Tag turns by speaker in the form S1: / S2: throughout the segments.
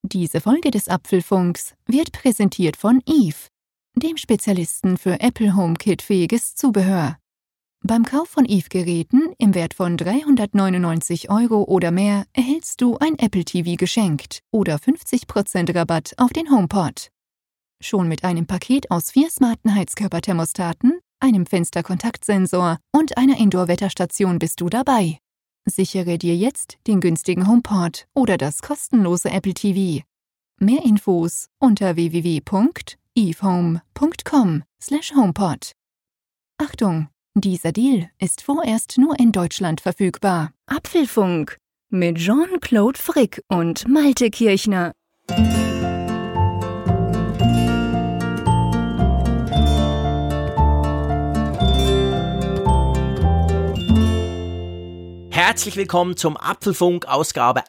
S1: Diese Folge des Apfelfunks wird präsentiert von Eve, dem Spezialisten für Apple HomeKit-fähiges Zubehör. Beim Kauf von Eve-Geräten im Wert von 399 € oder mehr erhältst du ein Apple TV geschenkt oder 50% Rabatt auf den HomePod. Schon mit einem Paket aus 4 smarten Heizkörperthermostaten, einem Fensterkontaktsensor und einer Indoor-Wetterstation bist du dabei. Sichere dir jetzt den günstigen HomePod oder das kostenlose Apple TV. Mehr Infos unter www.evehome.com/HomePod. Achtung, dieser Deal ist vorerst nur in Deutschland verfügbar. Apfelfunk mit Jean-Claude Frick und Malte Kirchner.
S2: Herzlich willkommen zum Apfelfunk, Ausgabe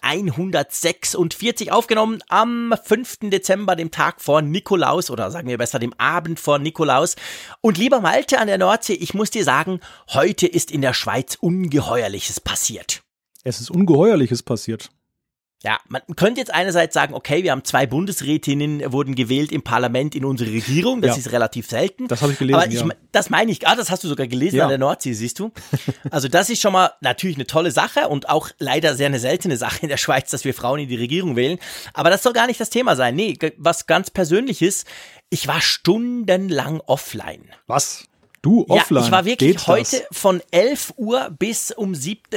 S2: 146, aufgenommen am 5. Dezember, dem Tag vor Nikolaus, oder sagen wir besser dem Abend vor Nikolaus. Und lieber Malte an der Nordsee, ich muss dir sagen, heute ist in der Schweiz Ungeheuerliches passiert.
S3: Es ist Ungeheuerliches passiert.
S2: Ja, man könnte jetzt einerseits sagen, okay, wir haben 2 Bundesrätinnen, wurden gewählt im Parlament in unsere Regierung, das ist relativ selten.
S3: Das habe ich gelesen,
S2: aber das meine ich, das hast du sogar gelesen an der Nordsee, siehst du. Also das ist schon mal natürlich eine tolle Sache und auch leider sehr eine seltene Sache in der Schweiz, dass wir Frauen in die Regierung wählen. Aber das soll gar nicht das Thema sein. Nee, was ganz Persönliches, ich war stundenlang offline.
S3: Was? Du offline?
S2: Ja, ich war wirklich heute von 11 Uhr bis um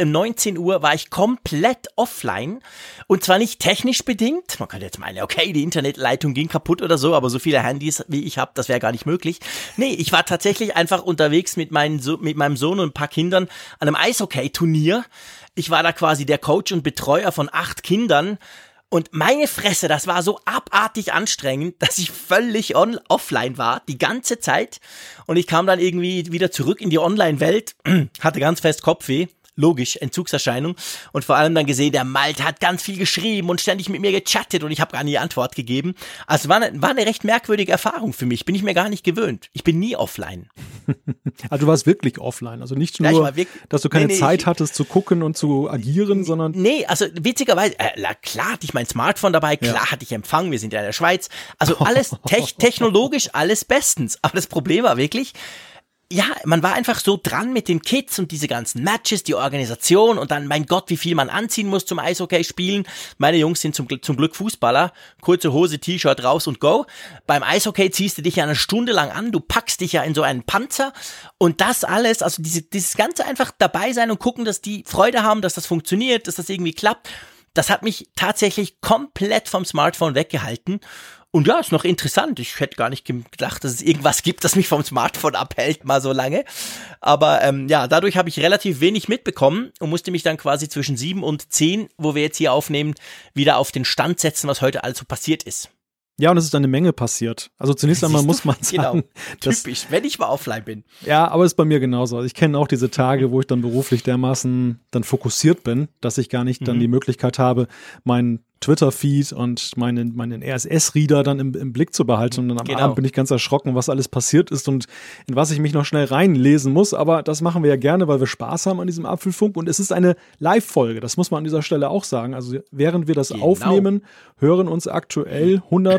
S2: 19 Uhr war ich komplett offline. Und zwar nicht technisch bedingt. Man könnte jetzt meinen, okay, die Internetleitung ging kaputt oder so, aber so viele Handys wie ich habe, das wäre gar nicht möglich. Nee, ich war tatsächlich einfach unterwegs mit meinem Sohn und ein paar Kindern an einem Eishockey-Turnier. Ich war da quasi der Coach und Betreuer von 8 Kindern. Und meine Fresse, das war so abartig anstrengend, dass ich völlig offline war, die ganze Zeit. Und ich kam dann irgendwie wieder zurück in die Online-Welt, hatte ganz fest Kopfweh. Logisch, Entzugserscheinung. Und vor allem dann gesehen, der Malte hat ganz viel geschrieben und ständig mit mir gechattet und ich habe gar nie Antwort gegeben. Also war eine recht merkwürdige Erfahrung für mich. Bin ich mir gar nicht gewöhnt. Ich bin nie offline.
S3: Also du warst wirklich offline. Also nicht nur, dass du keine Zeit hattest zu gucken und zu agieren, sondern...
S2: Nee, also witzigerweise, klar hatte ich mein Smartphone dabei, klar hatte ich Empfang, wir sind ja in der Schweiz. Also alles technologisch, alles bestens. Aber das Problem war wirklich... Ja, man war einfach so dran mit den Kids und diese ganzen Matches, die Organisation und dann, mein Gott, wie viel man anziehen muss zum Eishockey spielen. Meine Jungs sind zum Glück Fußballer, kurze Hose, T-Shirt raus und go. Beim Eishockey ziehst du dich ja eine Stunde lang an, du packst dich ja in so einen Panzer und das alles, also dieses ganze einfach dabei sein und gucken, dass die Freude haben, dass das funktioniert, dass das irgendwie klappt. Das hat mich tatsächlich komplett vom Smartphone weggehalten. Und ja, ist noch interessant. Ich hätte gar nicht gedacht, dass es irgendwas gibt, das mich vom Smartphone abhält, mal so lange. Aber dadurch habe ich relativ wenig mitbekommen und musste mich dann quasi zwischen 7 und 10, wo wir jetzt hier aufnehmen, wieder auf den Stand setzen, was heute alles so passiert ist.
S3: Ja, und es ist eine Menge passiert. Also zunächst einmal muss man sagen,
S2: typisch, wenn ich mal offline bin.
S3: Ja, aber es ist bei mir genauso. Also ich kenne auch diese Tage, wo ich dann beruflich dermaßen dann fokussiert bin, dass ich gar nicht dann die Möglichkeit habe, meinen Twitter-Feed und meinen RSS-Reader dann im Blick zu behalten. Und dann am Abend bin ich ganz erschrocken, was alles passiert ist und in was ich mich noch schnell reinlesen muss. Aber das machen wir ja gerne, weil wir Spaß haben an diesem Apfelfunk. Und es ist eine Live-Folge, das muss man an dieser Stelle auch sagen. Also während wir das aufnehmen, hören uns aktuell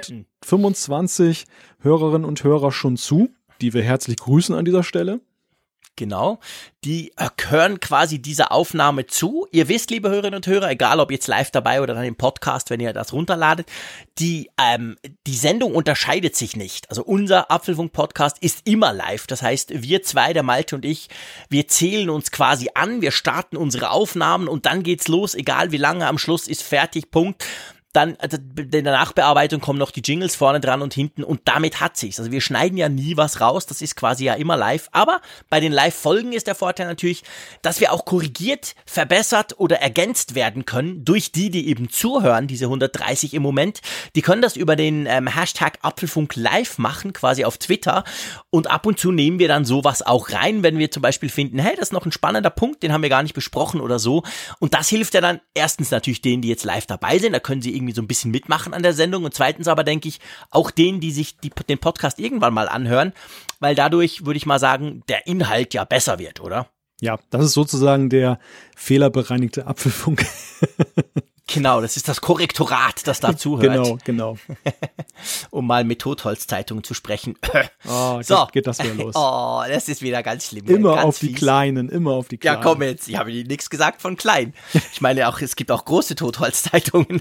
S3: 125 Hörerinnen und Hörer schon zu, die wir herzlich grüßen an dieser Stelle.
S2: Genau, die hören quasi dieser Aufnahme zu. Ihr wisst, liebe Hörerinnen und Hörer, egal ob jetzt live dabei oder dann im Podcast, wenn ihr das runterladet, die Sendung unterscheidet sich nicht. Also unser Apfelfunk-Podcast ist immer live. Das heißt, wir 2, der Malte und ich, wir zählen uns quasi an, wir starten unsere Aufnahmen und dann geht's los, egal wie lange, am Schluss ist fertig, Punkt. Dann in der Nachbearbeitung kommen noch die Jingles vorne dran und hinten und damit hat sich's. Also wir schneiden ja nie was raus, das ist quasi ja immer live. Aber bei den Live-Folgen ist der Vorteil natürlich, dass wir auch korrigiert, verbessert oder ergänzt werden können durch die eben zuhören, diese 130 im Moment. Die können das über den Hashtag Apfelfunk live machen, quasi auf Twitter. Und ab und zu nehmen wir dann sowas auch rein, wenn wir zum Beispiel finden, hey, das ist noch ein spannender Punkt, den haben wir gar nicht besprochen oder so. Und das hilft ja dann erstens natürlich denen, die jetzt live dabei sind, da können sie irgendwie so ein bisschen mitmachen an der Sendung und zweitens aber denke ich auch denen, die sich den Podcast irgendwann mal anhören, weil dadurch, würde ich mal sagen, der Inhalt ja besser wird, oder?
S3: Ja, das ist sozusagen der fehlerbereinigte Apfelfunk.
S2: Genau, das ist das Korrektorat, das da zuhört.
S3: Genau.
S2: Um mal mit Totholzzeitungen zu sprechen.
S3: Oh,
S2: so.
S3: Geht das wieder los.
S2: Oh, das ist wieder ganz schlimm.
S3: Immer
S2: ganz
S3: auf die
S2: fies.
S3: Kleinen.
S2: Ja, komm jetzt, ich habe nichts gesagt von klein. Ich meine auch, es gibt auch große Totholzzeitungen.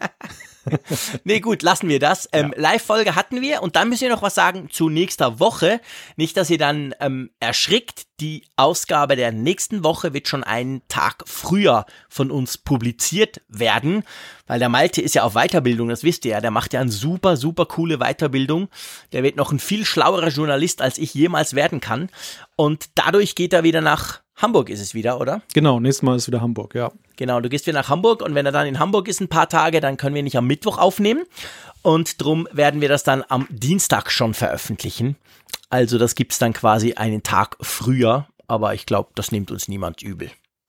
S2: Nee, gut, lassen wir das. Live-Folge hatten wir und dann müssen wir noch was sagen zu nächster Woche. Nicht, dass ihr dann erschrickt. Die Ausgabe der nächsten Woche wird schon einen Tag früher von uns publiziert werden, weil der Malte ist ja auf Weiterbildung, das wisst ihr ja. Der macht ja eine super, super coole Weiterbildung. Der wird noch ein viel schlauerer Journalist, als ich jemals werden kann. Und dadurch geht er wieder nach Hamburg, ist es wieder, oder?
S3: Genau, nächstes Mal ist wieder Hamburg, ja.
S2: Genau, du gehst wieder nach Hamburg und wenn er dann in Hamburg ist ein paar Tage, dann können wir nicht am Mittwoch aufnehmen und drum werden wir das dann am Dienstag schon veröffentlichen. Also das gibt's dann quasi einen Tag früher, aber ich glaube, das nimmt uns niemand übel.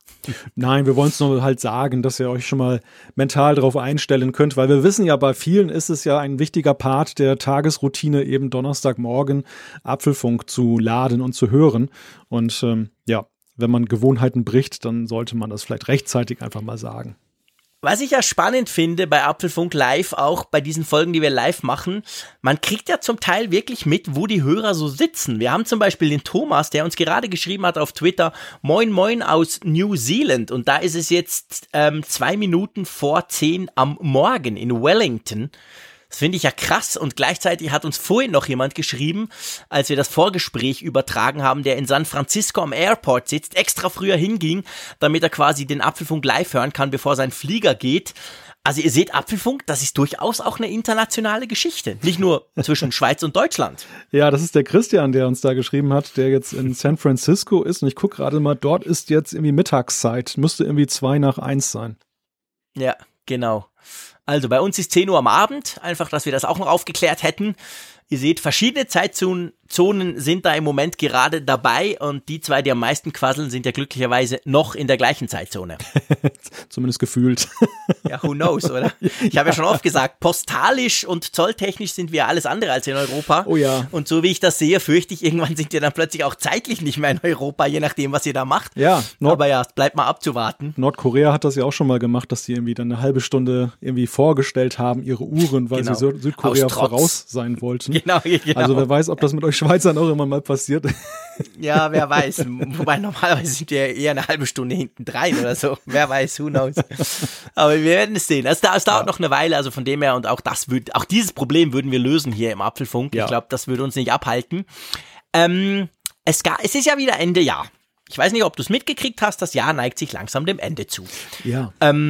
S3: Nein, wir wollen es nur halt sagen, dass ihr euch schon mal mental darauf einstellen könnt, weil wir wissen ja, bei vielen ist es ja ein wichtiger Part der Tagesroutine, eben Donnerstagmorgen Apfelfunk zu laden und zu hören und wenn man Gewohnheiten bricht, dann sollte man das vielleicht rechtzeitig einfach mal sagen.
S2: Was ich ja spannend finde bei Apfelfunk Live, auch bei diesen Folgen, die wir live machen, man kriegt ja zum Teil wirklich mit, wo die Hörer so sitzen. Wir haben zum Beispiel den Thomas, der uns gerade geschrieben hat auf Twitter, Moin Moin aus New Zealand und da ist es jetzt 2 Minuten vor 10 am Morgen in Wellington. Das finde ich ja krass und gleichzeitig hat uns vorhin noch jemand geschrieben, als wir das Vorgespräch übertragen haben, der in San Francisco am Airport sitzt, extra früher hinging, damit er quasi den Apfelfunk live hören kann, bevor sein Flieger geht. Also ihr seht, Apfelfunk, das ist durchaus auch eine internationale Geschichte, nicht nur zwischen Schweiz und Deutschland.
S3: Ja, das ist der Christian, der uns da geschrieben hat, der jetzt in San Francisco ist und ich gucke gerade mal, dort ist jetzt irgendwie Mittagszeit, müsste irgendwie 2:01 sein.
S2: Ja, genau. Also bei uns ist 10 Uhr am Abend, einfach, dass wir das auch noch aufgeklärt hätten. Ihr seht, verschiedene Zeitzonen sind da im Moment gerade dabei und die zwei, die am meisten quasseln, sind ja glücklicherweise noch in der gleichen Zeitzone.
S3: Zumindest gefühlt.
S2: Ja, who knows, oder? Ich habe ja schon oft gesagt, postalisch und zolltechnisch sind wir alles andere als in Europa.
S3: Oh ja.
S2: Und so wie ich das sehe, fürchte ich, irgendwann sind wir dann plötzlich auch zeitlich nicht mehr in Europa, je nachdem, was ihr da macht.
S3: Ja.
S2: Aber ja, es bleibt mal abzuwarten.
S3: Nordkorea hat das ja auch schon mal gemacht, dass die irgendwie dann eine halbe Stunde irgendwie vorgestellt haben, ihre Uhren, weil sie Südkorea voraus sein wollten.
S2: Genau.
S3: Also wer weiß, ob das mit euch Schweizern auch immer mal passiert.
S2: Ja, wer weiß. Wobei normalerweise sind wir eher eine halbe Stunde hinten drein oder so. Wer weiß, who knows. Aber wir werden es sehen. Es dauert noch eine Weile, also von dem her und auch dieses Problem würden wir lösen hier im Apfelfunk. Ja. Ich glaube, das würde uns nicht abhalten. Es ist ja wieder Ende Jahr. Ich weiß nicht, ob du es mitgekriegt hast, das Jahr neigt sich langsam dem Ende zu.
S3: Ja.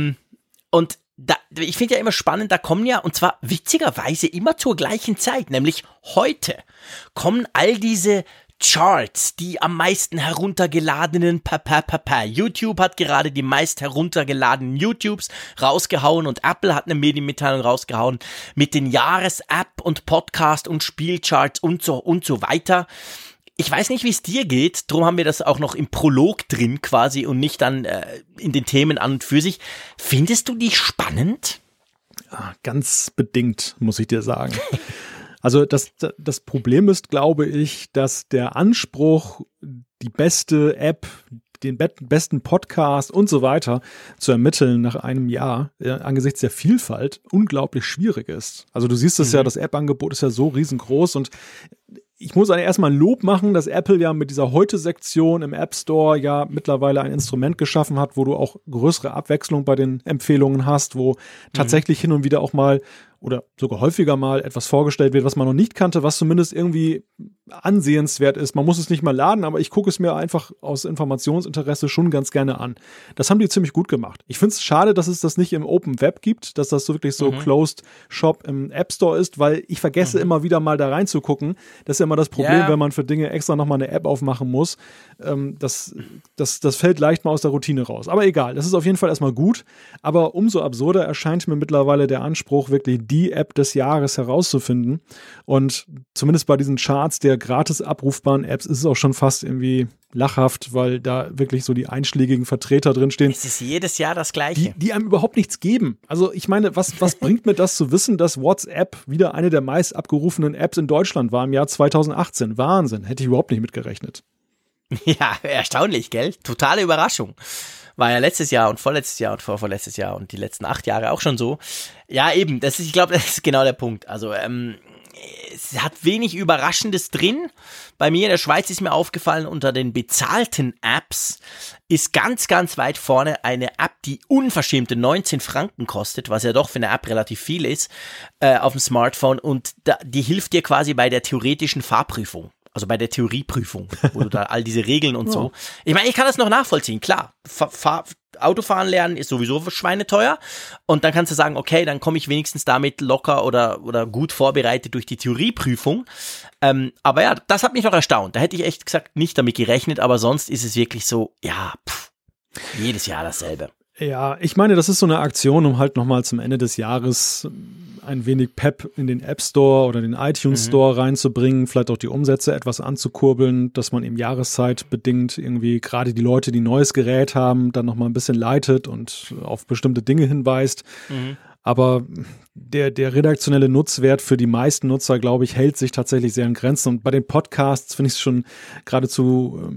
S2: Und ich finde ja immer spannend, da kommen ja, und zwar witzigerweise immer zur gleichen Zeit, nämlich heute kommen all diese Charts, die am meisten heruntergeladenen YouTube hat gerade die meist heruntergeladenen YouTubes rausgehauen und Apple hat eine Medienmitteilung rausgehauen mit den Jahres-App- und Podcast- und Spielcharts und so weiter. Ich weiß nicht, wie es dir geht, drum haben wir das auch noch im Prolog drin quasi und nicht dann in den Themen an und für sich. Findest du die spannend?
S3: Ja, ganz bedingt, muss ich dir sagen. Also das Problem ist, glaube ich, dass der Anspruch, die beste App, den besten Podcast und so weiter zu ermitteln nach einem Jahr angesichts der Vielfalt unglaublich schwierig ist. Also du siehst es ja, das App-Angebot ist ja so riesengroß und ich muss erstmal ein Lob machen, dass Apple ja mit dieser Heute-Sektion im App Store ja mittlerweile ein Instrument geschaffen hat, wo du auch größere Abwechslung bei den Empfehlungen hast, wo tatsächlich hin und wieder auch mal oder sogar häufiger mal etwas vorgestellt wird, was man noch nicht kannte, was zumindest irgendwie ansehenswert ist. Man muss es nicht mal laden, aber ich gucke es mir einfach aus Informationsinteresse schon ganz gerne an. Das haben die ziemlich gut gemacht. Ich finde es schade, dass es das nicht im Open Web gibt, dass das so wirklich so Closed Shop im App Store ist, weil ich vergesse immer wieder mal da reinzugucken. Das ist ja immer das Problem, wenn man für Dinge extra nochmal eine App aufmachen muss. Das fällt leicht mal aus der Routine raus. Aber egal, das ist auf jeden Fall erstmal gut. Aber umso absurder erscheint mir mittlerweile der Anspruch, wirklich die App des Jahres herauszufinden. Und zumindest bei diesen Charts der gratis abrufbaren Apps ist es auch schon fast irgendwie lachhaft, weil da wirklich so die einschlägigen Vertreter drinstehen.
S2: Es ist jedes Jahr das Gleiche.
S3: Die einem überhaupt nichts geben. Also ich meine, was bringt mir das zu wissen, dass WhatsApp wieder eine der meist abgerufenen Apps in Deutschland war im Jahr 2018? Wahnsinn, hätte ich überhaupt nicht mitgerechnet.
S2: Ja, erstaunlich, gell? Totale Überraschung. War ja letztes Jahr und vorletztes Jahr und vorvorletztes Jahr und die letzten 8 Jahre auch schon so. Ja, eben, ich glaube, das ist genau der Punkt. Also, es hat wenig Überraschendes drin. Bei mir in der Schweiz ist mir aufgefallen, unter den bezahlten Apps ist ganz, ganz weit vorne eine App, die unverschämte 19 Franken kostet, was ja doch für eine App relativ viel ist, auf dem Smartphone, und die hilft dir quasi bei der theoretischen Fahrprüfung. Also bei der Theorieprüfung, wo du da all diese Regeln und so. Ich meine, ich kann das noch nachvollziehen, klar. Autofahren lernen ist sowieso schweineteuer. Und dann kannst du sagen, okay, dann komme ich wenigstens damit locker oder gut vorbereitet durch die Theorieprüfung. Aber ja, das hat mich noch erstaunt. Da hätte ich echt gesagt nicht damit gerechnet, aber sonst ist es wirklich so, ja, jedes Jahr dasselbe.
S3: Ja, ich meine, das ist so eine Aktion, um halt nochmal zum Ende des Jahres ein wenig Pep in den App Store oder den iTunes Store reinzubringen, vielleicht auch die Umsätze etwas anzukurbeln, dass man eben jahreszeitbedingt irgendwie gerade die Leute, die ein neues Gerät haben, dann nochmal ein bisschen leitet und auf bestimmte Dinge hinweist. Aber der redaktionelle Nutzwert für die meisten Nutzer, glaube ich, hält sich tatsächlich sehr in Grenzen. Und bei den Podcasts finde ich es schon geradezu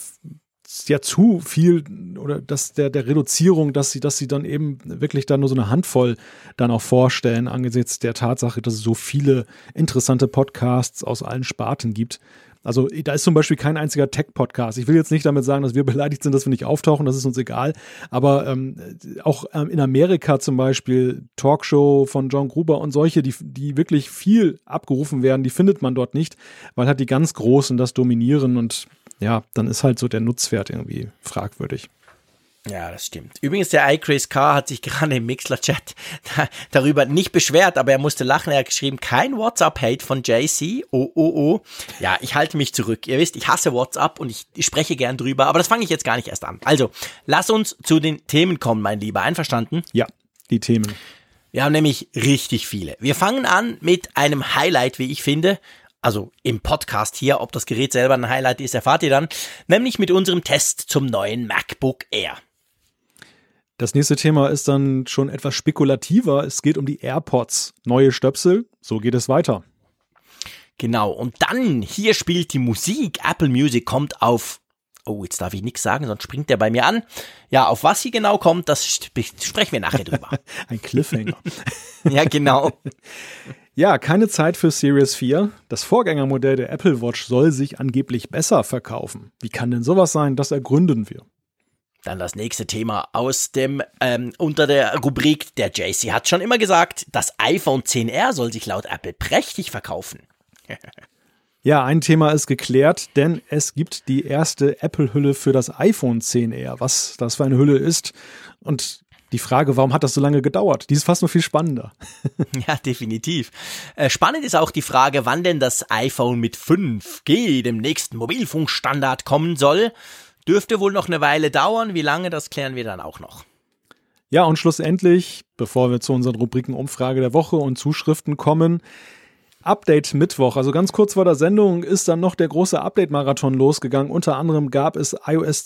S3: zu viel, oder dass der Reduzierung, dass sie dann eben wirklich da nur so eine Handvoll dann auch vorstellen, angesichts der Tatsache, dass es so viele interessante Podcasts aus allen Sparten gibt. Also da ist zum Beispiel kein einziger Tech-Podcast. Ich will jetzt nicht damit sagen, dass wir beleidigt sind, dass wir nicht auftauchen, das ist uns egal. Aber auch in Amerika zum Beispiel Talkshow von John Gruber und solche, die wirklich viel abgerufen werden, die findet man dort nicht, weil halt die ganz Großen das dominieren, und ja, dann ist halt so der Nutzwert irgendwie fragwürdig.
S2: Ja, das stimmt. Übrigens, der iChris K. hat sich gerade im Mixler-Chat darüber nicht beschwert, aber er musste lachen. Er hat geschrieben, kein WhatsApp-Hate von JC. Oh. Ja, ich halte mich zurück. Ihr wisst, ich hasse WhatsApp und ich spreche gern drüber, aber das fange ich jetzt gar nicht erst an. Also, lass uns zu den Themen kommen, mein Lieber. Einverstanden?
S3: Ja, die Themen.
S2: Wir haben nämlich richtig viele. Wir fangen an mit einem Highlight, wie ich finde. Also im Podcast hier, ob das Gerät selber ein Highlight ist, erfahrt ihr dann. Nämlich mit unserem Test zum neuen MacBook Air.
S3: Das nächste Thema ist dann schon etwas spekulativer. Es geht um die AirPods. Neue Stöpsel, so geht es weiter.
S2: Genau, und dann, hier spielt die Musik. Apple Music kommt auf, jetzt darf ich nichts sagen, sonst springt der bei mir an. Ja, auf was sie genau kommt, das sprechen wir nachher drüber.
S3: Ein Cliffhanger.
S2: Ja, genau.
S3: Ja, keine Zeit für Series 4. Das Vorgängermodell der Apple Watch soll sich angeblich besser verkaufen. Wie kann denn sowas sein? Das ergründen wir.
S2: Dann das nächste Thema aus dem unter der Rubrik, der JC hat schon immer gesagt, das iPhone XR soll sich laut Apple prächtig verkaufen.
S3: Ja, ein Thema ist geklärt, denn es gibt die erste Apple-Hülle für das iPhone XR. Was das für eine Hülle ist und die Frage, warum hat das so lange gedauert? Die ist fast noch viel spannender.
S2: Ja, definitiv. Spannend ist auch die Frage, wann denn das iPhone mit 5G, dem nächsten Mobilfunkstandard, kommen soll. Dürfte wohl noch eine Weile dauern. Wie lange, das klären wir dann auch noch.
S3: Ja, und schlussendlich, bevor wir zu unseren Rubriken Umfrage der Woche und Zuschriften kommen, Update Mittwoch, also ganz kurz vor der Sendung ist dann noch der große Update-Marathon losgegangen. Unter anderem gab es iOS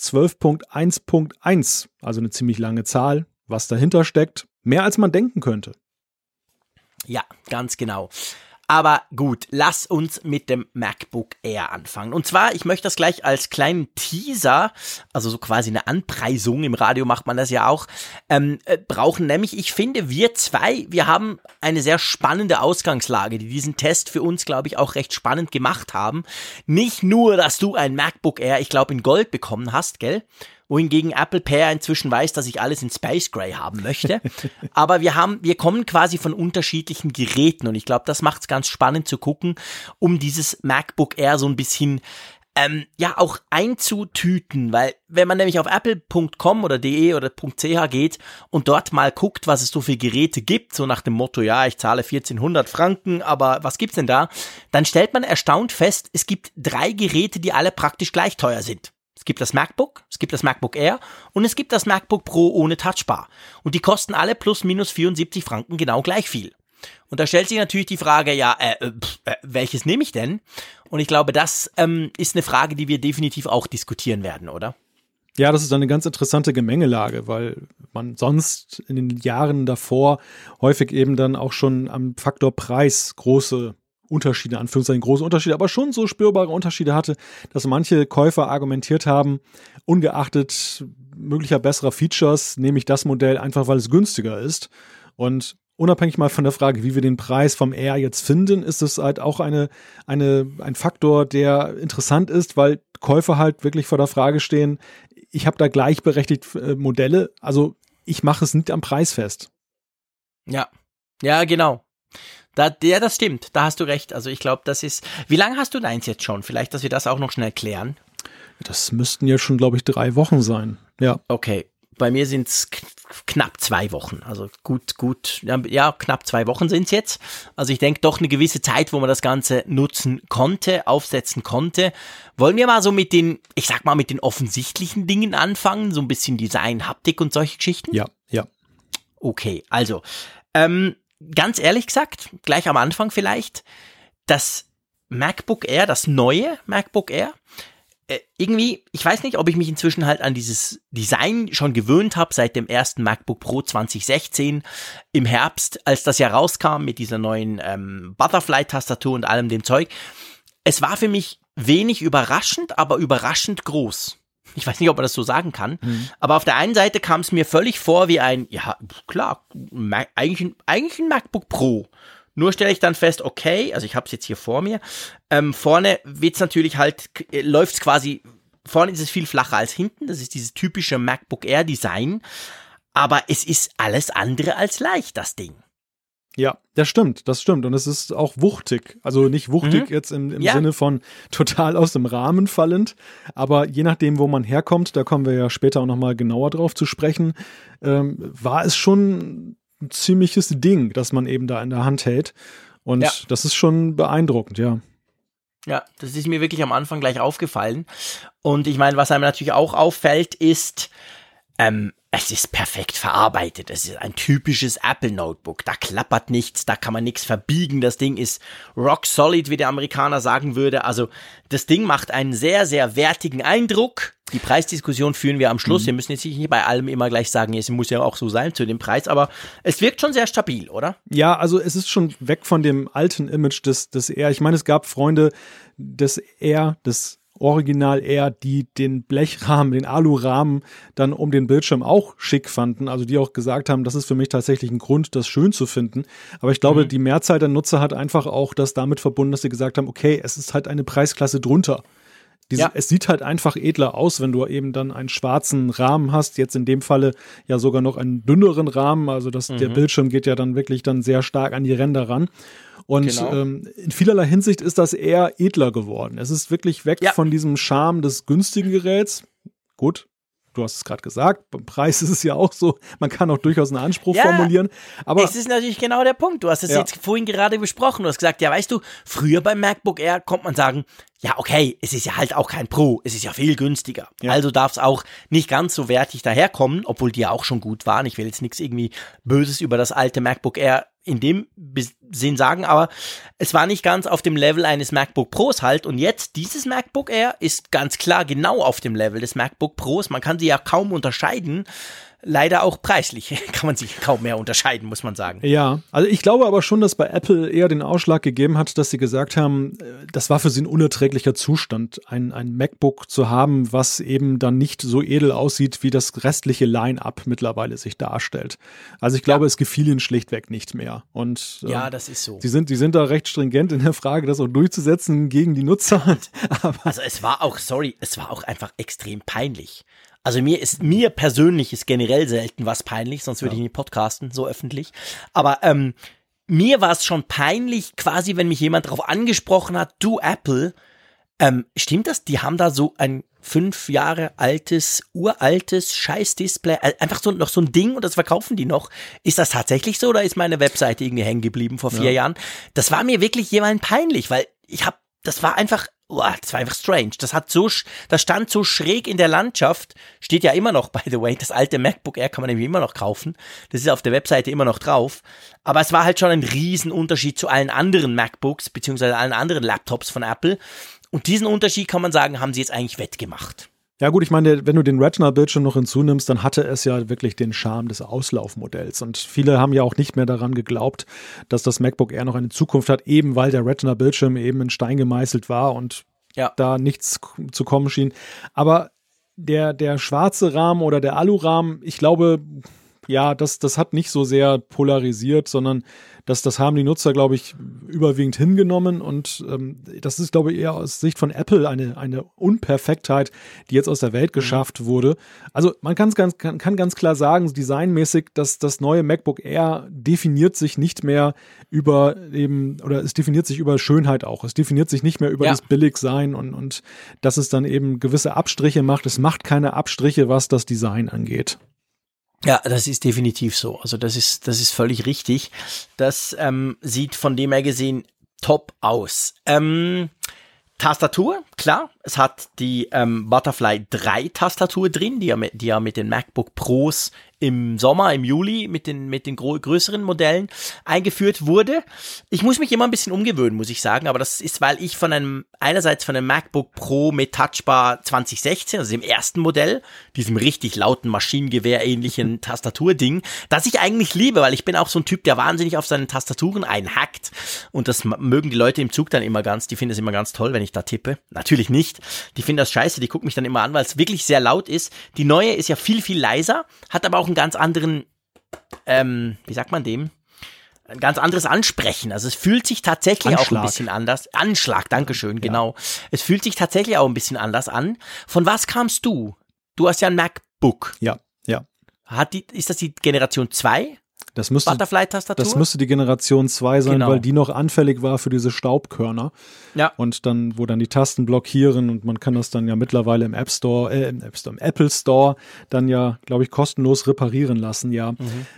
S3: 12.1.1, also eine ziemlich lange Zahl. Was dahinter steckt, mehr als man denken könnte.
S2: Ja, ganz genau. Aber gut, lass uns mit dem MacBook Air anfangen. Und zwar, ich möchte das gleich als kleinen Teaser, also so quasi eine Anpreisung, im Radio macht man das ja auch, brauchen. Nämlich, ich finde, wir haben eine sehr spannende Ausgangslage, die diesen Test für uns, glaube ich, auch recht spannend gemacht haben. Nicht nur, dass du ein MacBook Air, ich glaube, in Gold bekommen hast, gell? Wohingegen Apple Pair inzwischen weiß, dass ich alles in Space Gray haben möchte. Aber wir kommen quasi von unterschiedlichen Geräten und ich glaube, das macht es ganz spannend zu gucken, um dieses MacBook Air so ein bisschen auch einzutüten, weil wenn man nämlich auf apple.com oder de oder .ch geht und dort mal guckt, was es so für Geräte gibt, so nach dem Motto, ja, ich zahle 1400 Franken, aber was gibt's denn da? Dann stellt man erstaunt fest, es gibt 3 Geräte, die alle praktisch gleich teuer sind. Es gibt das MacBook, es gibt das MacBook Air und es gibt das MacBook Pro ohne Touchbar. Und die kosten alle plus minus 74 Franken genau gleich viel. Und da stellt sich natürlich die Frage, welches nehme ich denn? Und ich glaube, das ist eine Frage, die wir definitiv auch diskutieren werden, oder?
S3: Ja, das ist eine ganz interessante Gemengelage, weil man sonst in den Jahren davor häufig eben dann auch schon am Faktor Preis große Unterschiede, Anführungszeichen große Unterschiede, aber schon so spürbare Unterschiede hatte, dass manche Käufer argumentiert haben, ungeachtet möglicher besserer Features, nehme ich das Modell einfach, weil es günstiger ist. Und unabhängig mal von der Frage, wie wir den Preis vom Air jetzt finden, ist es halt auch ein Faktor, der interessant ist, weil Käufer halt wirklich vor der Frage stehen, ich habe da gleichberechtigt Modelle, also ich mache es nicht am Preis fest.
S2: Ja, genau. Das stimmt, da hast du recht. Also ich glaube, das ist, wie lange hast du deins jetzt schon? Vielleicht, dass wir das auch noch schnell klären.
S3: Das müssten jetzt schon, glaube ich, 3 Wochen sein. Ja.
S2: Okay, bei mir sind es knapp 2 Wochen. Also gut, ja, knapp 2 Wochen sind es jetzt. Also ich denke doch eine gewisse Zeit, wo man das Ganze nutzen konnte, aufsetzen konnte. Wollen wir mal so mit den offensichtlichen Dingen anfangen? So ein bisschen Design, Haptik und solche Geschichten?
S3: Ja.
S2: Okay, also, ganz ehrlich gesagt, gleich am Anfang vielleicht, das MacBook Air, das neue MacBook Air, irgendwie, ich weiß nicht, ob ich mich inzwischen halt an dieses Design schon gewöhnt habe, seit dem ersten MacBook Pro 2016 im Herbst, als das ja rauskam mit dieser neuen Butterfly-Tastatur und allem dem Zeug. Es war für mich wenig überraschend, aber überraschend groß. Ich weiß nicht, ob man das so sagen kann, aber auf der einen Seite kam es mir völlig vor wie ein, ja klar, eigentlich ein MacBook Pro. Nur stelle ich dann fest, okay, also ich habe es jetzt hier vor mir, vorne wird's natürlich halt, läuft's quasi, vorne ist es viel flacher als hinten, das ist dieses typische MacBook Air Design, aber es ist alles andere als leicht, das Ding.
S3: Ja, das stimmt. Und es ist auch wuchtig. Also nicht wuchtig jetzt im Sinne von total aus dem Rahmen fallend, aber je nachdem, wo man herkommt, da kommen wir ja später auch nochmal genauer drauf zu sprechen, war es schon ein ziemliches Ding, das man eben da in der Hand hält. Und das ist schon beeindruckend, ja.
S2: Ja, das ist mir wirklich am Anfang gleich aufgefallen. Und ich meine, was einem natürlich auch auffällt, ist, es ist perfekt verarbeitet. Es ist ein typisches Apple-Notebook. Da klappert nichts, da kann man nichts verbiegen. Das Ding ist rock solid, wie der Amerikaner sagen würde. Also das Ding macht einen sehr, sehr wertigen Eindruck. Die Preisdiskussion führen wir am Schluss. Wir müssen jetzt nicht bei allem immer gleich sagen, es muss ja auch so sein zu dem Preis. Aber es wirkt schon sehr stabil, oder?
S3: Ja, also es ist schon weg von dem alten Image des Air. Ich meine, es gab Freunde des Air, des Original Air, die den Blechrahmen, den Alurahmen dann um den Bildschirm auch schick fanden, also die auch gesagt haben, das ist für mich tatsächlich ein Grund, das schön zu finden. Aber ich glaube, die Mehrzahl der Nutzer hat einfach auch das damit verbunden, dass sie gesagt haben, okay, es ist halt eine Preisklasse drunter. Es sieht halt einfach edler aus, wenn du eben dann einen schwarzen Rahmen hast, jetzt in dem Falle ja sogar noch einen dünneren Rahmen, also der Bildschirm geht ja dann wirklich dann sehr stark an die Ränder ran. Und in vielerlei Hinsicht ist das eher edler geworden. Es ist wirklich weg von diesem Charme des günstigen Geräts. Gut, du hast es gerade gesagt, beim Preis ist es ja auch so, man kann auch durchaus einen Anspruch formulieren. Aber
S2: es ist natürlich genau der Punkt. Du hast es jetzt vorhin gerade besprochen. Du hast gesagt, ja, weißt du, früher beim MacBook Air konnte man sagen, ja, okay, es ist ja halt auch kein Pro, es ist ja viel günstiger. Ja. Also darf es auch nicht ganz so wertig daherkommen, obwohl die ja auch schon gut waren. Ich will jetzt nichts irgendwie Böses über das alte MacBook Air in dem Sinn sagen, aber es war nicht ganz auf dem Level eines MacBook Pros halt. Und jetzt, dieses MacBook Air ist ganz klar genau auf dem Level des MacBook Pros. Man kann sie ja kaum unterscheiden. Leider auch preislich kann man sich kaum mehr unterscheiden, muss man sagen.
S3: Ja, also ich glaube aber schon, dass bei Apple eher den Ausschlag gegeben hat, dass sie gesagt haben, das war für sie ein unerträglicher Zustand, ein MacBook zu haben, was eben dann nicht so edel aussieht, wie das restliche Line-Up mittlerweile sich darstellt. Also ich glaube, es gefiel ihnen schlichtweg nicht mehr. Und
S2: ja, das ist so.
S3: Die sind da recht stringent in der Frage, das auch durchzusetzen gegen die Nutzer.
S2: Aber also es war auch einfach extrem peinlich. Also mir persönlich ist generell selten was peinlich, sonst würde ich nicht podcasten, so öffentlich. Aber mir war es schon peinlich, quasi, wenn mich jemand darauf angesprochen hat, du Apple, stimmt das? Die haben da so ein 5 Jahre altes, uraltes Scheiß-Display, einfach so noch so ein Ding und das verkaufen die noch. Ist das tatsächlich so oder ist meine Webseite irgendwie hängen geblieben vor 4 Jahren? Das war mir wirklich jemand peinlich, weil das war einfach strange. Das stand so schräg in der Landschaft, steht ja immer noch, by the way, das alte MacBook Air kann man nämlich immer noch kaufen. Das ist auf der Webseite immer noch drauf. Aber es war halt schon ein Riesenunterschied zu allen anderen MacBooks, beziehungsweise allen anderen Laptops von Apple. Und diesen Unterschied, kann man sagen, haben sie jetzt eigentlich wettgemacht.
S3: Ja gut, ich meine, wenn du den Retina-Bildschirm noch hinzunimmst, dann hatte es ja wirklich den Charme des Auslaufmodells. Und viele haben ja auch nicht mehr daran geglaubt, dass das MacBook Air noch eine Zukunft hat, eben weil der Retina-Bildschirm eben in Stein gemeißelt war und da nichts zu kommen schien. Aber der schwarze Rahmen oder der Alurahmen, ich glaube, ja, das hat nicht so sehr polarisiert, sondern das haben die Nutzer, glaube ich, überwiegend hingenommen und das ist, glaube ich, eher aus Sicht von Apple eine Unperfektheit, die jetzt aus der Welt geschafft wurde. Also man kann ganz klar sagen, designmäßig, dass das neue MacBook Air definiert sich nicht mehr über es definiert sich über Schönheit auch. Es definiert sich nicht mehr über das Billigsein und dass es dann eben gewisse Abstriche macht. Es macht keine Abstriche, was das Design angeht.
S2: Ja, das ist definitiv so. Also das ist völlig richtig. Das sieht von dem her gesehen top aus. Tastatur, klar. Es hat die Butterfly 3 Tastatur drin, die ja mit den MacBook Pros im Sommer, im Juli mit den größeren Modellen eingeführt wurde. Ich muss mich immer ein bisschen umgewöhnen, muss ich sagen, aber das ist, weil ich einerseits von einem MacBook Pro mit Touchbar 2016, also dem ersten Modell, diesem richtig lauten Maschinengewehr-ähnlichen Tastaturding, das ich eigentlich liebe, weil ich bin auch so ein Typ, der wahnsinnig auf seinen Tastaturen einhackt und das mögen die Leute im Zug dann immer die finden es immer ganz toll, wenn ich da tippe. Natürlich nicht. Die finden das scheiße, die gucken mich dann immer an, weil es wirklich sehr laut ist. Die neue ist ja viel, viel leiser, hat aber auch einen ganz anderen, wie sagt man dem? Ein ganz anderes Ansprechen. Also es fühlt sich tatsächlich auch ein bisschen anders. Anschlag, dankeschön, genau. Es fühlt sich tatsächlich auch ein bisschen anders an. Von was kamst du? Du hast ja ein MacBook.
S3: Ja.
S2: Ist das die Generation 2? Butterfly-Tastatur?
S3: Das müsste die Generation 2 sein, weil die noch anfällig war für diese Staubkörner. Ja. Und dann, wo dann die Tasten blockieren und man kann das dann ja mittlerweile im Apple Store dann ja, glaube ich, kostenlos reparieren lassen, ja.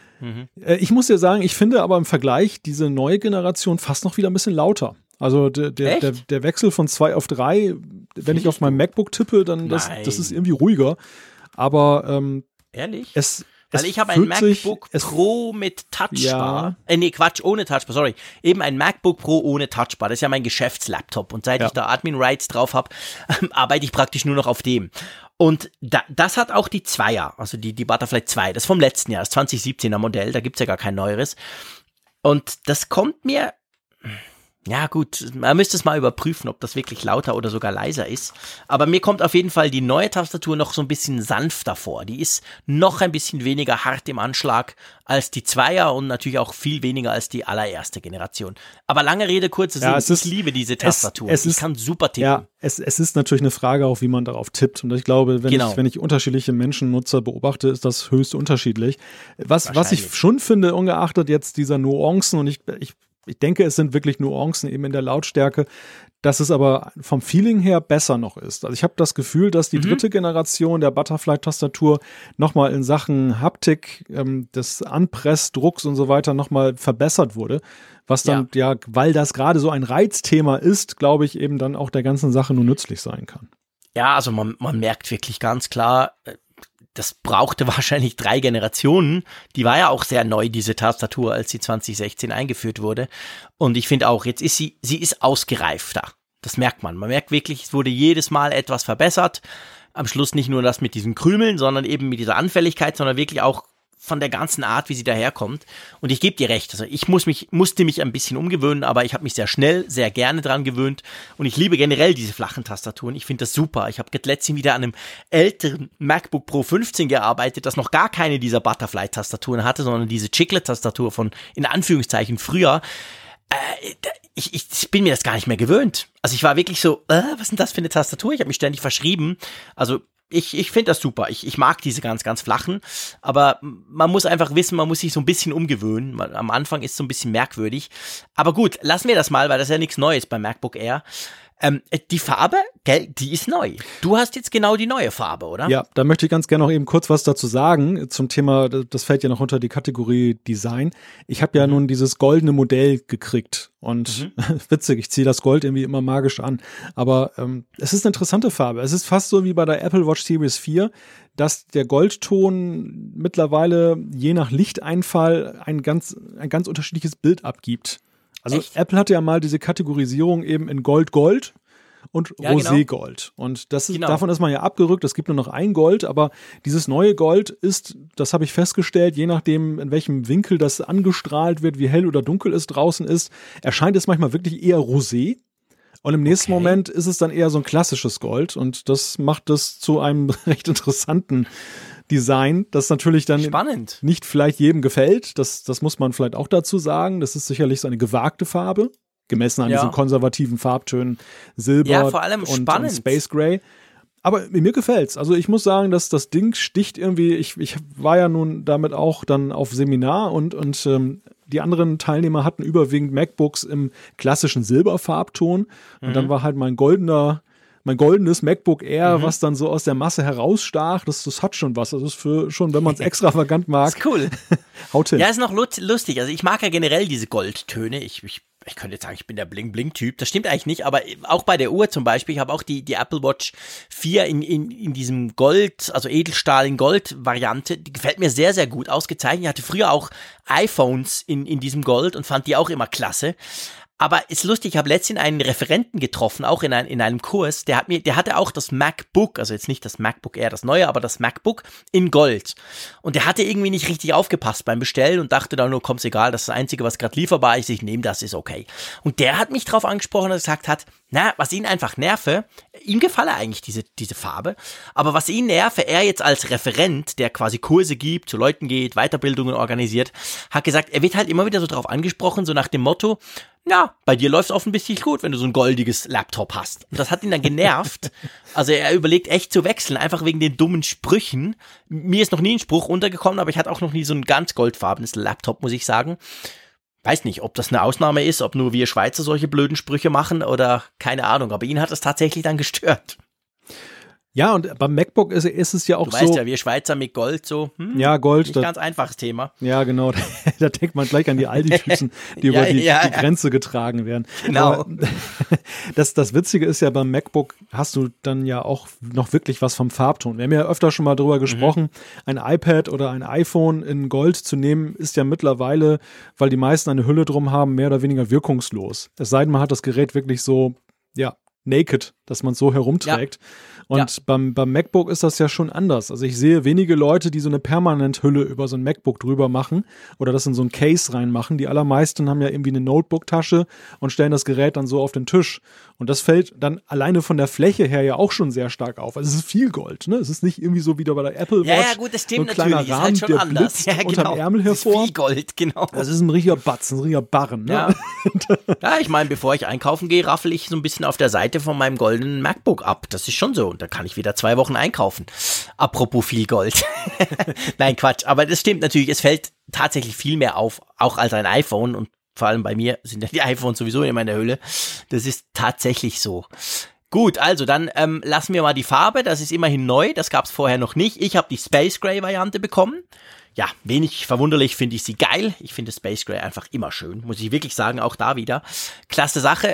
S3: Ich muss dir sagen, ich finde aber im Vergleich diese neue Generation fast noch wieder ein bisschen lauter. Also der Wechsel von 2 auf 3, wenn ich auf meinem MacBook tippe, dann das ist irgendwie ruhiger. Aber
S2: ehrlich? Weil ich habe ein MacBook Pro mit Touchbar. Ohne Touchbar, sorry. Eben ein MacBook Pro ohne Touchbar. Das ist ja mein Geschäftslaptop. Und seit ich da Admin-Rights drauf habe, arbeite ich praktisch nur noch auf dem. Und das hat auch die 2er, also die Butterfly 2. Das ist vom letzten Jahr, das 2017er Modell. Da gibt's ja gar kein neueres. Und das kommt mir... Ja gut, man müsste es mal überprüfen, ob das wirklich lauter oder sogar leiser ist. Aber mir kommt auf jeden Fall die neue Tastatur noch so ein bisschen sanfter vor. Die ist noch ein bisschen weniger hart im Anschlag als die 2er und natürlich auch viel weniger als die allererste Generation. Aber lange Rede, kurzer Sinn, ich liebe diese Tastatur. Ich kann super tippen.
S3: Ja, es ist natürlich eine Frage auch, wie man darauf tippt. Und ich glaube, wenn ich unterschiedliche Nutzer beobachte, ist das höchst unterschiedlich. Was ich schon finde, ungeachtet jetzt dieser Nuancen, und ich denke, es sind wirklich Nuancen eben in der Lautstärke, dass es aber vom Feeling her besser noch ist. Also ich habe das Gefühl, dass die dritte Generation der Butterfly-Tastatur nochmal in Sachen Haptik, des Anpressdrucks und so weiter nochmal verbessert wurde. Was dann, weil das gerade so ein Reizthema ist, glaube ich, eben dann auch der ganzen Sache nur nützlich sein kann.
S2: Ja, also man merkt wirklich ganz klar, das brauchte wahrscheinlich 3 Generationen. Die war ja auch sehr neu, diese Tastatur, als sie 2016 eingeführt wurde. Und ich finde auch, jetzt ist sie ist ausgereifter. Das merkt man. Man merkt wirklich, es wurde jedes Mal etwas verbessert. Am Schluss nicht nur das mit diesen Krümeln, sondern eben mit dieser Anfälligkeit, sondern wirklich auch von der ganzen Art, wie sie daherkommt. Und ich gebe dir recht, also ich musste mich ein bisschen umgewöhnen, aber ich habe mich sehr schnell, sehr gerne dran gewöhnt und ich liebe generell diese flachen Tastaturen. Ich finde das super. Ich habe letztens wieder an einem älteren MacBook Pro 15 gearbeitet, das noch gar keine dieser Butterfly-Tastaturen hatte, sondern diese Chiclet-Tastatur von, in Anführungszeichen, früher. Ich bin mir das gar nicht mehr gewöhnt. Also ich war wirklich so, was ist denn das für eine Tastatur? Ich habe mich ständig verschrieben. Also ich finde das super. Ich mag diese ganz, ganz flachen. Aber man muss einfach wissen, man muss sich so ein bisschen umgewöhnen. Am Anfang ist es so ein bisschen merkwürdig. Aber gut, lassen wir das mal, weil das ist ja nichts Neues beim MacBook Air. Die Farbe, gell, die ist neu. Du hast jetzt genau die neue Farbe, oder?
S3: Ja, da möchte ich ganz gerne noch eben kurz was dazu sagen zum Thema, das fällt ja noch unter die Kategorie Design. Ich habe ja nun dieses goldene Modell gekriegt und witzig, ich ziehe das Gold irgendwie immer magisch an, aber es ist eine interessante Farbe. Es ist fast so wie bei der Apple Watch Series 4, dass der Goldton mittlerweile je nach Lichteinfall ein ganz unterschiedliches Bild abgibt. Also Echt? Apple hatte ja mal diese Kategorisierung eben in Gold und Roségold. Und das ist, davon ist man ja abgerückt, es gibt nur noch ein Gold, aber dieses neue Gold ist, das habe ich festgestellt, je nachdem, in welchem Winkel das angestrahlt wird, wie hell oder dunkel es draußen ist, erscheint es manchmal wirklich eher rosé. Und im nächsten Moment ist es dann eher so ein klassisches Gold und das macht es zu einem recht interessanten Design, das natürlich dann nicht vielleicht jedem gefällt. Das muss man vielleicht auch dazu sagen. Das ist sicherlich so eine gewagte Farbe, gemessen an diesen konservativen Farbtönen Silber
S2: vor allem
S3: und Space Gray. Aber mir gefällt's. Also ich muss sagen, dass das Ding sticht irgendwie. Ich war ja nun damit auch dann auf Seminar und die anderen Teilnehmer hatten überwiegend MacBooks im klassischen Silberfarbton. Und dann war halt mein goldenes MacBook Air, was dann so aus der Masse herausstach. Das hat schon was. Das ist schon, wenn man es extravagant mag.
S2: Das ist cool.
S3: Haut hin.
S2: Ja, ist noch lustig. Also ich mag ja generell diese Goldtöne. Ich könnte jetzt sagen, ich bin der Bling-Bling-Typ. Das stimmt eigentlich nicht, aber auch bei der Uhr zum Beispiel. Ich habe auch die Apple Watch 4 in diesem Gold, also Edelstahl in Gold-Variante. Die gefällt mir sehr, sehr gut ausgezeichnet. Ich hatte früher auch iPhones in diesem Gold und fand die auch immer klasse. Aber ist lustig, ich habe letztens einen Referenten getroffen, auch in einem Kurs, der hatte auch das MacBook, also jetzt nicht das MacBook Air, das neue, aber das MacBook in Gold. Und der hatte irgendwie nicht richtig aufgepasst beim Bestellen und dachte dann nur, kommt's egal, das ist das Einzige, was gerade lieferbar ist, ich nehme das, ist okay. Und der hat mich drauf angesprochen und gesagt hat, was ihn einfach nerve, ihm gefalle eigentlich diese Farbe, aber was ihn nerve, er jetzt als Referent, der quasi Kurse gibt, zu Leuten geht, Weiterbildungen organisiert, hat gesagt, er wird halt immer wieder so drauf angesprochen, so nach dem Motto, bei dir läuft's offensichtlich gut, wenn du so ein goldiges Laptop hast. Und das hat ihn dann genervt. Also er überlegt echt zu wechseln, einfach wegen den dummen Sprüchen. Mir ist noch nie ein Spruch untergekommen, aber ich hatte auch noch nie so ein ganz goldfarbenes Laptop, muss ich sagen. Weiß nicht, ob das eine Ausnahme ist, ob nur wir Schweizer solche blöden Sprüche machen oder keine Ahnung. Aber ihn hat das tatsächlich dann gestört.
S3: Ja, und beim MacBook ist es ja auch so.
S2: Du weißt ja, wir Schweizer mit Gold so.
S3: Ja, Gold.
S2: Nicht ganz einfaches Thema.
S3: Ja, genau. Da denkt man gleich an die Aldi-Tüten, die über die Grenze getragen werden.
S2: Genau.
S3: Aber das Witzige ist ja, beim MacBook hast du dann ja auch noch wirklich was vom Farbton. Wir haben ja öfter schon mal drüber gesprochen, ein iPad oder ein iPhone in Gold zu nehmen, ist ja mittlerweile, weil die meisten eine Hülle drum haben, mehr oder weniger wirkungslos. Es sei denn, man hat das Gerät wirklich so, naked, dass man es so herumträgt. Ja. Und beim MacBook ist das ja schon anders. Also ich sehe wenige Leute, die so eine Permanenthülle über so ein MacBook drüber machen oder das in so ein Case reinmachen. Die allermeisten haben ja irgendwie eine Notebook-Tasche und stellen das Gerät dann so auf den Tisch. Und das fällt dann alleine von der Fläche her ja auch schon sehr stark auf. Also es ist viel Gold, ne? Es ist nicht irgendwie so wie bei der Apple Watch.
S2: Ja, gut, das stimmt
S3: so ein
S2: natürlich.
S3: Rahmen,
S2: ist halt schon
S3: der
S2: anders. Ja, genau.
S3: Unterm Ärmel hervor.
S2: Das ist viel Gold, genau.
S3: Das ist ein richtiger Batzen, ein richtiger Barren. Ne?
S2: Ja, ich meine, bevor ich einkaufen gehe, raffel ich so ein bisschen auf der Seite von meinem goldenen MacBook ab. Das ist schon so. Und da kann ich wieder 2 Wochen einkaufen. Apropos viel Gold. Nein, Quatsch. Aber das stimmt natürlich. Es fällt tatsächlich viel mehr auf, auch als ein iPhone. Und vor allem bei mir sind ja die iPhones sowieso in meiner Hülle. Das ist tatsächlich so. Gut, also dann lassen wir mal die Farbe. Das ist immerhin neu. Das gab es vorher noch nicht. Ich habe die Space Gray Variante bekommen. Ja, wenig verwunderlich finde ich sie geil. Ich finde Space Gray einfach immer schön, muss ich wirklich sagen, auch da wieder. Klasse Sache.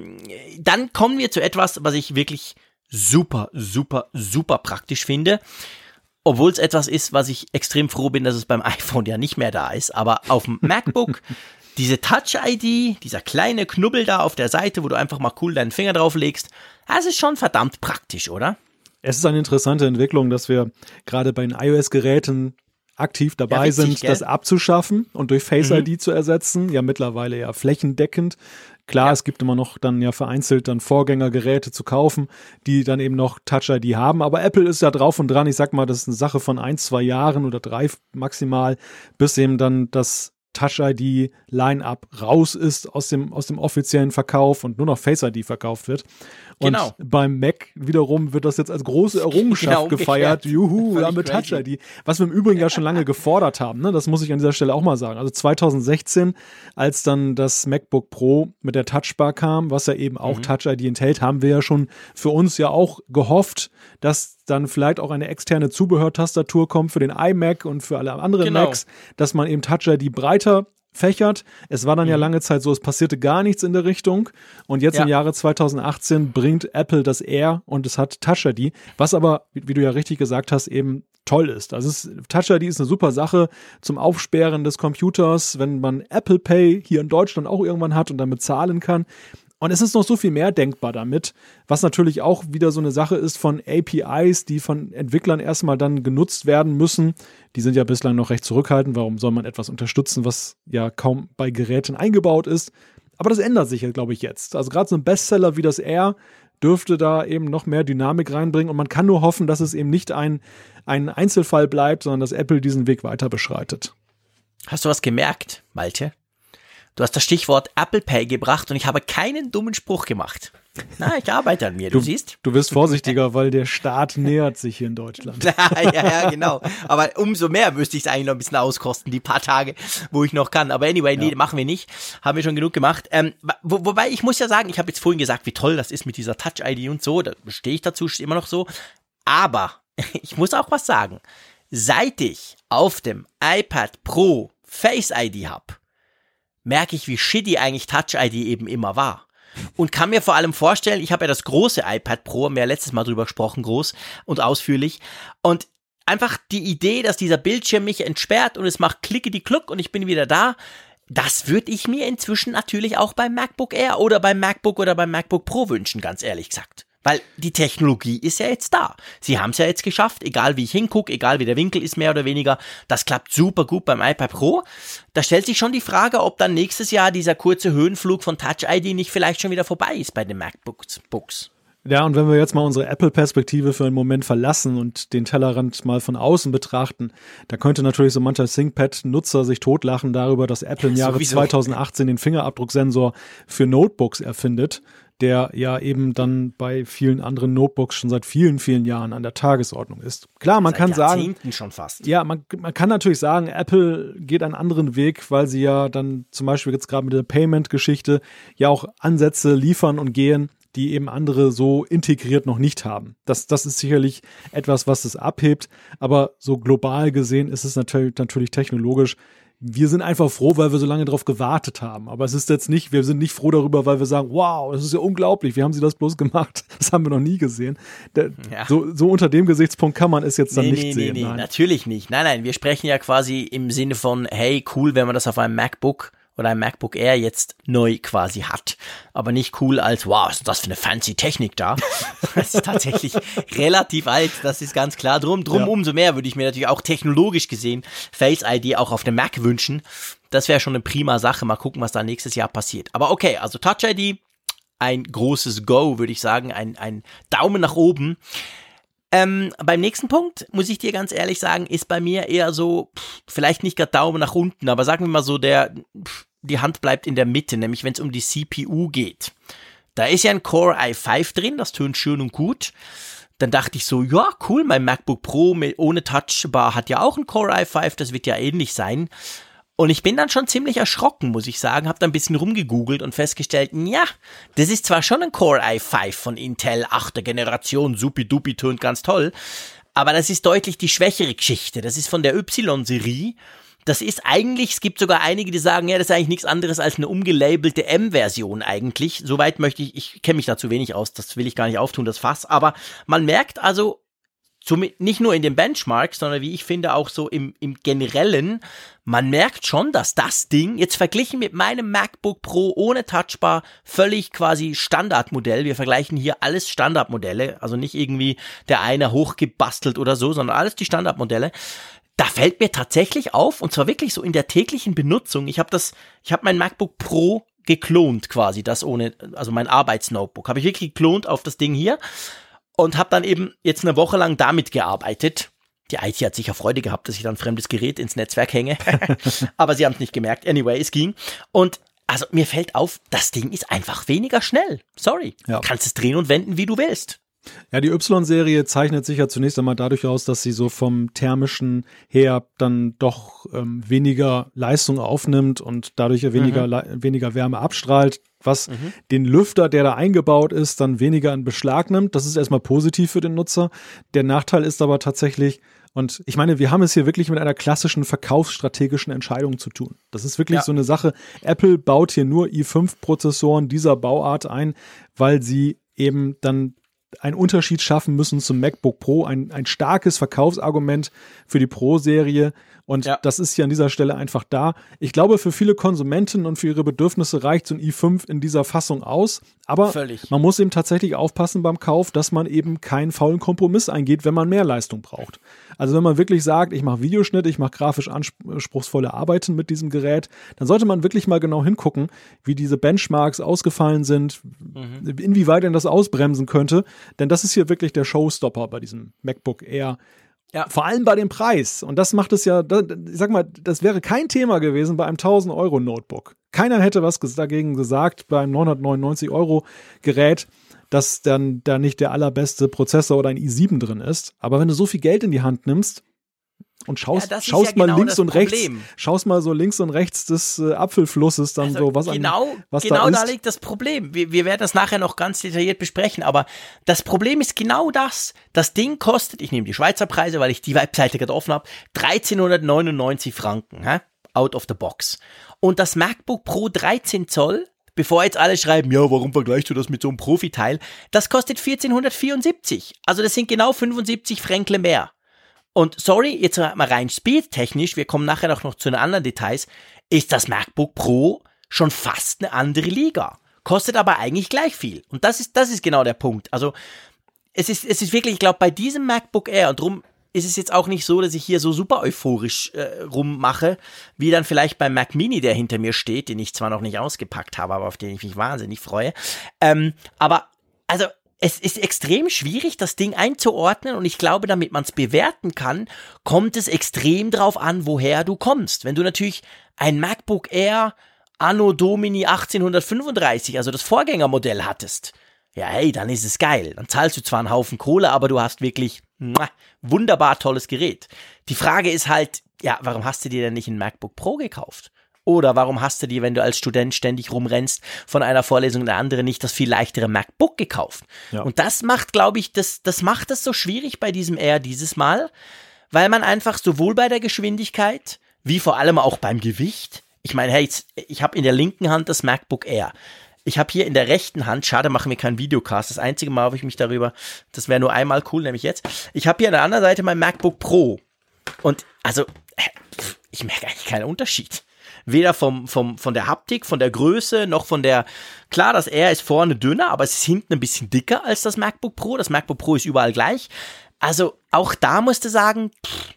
S2: Dann kommen wir zu etwas, was ich wirklich super, super, super praktisch finde. Obwohl es etwas ist, was ich extrem froh bin, dass es beim iPhone ja nicht mehr da ist. Aber auf dem MacBook, diese Touch-ID, dieser kleine Knubbel da auf der Seite, wo du einfach mal cool deinen Finger drauf legst, das ist schon verdammt praktisch, oder?
S3: Es ist eine interessante Entwicklung, dass wir gerade bei den iOS-Geräten aktiv dabei sind, das abzuschaffen und durch Face ID zu ersetzen. Ja, mittlerweile ja flächendeckend. Klar, es gibt immer noch dann ja vereinzelt dann Vorgängergeräte zu kaufen, die dann eben noch Touch-ID haben. Aber Apple ist ja drauf und dran. Ich sag mal, das ist eine Sache von 1-2 Jahren oder 3 maximal, bis eben dann das Touch-ID-Line-Up raus ist aus dem offiziellen Verkauf und nur noch Face-ID verkauft wird. Und beim Mac wiederum wird das jetzt als große Errungenschaft gefeiert. Juhu, wir haben mit Touch-ID. Was wir im Übrigen ja schon lange gefordert haben, ne? Das muss ich an dieser Stelle auch mal sagen. Also 2016, als dann das MacBook Pro mit der Touchbar kam, was ja eben auch Touch-ID enthält, haben wir ja schon für uns ja auch gehofft, dass dann vielleicht auch eine externe Zubehörtastatur kommt für den iMac und für alle anderen Macs, dass man eben Touch-ID breiter fächert. Es war dann ja lange Zeit so, es passierte gar nichts in der Richtung. Und jetzt im Jahre 2018 bringt Apple das Air und es hat Touch-ID, was aber, wie du ja richtig gesagt hast, eben toll ist. Also Touch-ID ist eine super Sache zum Aufsperren des Computers, wenn man Apple Pay hier in Deutschland auch irgendwann hat und damit zahlen kann. Und es ist noch so viel mehr denkbar damit, was natürlich auch wieder so eine Sache ist von APIs, die von Entwicklern erstmal dann genutzt werden müssen. Die sind ja bislang noch recht zurückhaltend. Warum soll man etwas unterstützen, was ja kaum bei Geräten eingebaut ist? Aber das ändert sich ja, glaube ich, jetzt. Also gerade so ein Bestseller wie das Air dürfte da eben noch mehr Dynamik reinbringen. Und man kann nur hoffen, dass es eben nicht ein Einzelfall bleibt, sondern dass Apple diesen Weg weiter beschreitet.
S2: Hast du was gemerkt, Malte? Du hast das Stichwort Apple Pay gebracht und ich habe keinen dummen Spruch gemacht. Na, ich arbeite an mir, du siehst.
S3: Du wirst vorsichtiger, weil der Staat nähert sich hier in Deutschland.
S2: ja, genau. Aber umso mehr müsste ich es eigentlich noch ein bisschen auskosten, die paar Tage, wo ich noch kann. Aber anyway, nee, machen wir nicht. Haben wir schon genug gemacht. Wobei, ich muss ja sagen, ich habe jetzt vorhin gesagt, wie toll das ist mit dieser Touch-ID und so. Da stehe ich dazu, ist immer noch so. Aber ich muss auch was sagen. Seit ich auf dem iPad Pro Face ID habe, merke ich, wie shitty eigentlich Touch-ID eben immer war. Und kann mir vor allem vorstellen, ich habe ja das große iPad Pro, haben wir ja letztes Mal drüber gesprochen, groß und ausführlich. Und einfach die Idee, dass dieser Bildschirm mich entsperrt und es macht klickety-kluck und ich bin wieder da, das würde ich mir inzwischen natürlich auch beim MacBook Air oder beim MacBook oder beim MacBook Pro wünschen, ganz ehrlich gesagt. Weil die Technologie ist ja jetzt da. Sie haben es ja jetzt geschafft, egal wie ich hingucke, egal wie der Winkel ist mehr oder weniger. Das klappt super gut beim iPad Pro. Da stellt sich schon die Frage, ob dann nächstes Jahr dieser kurze Höhenflug von Touch-ID nicht vielleicht schon wieder vorbei ist bei den MacBooks.
S3: Ja, und wenn wir jetzt mal unsere Apple-Perspektive für einen Moment verlassen und den Tellerrand mal von außen betrachten, da könnte natürlich so mancher ThinkPad-Nutzer sich totlachen darüber, dass Apple im Jahre 2018 den Fingerabdrucksensor für Notebooks erfindet, der ja eben dann bei vielen anderen Notebooks schon seit vielen, vielen Jahren an der Tagesordnung ist. Klar, man kann sagen,
S2: Jahrzehnten schon fast.
S3: Ja, man kann natürlich sagen, Apple geht einen anderen Weg, weil sie ja dann zum Beispiel jetzt gerade mit der Payment-Geschichte ja auch Ansätze liefern und gehen, die eben andere so integriert noch nicht haben. Das ist sicherlich etwas, was es abhebt, aber so global gesehen ist es natürlich technologisch. Wir sind einfach froh, weil wir so lange darauf gewartet haben. Aber es ist jetzt nicht, wir sind nicht froh darüber, weil wir sagen, wow, das ist ja unglaublich, wie haben sie das bloß gemacht? Das haben wir noch nie gesehen. So unter dem Gesichtspunkt kann man es jetzt dann nicht sehen.
S2: Nee, natürlich nicht. Nein, wir sprechen ja quasi im Sinne von, hey, cool, wenn man das auf einem MacBook oder ein MacBook Air jetzt neu quasi hat. Aber nicht cool als, wow, was ist das für eine fancy Technik da? Das ist tatsächlich relativ alt, das ist ganz klar. Drum umso mehr würde ich mir natürlich auch technologisch gesehen Face ID auch auf dem Mac wünschen. Das wäre schon eine prima Sache. Mal gucken, was da nächstes Jahr passiert. Aber okay, also Touch ID, ein großes Go, würde ich sagen. Ein Daumen nach oben. Beim nächsten Punkt, muss ich dir ganz ehrlich sagen, ist bei mir eher so, vielleicht nicht gerade Daumen nach unten, aber sagen wir mal so, die Hand bleibt in der Mitte, nämlich wenn es um die CPU geht. Da ist ja ein Core i5 drin, das tönt schön und gut. Dann dachte ich so, ja cool, mein MacBook Pro ohne Touchbar hat ja auch ein Core i5, das wird ja ähnlich sein. Und ich bin dann schon ziemlich erschrocken, muss ich sagen, habe da ein bisschen rumgegoogelt und festgestellt, ja, das ist zwar schon ein Core i5 von Intel 8. Generation, supi-dupi, tönt ganz toll, aber das ist deutlich die schwächere Geschichte. Das ist von der Y-Serie. Das ist eigentlich, es gibt sogar einige, die sagen, ja, das ist eigentlich nichts anderes als eine umgelabelte M-Version eigentlich. Soweit möchte ich kenne mich da zu wenig aus, das will ich gar nicht auftun, das Fass, aber man merkt also, nicht nur in den Benchmarks, sondern wie ich finde auch so im Generellen, man merkt schon, dass das Ding, jetzt verglichen mit meinem MacBook Pro ohne Touchbar, völlig quasi Standardmodell, wir vergleichen hier alles Standardmodelle, also nicht irgendwie der eine hochgebastelt oder so, sondern alles die Standardmodelle. Da fällt mir tatsächlich auf, und zwar wirklich so in der täglichen Benutzung, ich habe mein MacBook Pro geklont quasi, also mein Arbeitsnotebook, habe ich wirklich geklont auf das Ding hier. Und habe dann eben jetzt eine Woche lang damit gearbeitet. Die IT hat sicher Freude gehabt, dass ich dann ein fremdes Gerät ins Netzwerk hänge. Aber sie haben es nicht gemerkt. Anyway, es ging. Und also mir fällt auf, das Ding ist einfach weniger schnell. Sorry. Ja. Du kannst es drehen und wenden, wie du willst.
S3: Ja, die Y-Serie zeichnet sich ja zunächst einmal dadurch aus, dass sie so vom thermischen her dann doch weniger Leistung aufnimmt und dadurch weniger Wärme abstrahlt, was den Lüfter, der da eingebaut ist, dann weniger in Beschlag nimmt. Das ist erstmal positiv für den Nutzer. Der Nachteil ist aber tatsächlich, und ich meine, wir haben es hier wirklich mit einer klassischen verkaufsstrategischen Entscheidung zu tun. Das ist wirklich so eine Sache. Apple baut hier nur i5-Prozessoren dieser Bauart ein, weil sie eben dann einen Unterschied schaffen müssen zum MacBook Pro. Ein starkes Verkaufsargument für die Pro-Serie. Und das ist hier an dieser Stelle einfach da. Ich glaube, für viele Konsumenten und für ihre Bedürfnisse reicht so ein i5 in dieser Fassung aus. Aber man muss eben tatsächlich aufpassen beim Kauf, dass man eben keinen faulen Kompromiss eingeht, wenn man mehr Leistung braucht. Also wenn man wirklich sagt, ich mache Videoschnitt, ich mache grafisch anspruchsvolle Arbeiten mit diesem Gerät, dann sollte man wirklich mal genau hingucken, wie diese Benchmarks ausgefallen sind, inwieweit denn das ausbremsen könnte. Denn das ist hier wirklich der Showstopper bei diesem MacBook Air. Ja. Vor allem bei dem Preis. Und das macht es ja, ich sag mal, das wäre kein Thema gewesen bei einem 1.000 € Notebook. Keiner hätte was dagegen gesagt beim 999 € Gerät, dass dann da nicht der allerbeste Prozessor oder ein i7 drin ist. Aber wenn du so viel Geld in die Hand nimmst und schaust mal genau links und rechts, schaust mal so links und rechts des Apfelflusses dann also so, was
S2: genau
S3: da ist.
S2: Genau da liegt das Problem. Wir werden das nachher noch ganz detailliert besprechen, aber das Problem ist genau das. Das Ding kostet, ich nehme die Schweizer Preise, weil ich die Webseite gerade offen habe, 1399 Franken, out of the box. Und das MacBook Pro 13 Zoll, bevor jetzt alle schreiben, ja, warum vergleichst du das mit so einem Profiteil, das kostet 1474. Also das sind genau 75 Fränkle mehr. Und sorry, jetzt mal rein speedtechnisch, wir kommen nachher noch zu den anderen Details, ist das MacBook Pro schon fast eine andere Liga. Kostet aber eigentlich gleich viel. Und das ist genau der Punkt. Also es ist wirklich, ich glaube, bei diesem MacBook Air, und darum ist es jetzt auch nicht so, dass ich hier so super euphorisch rummache, wie dann vielleicht beim Mac Mini, der hinter mir steht, den ich zwar noch nicht ausgepackt habe, aber auf den ich mich wahnsinnig freue. Aber also es ist extrem schwierig, das Ding einzuordnen, und ich glaube, damit man es bewerten kann, kommt es extrem drauf an, woher du kommst. Wenn du natürlich ein MacBook Air Anno Domini 1835, also das Vorgängermodell hattest, ja hey, dann ist es geil. Dann zahlst du zwar einen Haufen Kohle, aber du hast wirklich wunderbar tolles Gerät. Die Frage ist halt, ja, warum hast du dir denn nicht ein MacBook Pro gekauft? Oder warum hast du dir, wenn du als Student ständig rumrennst, von einer Vorlesung in der andere nicht das viel leichtere MacBook gekauft? Ja. Und das macht, glaube ich, das macht es so schwierig bei diesem Air dieses Mal, weil man einfach sowohl bei der Geschwindigkeit, wie vor allem auch beim Gewicht, ich meine, hey, ich habe in der linken Hand das MacBook Air. Ich habe hier in der rechten Hand, schade, machen wir keinen Videocast, das einzige Mal, wo ich mich darüber, das wäre nur einmal cool, nämlich jetzt. Ich habe hier an der anderen Seite mein MacBook Pro. Und also, ich merke eigentlich keinen Unterschied. Weder von der Haptik, von der Größe, noch von der, klar, das Air ist vorne dünner, aber es ist hinten ein bisschen dicker als das MacBook Pro. Das MacBook Pro ist überall gleich. Also auch da musst du sagen,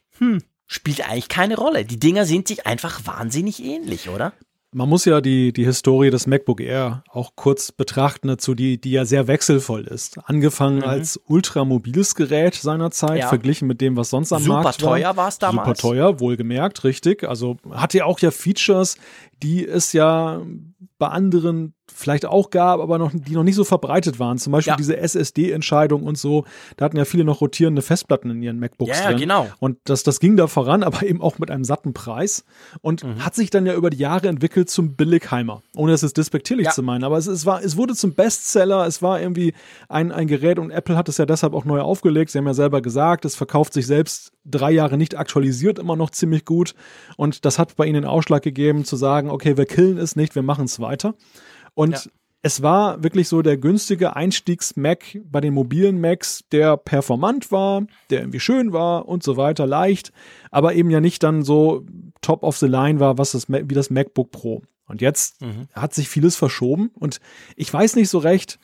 S2: spielt eigentlich keine Rolle. Die Dinger sind sich einfach wahnsinnig ähnlich, oder?
S3: Man muss ja die Historie des MacBook Air auch kurz betrachten dazu, die ja sehr wechselvoll ist. Angefangen als ultramobiles Gerät seinerzeit, verglichen mit dem, was sonst am Markt war.
S2: Super teuer war es damals.
S3: Super teuer, wohlgemerkt, richtig. Also hatte ja auch Features, die es ja bei anderen vielleicht auch gab, aber die noch nicht so verbreitet waren. Zum Beispiel diese SSD-Entscheidung und so. Da hatten ja viele noch rotierende Festplatten in ihren MacBooks drin. Ja,
S2: genau.
S3: Und das ging da voran, aber eben auch mit einem satten Preis. Und hat sich dann ja über die Jahre entwickelt zum Billigheimer. Ohne das jetzt despektierlich zu meinen. Aber es wurde zum Bestseller. Es war irgendwie ein Gerät, und Apple hat es ja deshalb auch neu aufgelegt. Sie haben ja selber gesagt, es verkauft sich selbst 3 Jahre nicht aktualisiert immer noch ziemlich gut. Und das hat bei ihnen den Ausschlag gegeben, zu sagen, okay, wir killen es nicht, wir machen es weiter. Und es war wirklich so der günstige Einstiegs-Mac bei den mobilen Macs, der performant war, der irgendwie schön war und so weiter, leicht, aber eben ja nicht dann so top of the line war, wie das MacBook Pro. Und jetzt hat sich vieles verschoben, und ich weiß nicht so recht,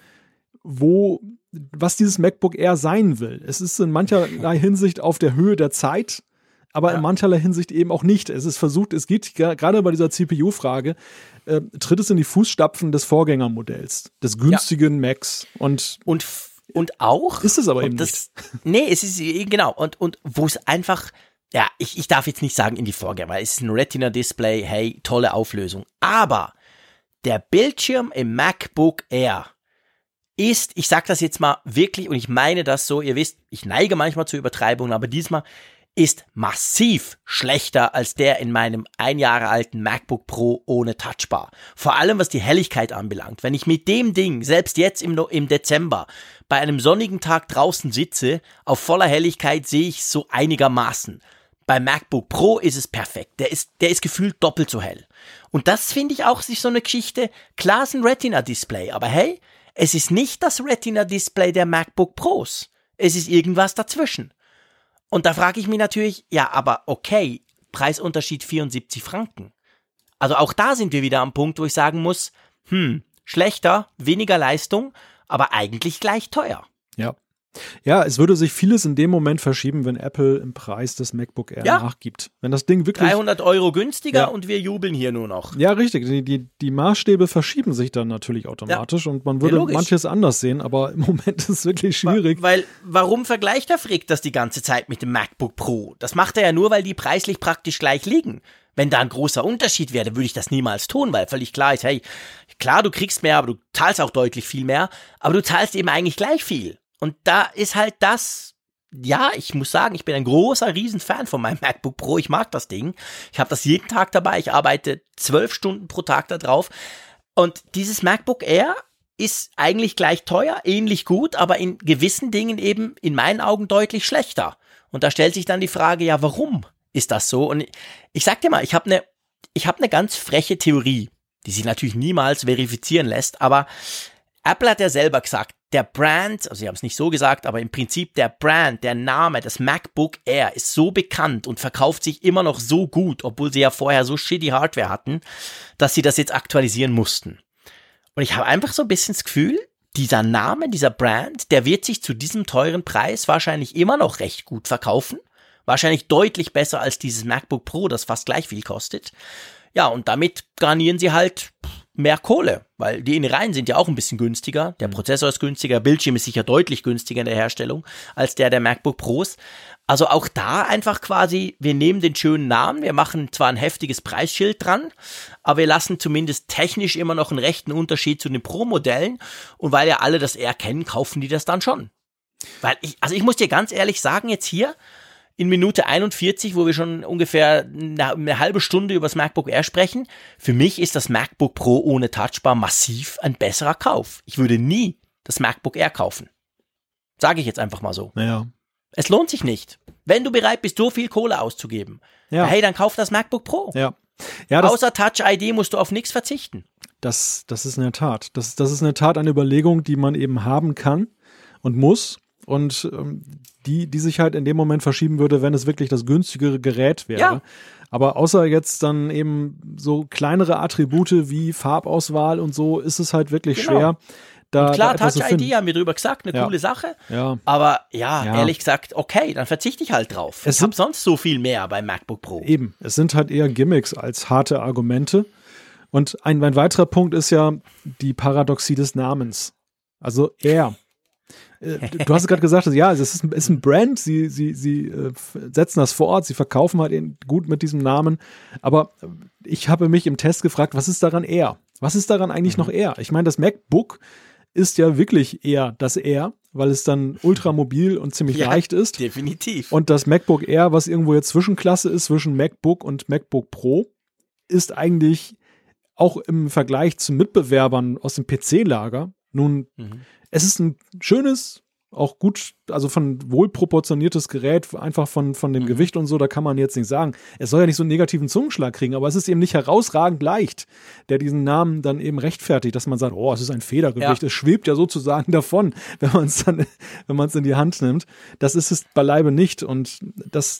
S3: was dieses MacBook Air sein will. Es ist in mancherlei Hinsicht auf der Höhe der Zeit, aber in mancherlei Hinsicht eben auch nicht. Es geht gerade bei dieser CPU-Frage, tritt es in die Fußstapfen des Vorgängermodells, des günstigen Macs. Und
S2: auch.
S3: Ist es aber eben nicht.
S2: Nee, es ist, genau. Und wo es einfach, ja, ich darf jetzt nicht sagen in die Vorgänger, weil es ist ein Retina-Display, hey, tolle Auflösung. Aber der Bildschirm im MacBook Air ist, ich sag das jetzt mal wirklich, und ich meine das so, ihr wisst, ich neige manchmal zu Übertreibungen, aber diesmal ist massiv schlechter als der in meinem 1 Jahre alten MacBook Pro ohne Touchbar. Vor allem, was die Helligkeit anbelangt. Wenn ich mit dem Ding, selbst jetzt im Dezember, bei einem sonnigen Tag draußen sitze, auf voller Helligkeit sehe ich so einigermaßen. Beim MacBook Pro ist es perfekt. Der ist gefühlt doppelt so hell. Und das finde ich auch sich so eine Geschichte. Klar ist ein Retina-Display, aber hey, es ist nicht das Retina-Display der MacBook Pros. Es ist irgendwas dazwischen. Und da frage ich mich natürlich, ja, aber okay, Preisunterschied 74 Franken. Also auch da sind wir wieder am Punkt, wo ich sagen muss, schlechter, weniger Leistung, aber eigentlich gleich teuer.
S3: Ja. Ja, es würde sich vieles in dem Moment verschieben, wenn Apple im Preis des MacBook Air nachgibt. Wenn das Ding wirklich
S2: 300 € günstiger und wir jubeln hier nur noch.
S3: Ja, richtig. Die Maßstäbe verschieben sich dann natürlich automatisch und man würde manches anders sehen, aber im Moment ist es wirklich schwierig.
S2: Weil warum vergleicht der Frick das die ganze Zeit mit dem MacBook Pro? Das macht er ja nur, weil die preislich praktisch gleich liegen. Wenn da ein großer Unterschied wäre, dann würde ich das niemals tun, weil völlig klar ist, hey, klar, du kriegst mehr, aber du zahlst auch deutlich viel mehr, aber du zahlst eben eigentlich gleich viel. Und da ist halt das, ja, ich muss sagen, ich bin ein großer Riesenfan von meinem MacBook Pro. Ich mag das Ding. Ich habe das jeden Tag dabei. Ich arbeite 12 Stunden pro Tag da drauf. Und dieses MacBook Air ist eigentlich gleich teuer, ähnlich gut, aber in gewissen Dingen eben in meinen Augen deutlich schlechter. Und da stellt sich dann die Frage, ja, warum ist das so? Und ich sag dir mal, ich habe eine ganz freche Theorie, die sich natürlich niemals verifizieren lässt, aber Apple hat ja selber gesagt, der Brand, also sie haben es nicht so gesagt, aber im Prinzip der Brand, der Name, das MacBook Air ist so bekannt und verkauft sich immer noch so gut, obwohl sie ja vorher so shitty Hardware hatten, dass sie das jetzt aktualisieren mussten. Und ich habe einfach so ein bisschen das Gefühl, dieser Name, dieser Brand, der wird sich zu diesem teuren Preis wahrscheinlich immer noch recht gut verkaufen. Wahrscheinlich deutlich besser als dieses MacBook Pro, das fast gleich viel kostet. Ja, und damit garnieren sie halt mehr Kohle, weil die Innereien sind ja auch ein bisschen günstiger. Der Prozessor ist günstiger, Bildschirm ist sicher deutlich günstiger in der Herstellung als der MacBook Pros. Also auch da einfach quasi, wir nehmen den schönen Namen, wir machen zwar ein heftiges Preisschild dran, aber wir lassen zumindest technisch immer noch einen rechten Unterschied zu den Pro-Modellen. Und weil ja alle das Air kennen, kaufen die das dann schon. Weil ich muss dir ganz ehrlich sagen, jetzt hier, in Minute 41, wo wir schon ungefähr eine halbe Stunde über das MacBook Air sprechen, für mich ist das MacBook Pro ohne Touchbar massiv ein besserer Kauf. Ich würde nie das MacBook Air kaufen. Sage ich jetzt einfach mal so.
S3: Ja.
S2: Es lohnt sich nicht. Wenn du bereit bist, so viel Kohle auszugeben, hey, dann kauf das MacBook Pro.
S3: Ja,
S2: außer Touch-ID musst du auf nichts verzichten.
S3: Das ist in der Tat. Das ist in der Tat eine Überlegung, die man eben haben kann und muss. Und die sich halt in dem Moment verschieben würde, wenn es wirklich das günstigere Gerät wäre. Ja. Aber außer jetzt dann eben so kleinere Attribute wie Farbauswahl und so, ist es halt wirklich schwer.
S2: Und klar, Touch-ID haben wir drüber gesagt, eine coole Sache. Ja. Aber ehrlich gesagt, okay, dann verzichte ich halt drauf. Ich habe sonst so viel mehr beim MacBook Pro.
S3: Eben, es sind halt eher Gimmicks als harte Argumente. Und ein weiterer Punkt ist ja die Paradoxie des Namens. Also Air. Du hast gerade gesagt, ja, es ist ein Brand, sie setzen das fort, sie verkaufen halt gut mit diesem Namen, aber ich habe mich im Test gefragt, was ist daran Air? Was ist daran eigentlich noch Air? Ich meine, das MacBook ist ja wirklich eher das Air, weil es dann ultramobil und ziemlich leicht ist.
S2: Definitiv.
S3: Und das MacBook Air, was irgendwo jetzt Zwischenklasse ist, zwischen MacBook und MacBook Pro, ist eigentlich auch im Vergleich zu Mitbewerbern aus dem PC-Lager nun es ist ein schönes, auch gut, also von wohlproportioniertes Gerät, einfach von dem Gewicht und so, da kann man jetzt nicht sagen. Es soll ja nicht so einen negativen Zungenschlag kriegen, aber es ist eben nicht herausragend leicht, der diesen Namen dann eben rechtfertigt, dass man sagt, oh, es ist ein Federgewicht, es schwebt ja sozusagen davon, wenn man es in die Hand nimmt. Das ist es beileibe nicht und das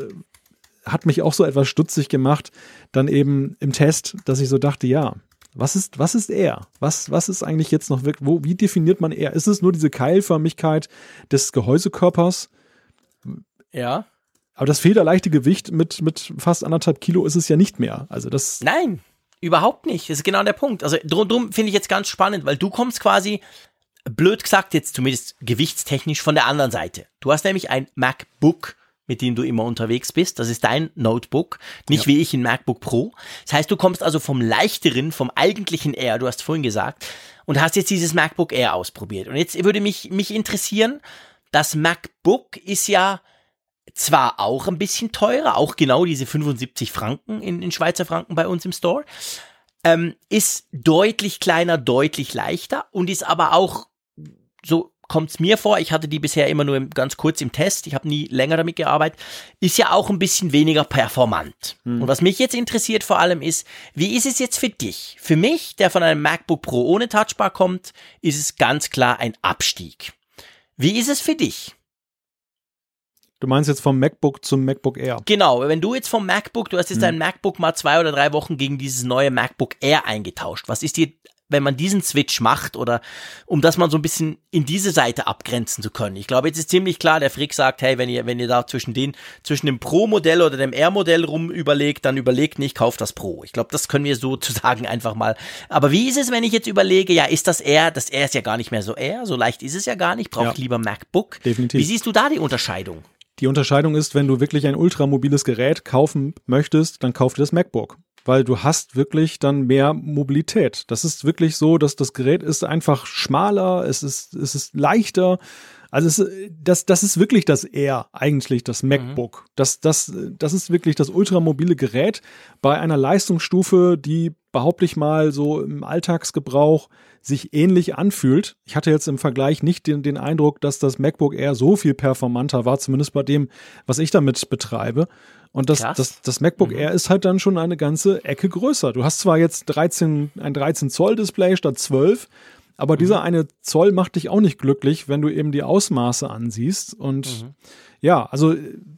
S3: hat mich auch so etwas stutzig gemacht, dann eben im Test, dass ich so dachte, ja, was ist Air? Was ist eigentlich jetzt noch wirklich, wie definiert man Air? Ist es nur diese Keilförmigkeit des Gehäusekörpers?
S2: Ja.
S3: Aber das federleichte Gewicht mit fast 1,5 Kilo ist es ja nicht mehr. Also das.
S2: Nein, überhaupt nicht. Das ist genau der Punkt. Also drum finde ich jetzt ganz spannend, weil du kommst quasi, blöd gesagt jetzt zumindest gewichtstechnisch von der anderen Seite. Du hast nämlich ein MacBook, mit dem du immer unterwegs bist. Das ist dein Notebook, nicht wie ich ein MacBook Pro. Das heißt, du kommst also vom leichteren, vom eigentlichen Air, du hast vorhin gesagt, und hast jetzt dieses MacBook Air ausprobiert. Und jetzt würde mich interessieren, das MacBook ist ja zwar auch ein bisschen teurer, auch genau diese 75 Franken in Schweizer Franken bei uns im Store, ist deutlich kleiner, deutlich leichter und ist aber auch so kommt es mir vor, ich hatte die bisher immer nur ganz kurz im Test, ich habe nie länger damit gearbeitet, ist ja auch ein bisschen weniger performant. Und was mich jetzt interessiert vor allem ist, wie ist es jetzt für dich? Für mich, der von einem MacBook Pro ohne Touchbar kommt, ist es ganz klar ein Abstieg. Wie ist es für dich?
S3: Du meinst jetzt vom MacBook zum MacBook Air?
S2: Genau, wenn du jetzt vom MacBook, du hast jetzt dein MacBook mal 2 oder 3 Wochen gegen dieses neue MacBook Air eingetauscht. Was ist dir, wenn man diesen Switch macht oder um das mal so ein bisschen in diese Seite abgrenzen zu können? Ich glaube, jetzt ist ziemlich klar, der Frick sagt, hey, wenn ihr da zwischen dem Pro-Modell oder dem Air-Modell rum überlegt, dann überlegt nicht, kauft das Pro. Ich glaube, das können wir sozusagen einfach mal. Aber wie ist es, wenn ich jetzt überlege, ja, ist das Air ist ja gar nicht mehr so Air, so leicht ist es ja gar nicht, brauche ich lieber MacBook.
S3: Definitiv.
S2: Wie siehst du da die Unterscheidung?
S3: Die Unterscheidung ist, wenn du wirklich ein ultramobiles Gerät kaufen möchtest, dann kauf dir das MacBook. Weil du hast wirklich dann mehr Mobilität. Das ist wirklich so, dass das Gerät ist einfach schmaler, es ist leichter. Also das ist wirklich das Air, eigentlich das MacBook. Das ist wirklich das ultramobile Gerät bei einer Leistungsstufe, die, behaupte ich mal, so im Alltagsgebrauch sich ähnlich anfühlt. Ich hatte jetzt im Vergleich nicht den Eindruck, dass das MacBook Air so viel performanter war, zumindest bei dem, was ich damit betreibe. Und das MacBook Air ist halt dann schon eine ganze Ecke größer. Du hast zwar jetzt ein 13 Zoll Display statt 12, aber dieser eine Zoll macht dich auch nicht glücklich, wenn du eben die Ausmaße ansiehst. Und ja, also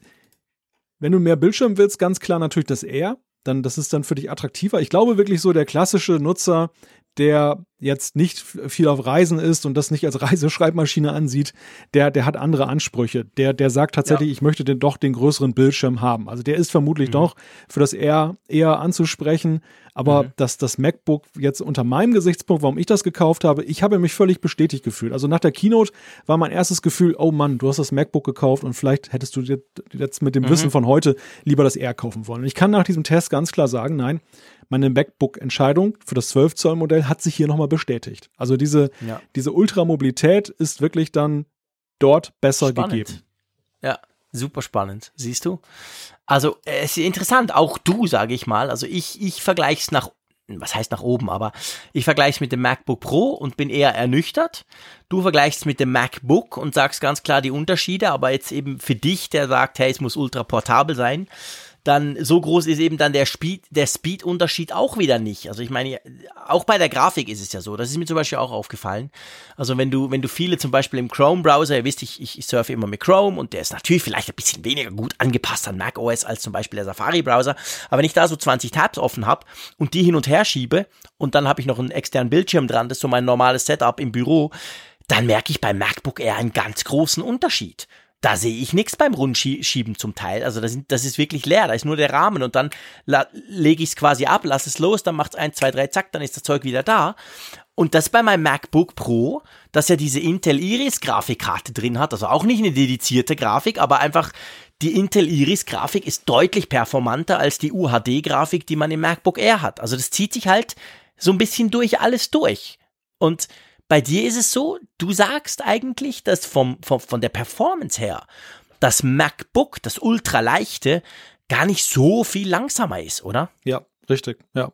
S3: wenn du mehr Bildschirm willst, ganz klar natürlich das Air. Das ist dann für dich attraktiver. Ich glaube wirklich so, der klassische Nutzer, der jetzt nicht viel auf Reisen ist und das nicht als Reiseschreibmaschine ansieht, der hat andere Ansprüche. Der sagt tatsächlich, ich möchte den größeren Bildschirm haben. Also der ist vermutlich doch für das eher anzusprechen. Aber das MacBook jetzt unter meinem Gesichtspunkt, warum ich das gekauft habe, ich habe mich völlig bestätigt gefühlt. Also nach der Keynote war mein erstes Gefühl, oh Mann, du hast das MacBook gekauft und vielleicht hättest du jetzt mit dem Wissen von heute lieber das Air kaufen wollen. Und ich kann nach diesem Test ganz klar sagen, nein, meine MacBook-Entscheidung für das 12-Zoll-Modell hat sich hier nochmal bestätigt. Also diese Ultramobilität ist wirklich dann dort besser gegeben.
S2: Ja, super spannend, siehst du? Also es ist interessant, auch du, sage ich mal, also ich vergleiche es was heißt nach oben, aber ich vergleiche es mit dem MacBook Pro und bin eher ernüchtert. Du vergleichst es mit dem MacBook und sagst ganz klar die Unterschiede, aber jetzt eben für dich, der sagt, hey, es muss ultra portabel sein, dann so groß ist eben dann der Speed-Unterschied auch wieder nicht. Also ich meine, auch bei der Grafik ist es ja so, das ist mir zum Beispiel auch aufgefallen. Also wenn du viele zum Beispiel im Chrome-Browser, ihr wisst, ich surfe immer mit Chrome und der ist natürlich vielleicht ein bisschen weniger gut angepasst an macOS als zum Beispiel der Safari-Browser, aber wenn ich da so 20 Tabs offen habe und die hin und her schiebe und dann habe ich noch einen externen Bildschirm dran, das ist so mein normales Setup im Büro, dann merke ich beim MacBook Air einen ganz großen Unterschied. Da sehe ich nichts beim Rundschieben zum Teil. Also das ist wirklich leer, da ist nur der Rahmen und dann lege ich es quasi ab, lasse es los, dann macht es 1, 2, 3, zack, dann ist das Zeug wieder da. Und das bei meinem MacBook Pro, das ja diese Intel Iris Grafikkarte drin hat, also auch nicht eine dedizierte Grafik, aber einfach die Intel Iris Grafik ist deutlich performanter als die UHD Grafik, die man im MacBook Air hat. Also das zieht sich halt so ein bisschen alles durch. Und bei dir ist es so, du sagst eigentlich, dass von der Performance her das MacBook, das ultraleichte, gar nicht so viel langsamer ist, oder?
S3: Ja, richtig, ja.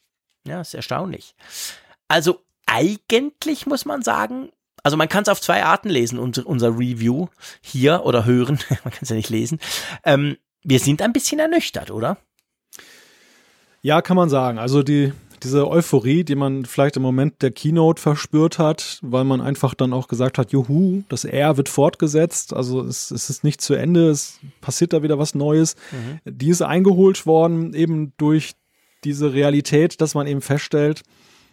S2: Ja, ist erstaunlich. Also eigentlich muss man sagen, also man kann es auf 2 Arten lesen, unser Review hier oder hören, man kann es ja nicht lesen. Wir sind ein bisschen ernüchtert, oder?
S3: Ja, kann man sagen. Also diese Euphorie, die man vielleicht im Moment der Keynote verspürt hat, weil man einfach dann auch gesagt hat, juhu, das Air wird fortgesetzt, also es ist nicht zu Ende, es passiert da wieder was Neues. Die ist eingeholt worden, eben durch diese Realität, dass man eben feststellt,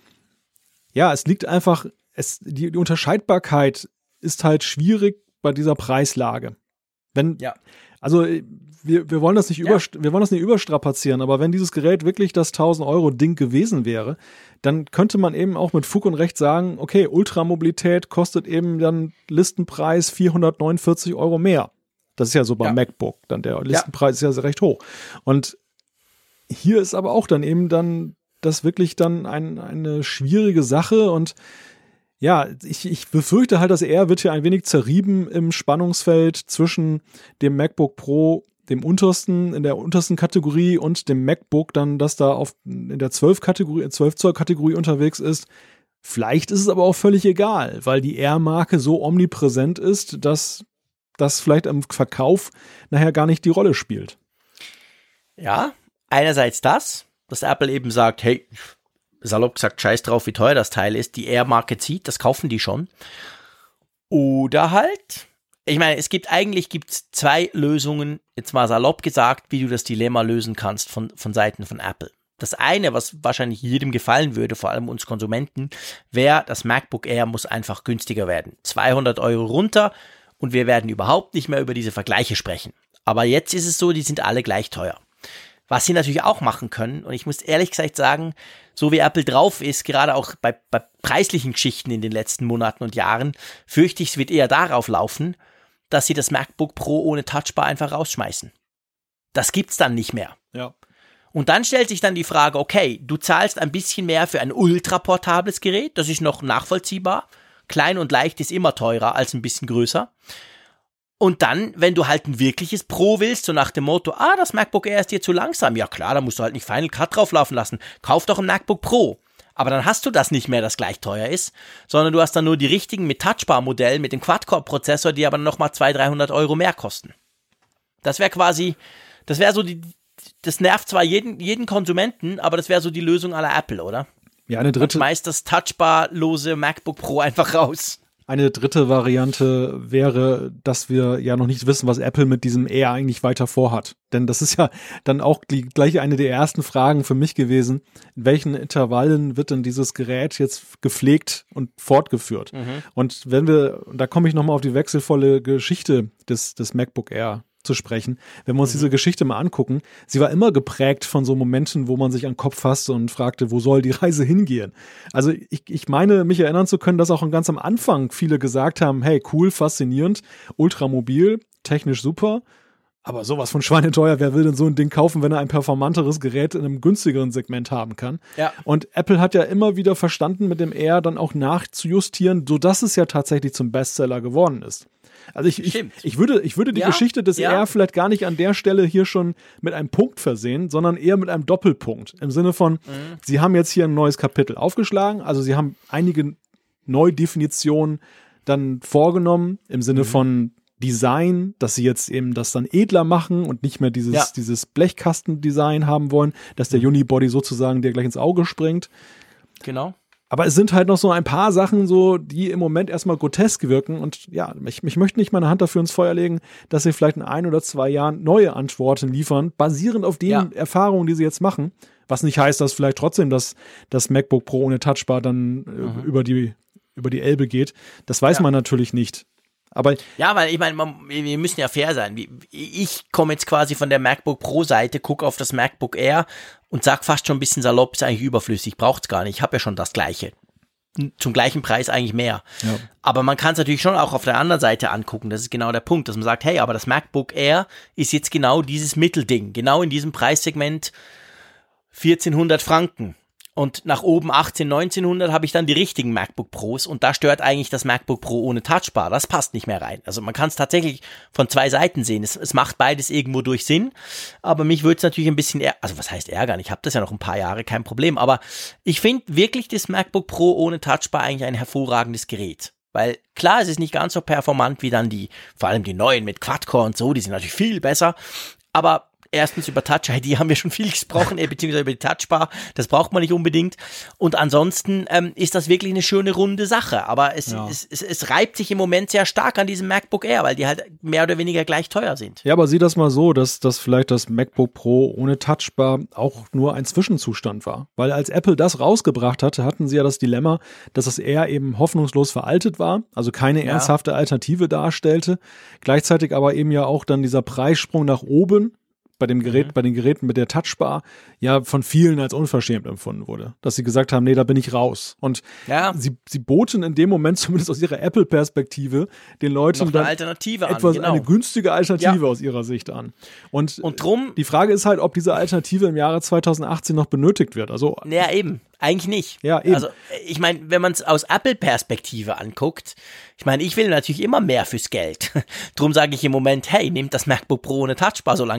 S3: ja, es liegt einfach, die Unterscheidbarkeit ist halt schwierig bei dieser Preislage. Also wir wollen das nicht überstrapazieren, aber wenn dieses Gerät wirklich das 1.000-Euro-Ding gewesen wäre, dann könnte man eben auch mit Fug und Recht sagen, okay, Ultramobilität kostet eben dann Listenpreis 449 Euro mehr. Das ist ja so beim MacBook, dann der Listenpreis ist ja recht hoch. Und hier ist aber auch dann eben dann das wirklich dann eine schwierige Sache und ja, ich befürchte halt, das Air wird hier ein wenig zerrieben im Spannungsfeld zwischen dem MacBook Pro, in der untersten Kategorie und dem MacBook dann, das da in der 12 Zoll Kategorie unterwegs ist. Vielleicht ist es aber auch völlig egal, weil die Air-Marke so omnipräsent ist, dass das vielleicht im Verkauf nachher gar nicht die Rolle spielt.
S2: Ja, einerseits dass Apple eben sagt, hey, salopp gesagt, scheiß drauf, wie teuer das Teil ist, die Air-Marke zieht, das kaufen die schon. Oder halt, ich meine, es gibt zwei Lösungen, jetzt mal salopp gesagt, wie du das Dilemma lösen kannst von Seiten von Apple. Das eine, was wahrscheinlich jedem gefallen würde, vor allem uns Konsumenten, wäre, das MacBook Air muss einfach günstiger werden. 200 € runter und wir werden überhaupt nicht mehr über diese Vergleiche sprechen. Aber jetzt ist es so, die sind alle gleich teuer. Was sie natürlich auch machen können, und ich muss ehrlich gesagt sagen, so wie Apple drauf ist, gerade auch bei preislichen Geschichten in den letzten Monaten und Jahren, fürchte ich, es wird eher darauf laufen, dass sie das MacBook Pro ohne Touchbar einfach rausschmeißen. Das gibt's dann nicht mehr.
S3: Ja.
S2: Und dann stellt sich dann die Frage, okay, du zahlst ein bisschen mehr für ein ultraportables Gerät, das ist noch nachvollziehbar. Klein und leicht ist immer teurer als ein bisschen größer. Und dann, wenn du halt ein wirkliches Pro willst, so nach dem Motto, das MacBook Air ist dir zu langsam, ja klar, da musst du halt nicht Final Cut drauflaufen lassen, kauf doch ein MacBook Pro. Aber dann hast du das nicht mehr, das gleich teuer ist, sondern du hast dann nur die richtigen mit Touchbar-Modellen, mit dem Quad-Core-Prozessor, die aber nochmal 200-300 € mehr kosten. Das wäre so das nervt zwar jeden Konsumenten, aber das wäre so die Lösung à la Apple, oder?
S3: Ja, eine dritte.
S2: Man schmeißt das Touchbar-lose MacBook Pro einfach raus.
S3: Eine dritte Variante wäre, dass wir ja noch nicht wissen, was Apple mit diesem Air eigentlich weiter vorhat. Denn das ist ja dann auch gleich eine der ersten Fragen für mich gewesen. In welchen Intervallen wird denn dieses Gerät jetzt gepflegt und fortgeführt? Mhm. Und da komme ich nochmal auf die wechselvolle Geschichte des MacBook Air zu sprechen. Wenn wir uns diese Geschichte mal angucken, sie war immer geprägt von so Momenten, wo man sich an den Kopf fasste und fragte, wo soll die Reise hingehen? Also ich meine, mich erinnern zu können, dass auch ganz am Anfang viele gesagt haben, hey, cool, faszinierend, ultramobil, technisch super, aber sowas von schweineteuer, wer will denn so ein Ding kaufen, wenn er ein performanteres Gerät in einem günstigeren Segment haben kann? Ja. Und Apple hat ja immer wieder verstanden, mit dem Air dann auch nachzujustieren, sodass es ja tatsächlich zum Bestseller geworden ist. Also ich würde die Geschichte des Air vielleicht gar nicht an der Stelle hier schon mit einem Punkt versehen, sondern eher mit einem Doppelpunkt. Im Sinne von, sie haben jetzt hier ein neues Kapitel aufgeschlagen, also sie haben einige Neudefinitionen dann vorgenommen, im Sinne von Design, dass sie jetzt eben das dann edler machen und nicht mehr dieses Blechkastendesign haben wollen, dass der Unibody sozusagen dir gleich ins Auge springt.
S2: Genau.
S3: Aber es sind halt noch so ein paar Sachen so, die im Moment erstmal grotesk wirken und ja, ich möchte nicht meine Hand dafür ins Feuer legen, dass sie vielleicht in 1 oder 2 Jahren neue Antworten liefern, basierend auf den Erfahrungen, die sie jetzt machen. Was nicht heißt, dass vielleicht trotzdem das MacBook Pro ohne Touchbar dann über die Elbe geht. Das weiß man natürlich nicht. Aber
S2: ja, weil ich meine, wir müssen ja fair sein. Ich komme jetzt quasi von der MacBook Pro Seite, gucke auf das MacBook Air und sag fast schon ein bisschen salopp, ist eigentlich überflüssig, braucht's gar nicht. Ich habe ja schon das Gleiche. Zum gleichen Preis eigentlich mehr. Ja. Aber man kann es natürlich schon auch auf der anderen Seite angucken. Das ist genau der Punkt, dass man sagt, hey, aber das MacBook Air ist jetzt genau dieses Mittelding. Genau in diesem Preissegment 1400 Franken. Und nach oben 1900 habe ich dann die richtigen MacBook Pros und da stört eigentlich das MacBook Pro ohne Touchbar. Das passt nicht mehr rein. Also man kann es tatsächlich von 2 Seiten sehen. Es macht beides irgendwo durch Sinn, aber mich würde es natürlich ein bisschen, also was heißt ärgern? Ich habe das ja noch ein paar Jahre, kein Problem. Aber ich finde wirklich das MacBook Pro ohne Touchbar eigentlich ein hervorragendes Gerät. Weil klar, es ist nicht ganz so performant wie dann vor allem die neuen mit Quad-Core und so, die sind natürlich viel besser, aber erstens über Touch-ID haben wir schon viel gesprochen, beziehungsweise über die Touchbar, das braucht man nicht unbedingt. Und ansonsten ist das wirklich eine schöne runde Sache, aber es reibt sich im Moment sehr stark an diesem MacBook Air, weil die halt mehr oder weniger gleich teuer sind.
S3: Ja, aber sieh das mal so, dass vielleicht das MacBook Pro ohne Touchbar auch nur ein Zwischenzustand war. Weil als Apple das rausgebracht hatte, hatten sie ja das Dilemma, dass das Air eben hoffnungslos veraltet war, also keine ernsthafte Alternative darstellte, gleichzeitig aber eben ja auch dann dieser Preissprung nach oben bei den Geräten mit der Touchbar ja von vielen als unverschämt empfunden wurde. Dass sie gesagt haben, nee, da bin ich raus. Und sie boten in dem Moment, zumindest aus ihrer Apple-Perspektive, den Leuten
S2: noch
S3: dann
S2: eine
S3: günstige Alternative aus ihrer Sicht an. Und drum, die Frage ist halt, ob diese Alternative im Jahre 2018 noch benötigt wird. Also,
S2: ja, eben. Eigentlich nicht.
S3: Ja, eben.
S2: Also, ich meine, wenn man es aus Apple-Perspektive anguckt, ich meine, ich will natürlich immer mehr fürs Geld. Drum sage ich im Moment, hey, nehmt das MacBook Pro ohne Touchbar, solange ihr noch könnt.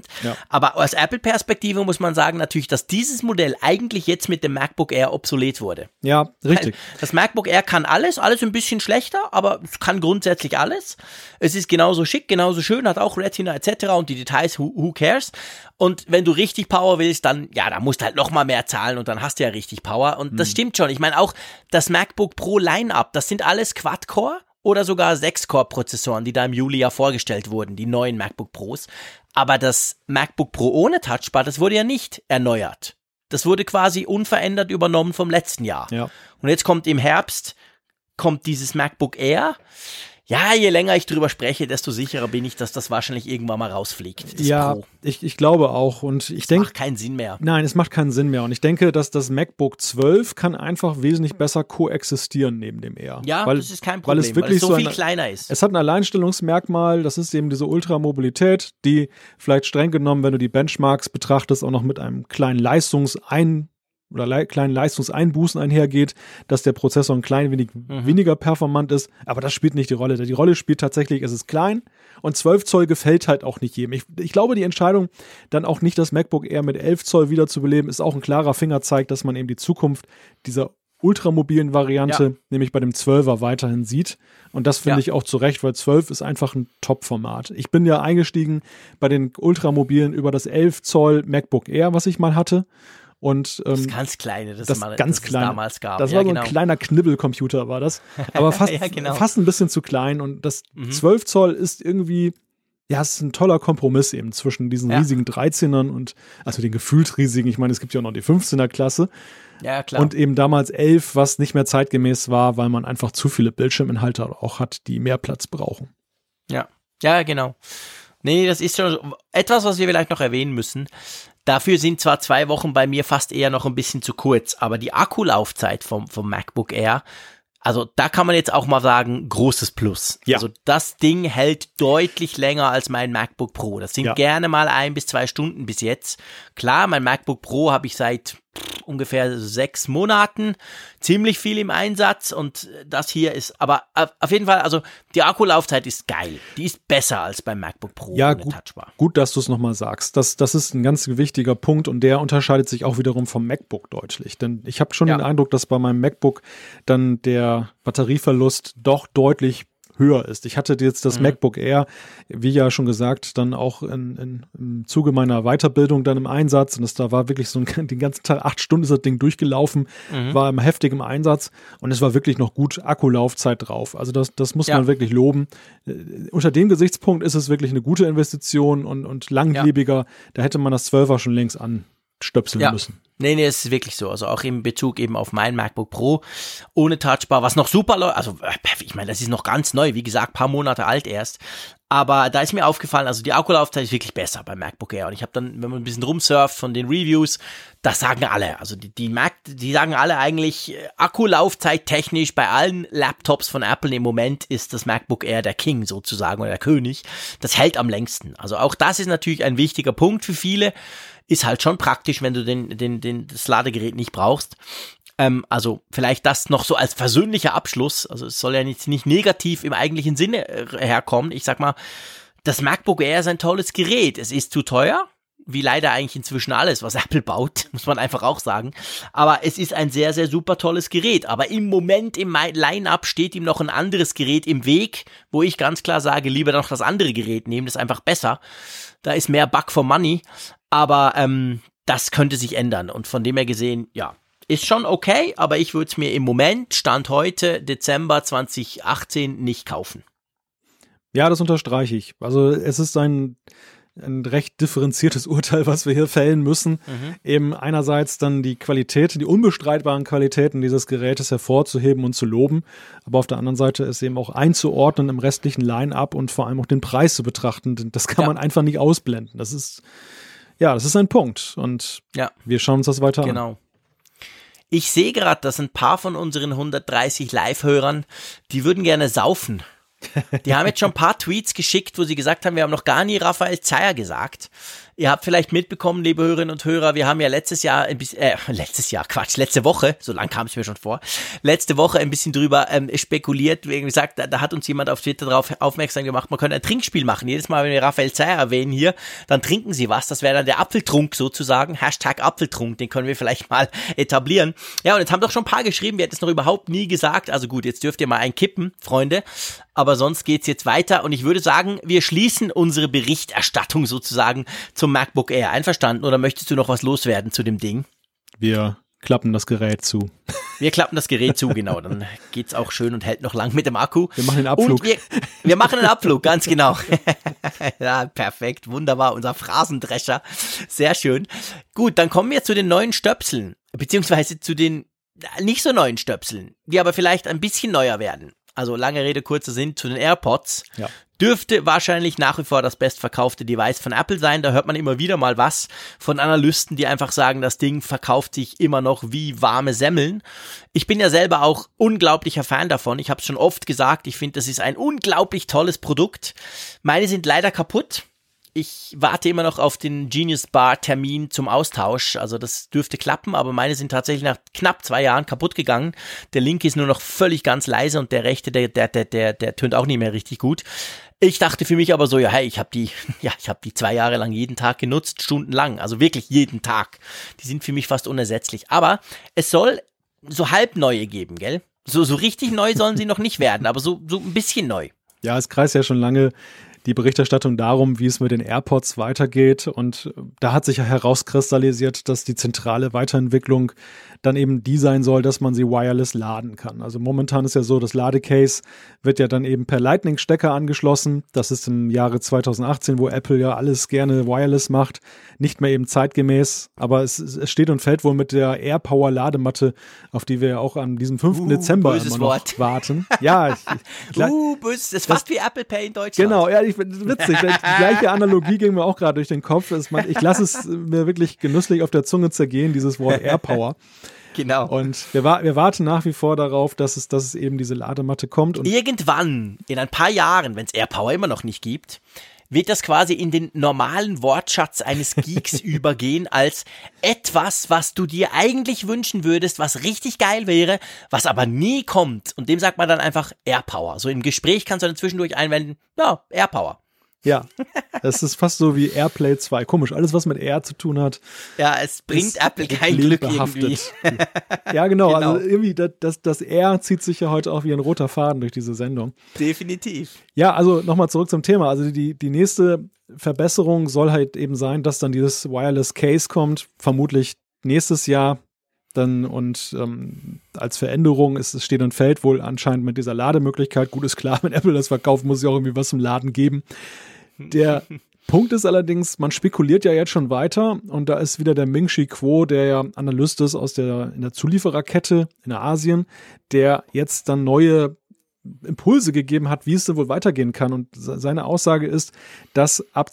S2: spannend. Ja. Aber aus Apple-Perspektive muss man sagen natürlich, dass dieses Modell eigentlich jetzt mit dem MacBook Air obsolet wurde.
S3: Ja, richtig.
S2: Das MacBook Air kann alles ein bisschen schlechter, aber es kann grundsätzlich alles. Es ist genauso schick, genauso schön, hat auch Retina etc. und die Details, who cares? Und wenn du richtig Power willst, dann, ja, da musst du halt noch mal mehr zahlen und dann hast du ja richtig Power. Und das stimmt schon. Ich meine auch das MacBook Pro Line-Up, das sind alles Quad-Core oder sogar 6-Core-Prozessoren, die da im Juli ja vorgestellt wurden, die neuen MacBook Pros. Aber das MacBook Pro ohne Touchbar, das wurde ja nicht erneuert. Das wurde quasi unverändert übernommen vom letzten Jahr. Ja. Und jetzt kommt im Herbst, dieses MacBook Air. Ja, je länger ich drüber spreche, desto sicherer bin ich, dass das wahrscheinlich irgendwann mal rausfliegt.
S3: Ja, ich glaube auch. Und ich denke,
S2: macht keinen Sinn mehr.
S3: Nein, es macht keinen Sinn mehr. Und ich denke, dass das MacBook 12 kann einfach wesentlich besser koexistieren neben dem Air.
S2: Ja, das ist kein Problem,
S3: weil es
S2: so viel kleiner ist.
S3: Es hat ein Alleinstellungsmerkmal, das ist eben diese Ultramobilität, die vielleicht streng genommen, wenn du die Benchmarks betrachtest, auch noch mit einem kleinen kleinen Leistungseinbußen einhergeht, dass der Prozessor ein klein wenig weniger performant ist, aber das spielt nicht die Rolle. Die Rolle spielt tatsächlich, es ist klein und 12 Zoll gefällt halt auch nicht jedem. Ich glaube, die Entscheidung, dann auch nicht das MacBook Air mit 11 Zoll wiederzubeleben, ist auch ein klarer Fingerzeig, dass man eben die Zukunft dieser ultramobilen Variante, nämlich bei dem 12er weiterhin sieht. Und das finde ich auch zu Recht, weil 12 ist einfach ein Top-Format. Ich bin ja eingestiegen bei den Ultramobilen über das 11 Zoll MacBook Air, was ich mal hatte. Und,
S2: das ganz kleine, das es damals gab.
S3: Das war so ein kleiner Knibbelcomputer, war das. Aber fast ein bisschen zu klein. Und das 12 Zoll ist irgendwie, ja, es ist ein toller Kompromiss eben zwischen diesen riesigen 13ern und, also den gefühlt riesigen, ich meine, es gibt ja auch noch die 15er-Klasse.
S2: Ja, klar.
S3: Und eben damals 11, was nicht mehr zeitgemäß war, weil man einfach zu viele Bildschirminhalte auch hat, die mehr Platz brauchen.
S2: Ja, genau. Nee, das ist schon etwas, was wir vielleicht noch erwähnen müssen. Dafür sind zwar 2 Wochen bei mir fast eher noch ein bisschen zu kurz, aber die Akkulaufzeit vom MacBook Air, also da kann man jetzt auch mal sagen, großes Plus. Ja. Also das Ding hält deutlich länger als mein MacBook Pro. Das sind gerne mal 1 bis 2 Stunden bis jetzt. Klar, mein MacBook Pro habe ich seit ungefähr 6 Monaten, ziemlich viel im Einsatz und das hier ist, aber auf jeden Fall, also die Akkulaufzeit ist geil. Die ist besser als beim MacBook Pro ohne Touchbar.
S3: Gut, dass du es nochmal sagst. Das ist ein ganz wichtiger Punkt und der unterscheidet sich auch wiederum vom MacBook deutlich. Denn ich habe schon den Eindruck, dass bei meinem MacBook dann der Batterieverlust doch deutlich höher ist. Ich hatte jetzt das MacBook Air, wie ja schon gesagt, dann auch im Zuge meiner Weiterbildung dann im Einsatz und da war wirklich so den ganzen Tag 8 Stunden ist das Ding durchgelaufen, war im heftigen Einsatz und es war wirklich noch gut Akkulaufzeit drauf. Also das muss man wirklich loben. Unter dem Gesichtspunkt ist es wirklich eine gute Investition und langlebiger. Da hätte man das 12er schon längst anstöpseln müssen.
S2: Nee, es ist wirklich so. Also auch im Bezug eben auf mein MacBook Pro ohne Touchbar, was noch super läuft. Also ich meine, das ist noch ganz neu, wie gesagt, paar Monate alt erst. Aber da ist mir aufgefallen, also die Akkulaufzeit ist wirklich besser beim MacBook Air. Und ich habe dann, wenn man ein bisschen rumsurft von den Reviews, das sagen alle. Also die sagen alle eigentlich, Akkulaufzeit technisch bei allen Laptops von Apple im Moment ist das MacBook Air der King sozusagen oder der König. Das hält am längsten. Also auch das ist natürlich ein wichtiger Punkt für viele. Ist halt schon praktisch, wenn du das Ladegerät nicht brauchst. Also vielleicht das noch so als persönlicher Abschluss. Also es soll ja nicht negativ im eigentlichen Sinne herkommen. Ich sag mal, das MacBook Air ist ein tolles Gerät. Es ist zu teuer, wie leider eigentlich inzwischen alles, was Apple baut, muss man einfach auch sagen. Aber es ist ein sehr, sehr super tolles Gerät. Aber im Moment im Line-Up steht ihm noch ein anderes Gerät im Weg, wo ich ganz klar sage, lieber noch das andere Gerät nehmen, das ist einfach besser. Da ist mehr Buck for Money. Aber das könnte sich ändern. Und von dem her gesehen, ja, ist schon okay, aber ich würde es mir im Moment, Stand heute, Dezember 2018, nicht kaufen.
S3: Ja, das unterstreiche ich. Also es ist ein recht differenziertes Urteil, was wir hier fällen müssen. Eben einerseits dann die Qualität, die unbestreitbaren Qualitäten dieses Gerätes hervorzuheben und zu loben, aber auf der anderen Seite ist eben auch einzuordnen im restlichen Line-Up und vor allem auch den Preis zu betrachten. Das kann man einfach nicht ausblenden. Das ist ein Punkt und wir schauen uns das weiter an.
S2: Genau. Ich sehe gerade, dass ein paar von unseren 130 Live-Hörern, die würden gerne saufen. Die haben jetzt schon ein paar Tweets geschickt, wo sie gesagt haben, wir haben noch gar nie Raphael Zeyer gesagt. Ihr habt vielleicht mitbekommen, liebe Hörerinnen und Hörer, wir haben ja letzte Woche, so lang kam es mir schon vor, letzte Woche ein bisschen drüber spekuliert, wie gesagt, da hat uns jemand auf Twitter darauf aufmerksam gemacht, man könnte ein Trinkspiel machen. Jedes Mal, wenn wir Raphael Zeyer erwähnen hier, dann trinken sie was. Das wäre dann der Apfeltrunk sozusagen, #Apfeltrunk, den können wir vielleicht mal etablieren. Ja, und jetzt haben doch schon ein paar geschrieben, wir hätten es noch überhaupt nie gesagt. Also gut, jetzt dürft ihr mal einkippen, Freunde. Aber sonst geht's jetzt weiter und ich würde sagen, wir schließen unsere Berichterstattung sozusagen zum MacBook Air. Einverstanden? Oder möchtest du noch was loswerden zu dem Ding?
S3: Wir klappen das Gerät zu.
S2: Wir klappen das Gerät zu, genau. Dann geht's auch schön und hält noch lang mit dem Akku.
S3: Wir machen den Abflug.
S2: Und wir machen den Abflug, ganz genau. Ja, perfekt, wunderbar. Unser Phrasendrescher. Sehr schön. Gut, dann kommen wir zu den neuen Stöpseln. Beziehungsweise zu den nicht so neuen Stöpseln, die aber vielleicht ein bisschen neuer werden. Also lange Rede, kurzer Sinn, zu den AirPods. Ja. Dürfte wahrscheinlich nach wie vor das bestverkaufte Device von Apple sein. Da hört man immer wieder mal was von Analysten, die einfach sagen, das Ding verkauft sich immer noch wie warme Semmeln. Ich bin ja selber auch unglaublicher Fan davon. Ich habe es schon oft gesagt, ich finde, das ist ein unglaublich tolles Produkt. Meine sind leider kaputt. Ich warte immer noch auf den Genius Bar Termin zum Austausch, also das dürfte klappen, aber meine sind tatsächlich nach knapp 2 Jahren kaputt gegangen. Der linke ist nur noch völlig ganz leise und der rechte, der tönt auch nicht mehr richtig gut. Ich dachte für mich aber so, ja, hey, ich habe die 2 Jahre lang jeden Tag genutzt, stundenlang, also wirklich jeden Tag. Die sind für mich fast unersetzlich, aber es soll so halb neue geben, gell? So richtig neu sollen sie noch nicht werden, aber so ein bisschen neu.
S3: Ja, es kreist ja schon lange die Berichterstattung darum, wie es mit den AirPods weitergeht. Und da hat sich ja herauskristallisiert, dass die zentrale Weiterentwicklung dann eben die sein soll, dass man sie wireless laden kann. Also momentan ist ja so, das Ladecase wird ja dann eben per Lightning-Stecker angeschlossen. Das ist im Jahre 2018, wo Apple ja alles gerne wireless macht, nicht mehr eben zeitgemäß. Aber es steht und fällt wohl mit der AirPower Ladematte, auf die wir ja auch an diesem 5. Dezember immer noch warten. Ja,
S2: das ist fast wie Apple Pay in Deutschland.
S3: Genau, ja, witzig. Die gleiche Analogie ging mir auch gerade durch den Kopf. Ich lasse es mir wirklich genüsslich auf der Zunge zergehen, dieses Wort AirPower.
S2: Genau.
S3: Und wir warten nach wie vor darauf, dass es eben diese Ladematte kommt. Und
S2: irgendwann, in ein paar Jahren, wenn es AirPower immer noch nicht gibt, wird das quasi in den normalen Wortschatz eines Geeks übergehen als etwas, was du dir eigentlich wünschen würdest, was richtig geil wäre, was aber nie kommt. Und dem sagt man dann einfach AirPower. So im Gespräch kannst du dann zwischendurch einwenden, ja, AirPower.
S3: Ja, es ist fast so wie AirPlay 2. Komisch, alles, was mit Air zu tun hat.
S2: Ja, es bringt Apple kein Glück irgendwie.
S3: Ja, genau. Also irgendwie, das Air zieht sich ja heute auch wie ein roter Faden durch diese Sendung.
S2: Definitiv.
S3: Ja, also nochmal zurück zum Thema. Also die nächste Verbesserung soll halt eben sein, dass dann dieses Wireless Case kommt, vermutlich nächstes Jahr. Dann und als Veränderung es steht und fällt wohl anscheinend mit dieser Lademöglichkeit. Gut, ist klar, wenn Apple das verkauft, muss es ja auch irgendwie was zum Laden geben. Der Punkt ist allerdings, man spekuliert ja jetzt schon weiter und da ist wieder der Ming-Chi Kuo, der ja Analyst ist in der Zuliefererkette in Asien, der jetzt dann neue Impulse gegeben hat, wie es denn wohl weitergehen kann. Und seine Aussage ist, dass ab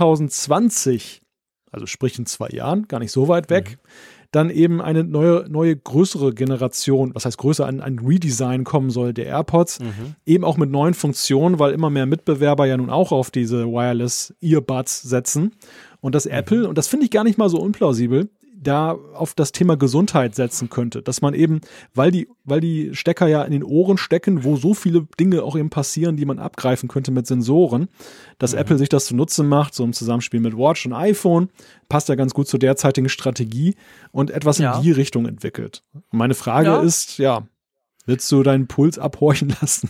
S3: 2020, also sprich in 2 Jahren, gar nicht so weit weg, dann eben eine neue größere Generation, was heißt größer, ein Redesign kommen soll der AirPods, eben auch mit neuen Funktionen, weil immer mehr Mitbewerber ja nun auch auf diese Wireless Earbuds setzen und das Apple, und das finde ich gar nicht mal so unplausibel, da auf das Thema Gesundheit setzen könnte, dass man eben, weil die Stecker ja in den Ohren stecken, wo so viele Dinge auch eben passieren, die man abgreifen könnte mit Sensoren, dass Apple sich das zunutze macht, so im Zusammenspiel mit Watch und iPhone, passt ja ganz gut zur derzeitigen Strategie und etwas in die Richtung entwickelt. Und meine Frage ist, willst du deinen Puls abhorchen lassen?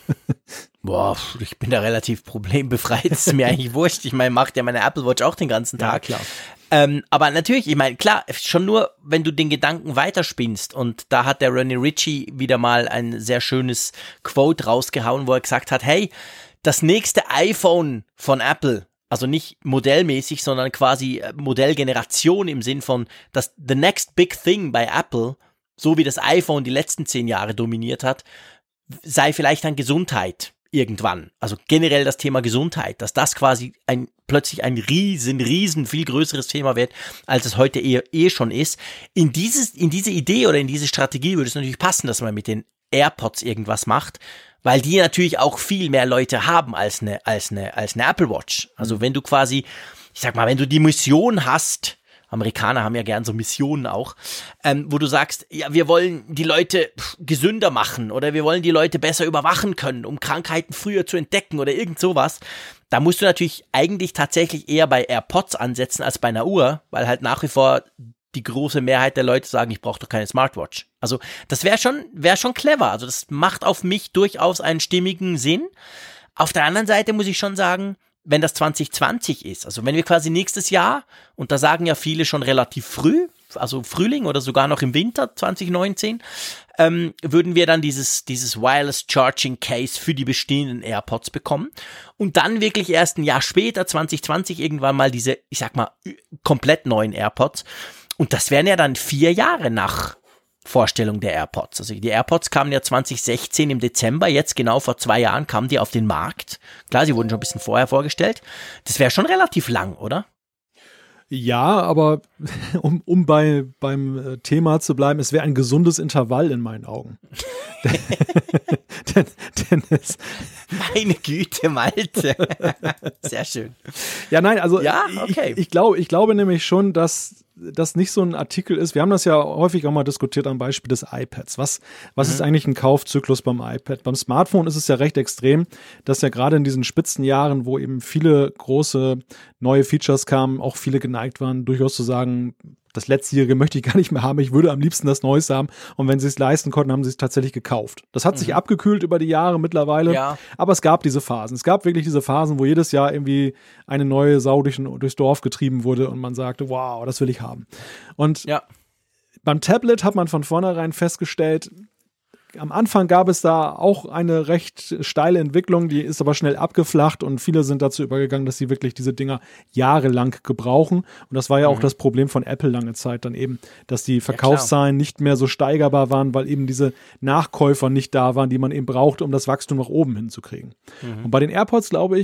S2: Boah, ich bin da relativ problembefreit, ist mir eigentlich wurscht. Ich meine, macht ja meine Apple Watch auch den ganzen Tag.
S3: Ja, klar.
S2: Aber natürlich, ich meine, klar, schon nur, wenn du den Gedanken weiterspinnst, und da hat der René Ritchie wieder mal ein sehr schönes Quote rausgehauen, wo er gesagt hat, hey, das nächste iPhone von Apple, also nicht modellmäßig, sondern quasi Modellgeneration im Sinn von the next big thing bei Apple, so wie das iPhone die letzten 10 Jahre dominiert hat, sei vielleicht dann Gesundheit irgendwann. Also generell das Thema Gesundheit, dass das quasi plötzlich ein riesen, viel größeres Thema wird, als es heute schon ist. In diese Idee oder in diese Strategie würde es natürlich passen, dass man mit den AirPods irgendwas macht, weil die natürlich auch viel mehr Leute haben als eine Apple Watch. Also wenn du quasi, ich sag mal, wenn du die Mission hast, Amerikaner haben ja gern so Missionen auch, wo du sagst, ja, wir wollen die Leute gesünder machen oder wir wollen die Leute besser überwachen können, um Krankheiten früher zu entdecken oder irgend sowas. Da musst du natürlich eigentlich tatsächlich eher bei AirPods ansetzen als bei einer Uhr, weil halt nach wie vor die große Mehrheit der Leute sagen, ich brauche doch keine Smartwatch. Also das wäre schon clever. Also das macht auf mich durchaus einen stimmigen Sinn. Auf der anderen Seite muss ich schon sagen, wenn das 2020 ist, also wenn wir quasi nächstes Jahr, und da sagen ja viele schon relativ früh, also Frühling oder sogar noch im Winter 2019, würden wir dann dieses Wireless Charging Case für die bestehenden AirPods bekommen und dann wirklich erst ein Jahr später, 2020, irgendwann mal diese, ich sag mal, komplett neuen AirPods. Und das wären ja dann 4 Jahre nach Vorstellung der AirPods. Also die AirPods kamen ja 2016 im Dezember, jetzt genau vor 2 Jahren kamen die auf den Markt. Klar, sie wurden schon ein bisschen vorher vorgestellt. Das wäre schon relativ lang, oder?
S3: Ja, aber um beim Thema zu bleiben, es wäre ein gesundes Intervall in meinen Augen. denn
S2: Meine Güte, Malte. Sehr schön.
S3: Ja, nein, also
S2: ja, okay.
S3: ich glaube nämlich schon, dass das nicht so ein Artikel ist. Wir haben das ja häufig auch mal diskutiert am Beispiel des iPads. Was ist eigentlich ein Kaufzyklus beim iPad? Beim Smartphone ist es ja recht extrem, dass ja gerade in diesen Spitzenjahren, wo eben viele große neue Features kamen, auch viele geneigt waren, durchaus zu sagen, das Letztjährige möchte ich gar nicht mehr haben, ich würde am liebsten das Neueste haben. Und wenn sie es leisten konnten, haben sie es tatsächlich gekauft. Das hat sich abgekühlt über die Jahre mittlerweile, aber es gab diese Phasen. Es gab wirklich diese Phasen, wo jedes Jahr irgendwie eine neue Sau durchs Dorf getrieben wurde und man sagte, wow, das will ich haben. Und beim Tablet hat man von vornherein festgestellt, am Anfang gab es da auch eine recht steile Entwicklung, die ist aber schnell abgeflacht und viele sind dazu übergegangen, dass sie wirklich diese Dinger jahrelang gebrauchen. Und das war ja auch das Problem von Apple lange Zeit dann eben, dass die Verkaufszahlen nicht mehr so steigerbar waren, weil eben diese Nachkäufer nicht da waren, die man eben brauchte, um das Wachstum nach oben hinzukriegen. Und bei den AirPods glaube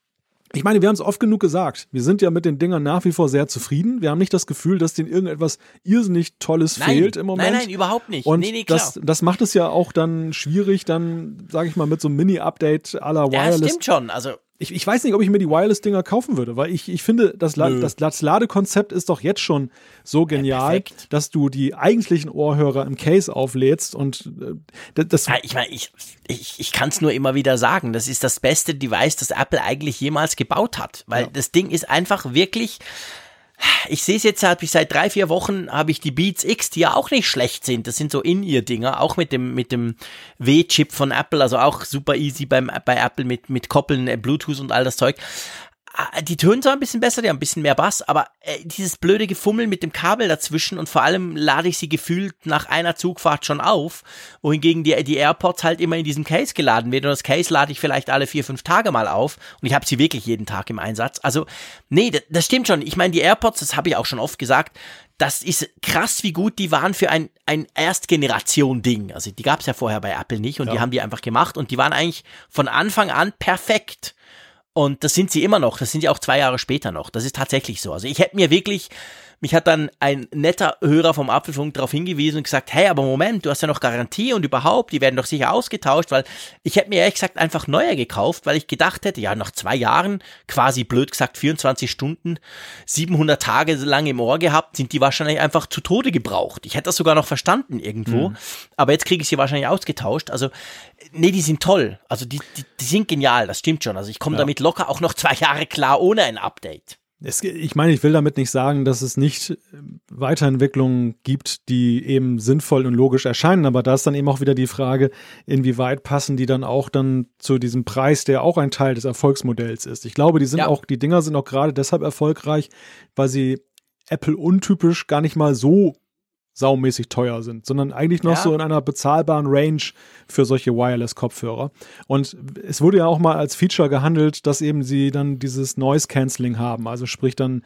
S3: ich meine, wir haben es oft genug gesagt. Wir sind ja mit den Dingern nach wie vor sehr zufrieden. Wir haben nicht das Gefühl, dass denen irgendetwas irrsinnig Tolles fehlt im Moment.
S2: Nein, überhaupt nicht.
S3: Und
S2: nee, klar.
S3: Das macht es ja auch dann schwierig, dann, sage ich mal, mit so einem Mini-Update à la Wireless.
S2: Ja, stimmt schon. Also
S3: Ich weiß nicht, ob ich mir die Wireless-Dinger kaufen würde, weil ich finde, das Ladekonzept ist doch jetzt schon so genial, dass du die eigentlichen Ohrhörer im Case auflädst und das.
S2: Ja, ich meine, ich kann es nur immer wieder sagen, das ist das beste Device, das Apple eigentlich jemals gebaut hat, weil das Ding ist einfach wirklich. Ich sehe es jetzt, seit 3-4 Wochen habe ich die Beats X, die ja auch nicht schlecht sind. Das sind so In-Ear-Dinger, auch mit dem W-Chip von Apple, also auch super easy bei Apple mit Koppeln, Bluetooth und all das Zeug. Die tönen zwar ein bisschen besser, die haben ein bisschen mehr Bass, aber dieses blöde Gefummel mit dem Kabel dazwischen und vor allem lade ich sie gefühlt nach einer Zugfahrt schon auf, wohingegen die AirPods halt immer in diesem Case geladen werden und das Case lade ich vielleicht alle 4-5 Tage mal auf und ich habe sie wirklich jeden Tag im Einsatz. Also nee, das stimmt schon. Ich meine, die AirPods, das habe ich auch schon oft gesagt, das ist krass, wie gut die waren für ein Erstgeneration-Ding. Also die gab es ja vorher bei Apple nicht und die haben die einfach gemacht und die waren eigentlich von Anfang an perfekt. Und das sind sie immer noch, das sind sie auch 2 Jahre später noch, das ist tatsächlich so. Also ich hätte mir wirklich, mich hat dann ein netter Hörer vom Apfelfunk darauf hingewiesen und gesagt, hey, aber Moment, du hast ja noch Garantie und überhaupt, die werden doch sicher ausgetauscht, weil ich hätte mir ehrlich gesagt einfach neue gekauft, weil ich gedacht hätte, ja, nach 2 Jahren, quasi blöd gesagt 24 Stunden, 700 Tage lang im Ohr gehabt, sind die wahrscheinlich einfach zu Tode gebraucht. Ich hätte das sogar noch verstanden irgendwo, aber jetzt kriege ich sie wahrscheinlich ausgetauscht, also nee, die sind toll, also die sind genial, das stimmt schon, also ich komme damit locker auch noch 2 Jahre klar ohne ein Update.
S3: Ich meine, ich will damit nicht sagen, dass es nicht Weiterentwicklungen gibt, die eben sinnvoll und logisch erscheinen, aber da ist dann eben auch wieder die Frage, inwieweit passen die dann auch dann zu diesem Preis, der auch ein Teil des Erfolgsmodells ist. Ich glaube, die Dinger sind auch gerade deshalb erfolgreich, weil sie Apple untypisch gar nicht mal so saumäßig teuer sind, sondern eigentlich noch so in einer bezahlbaren Range für solche Wireless-Kopfhörer. Und es wurde ja auch mal als Feature gehandelt, dass eben sie dann dieses Noise-Canceling haben, also sprich dann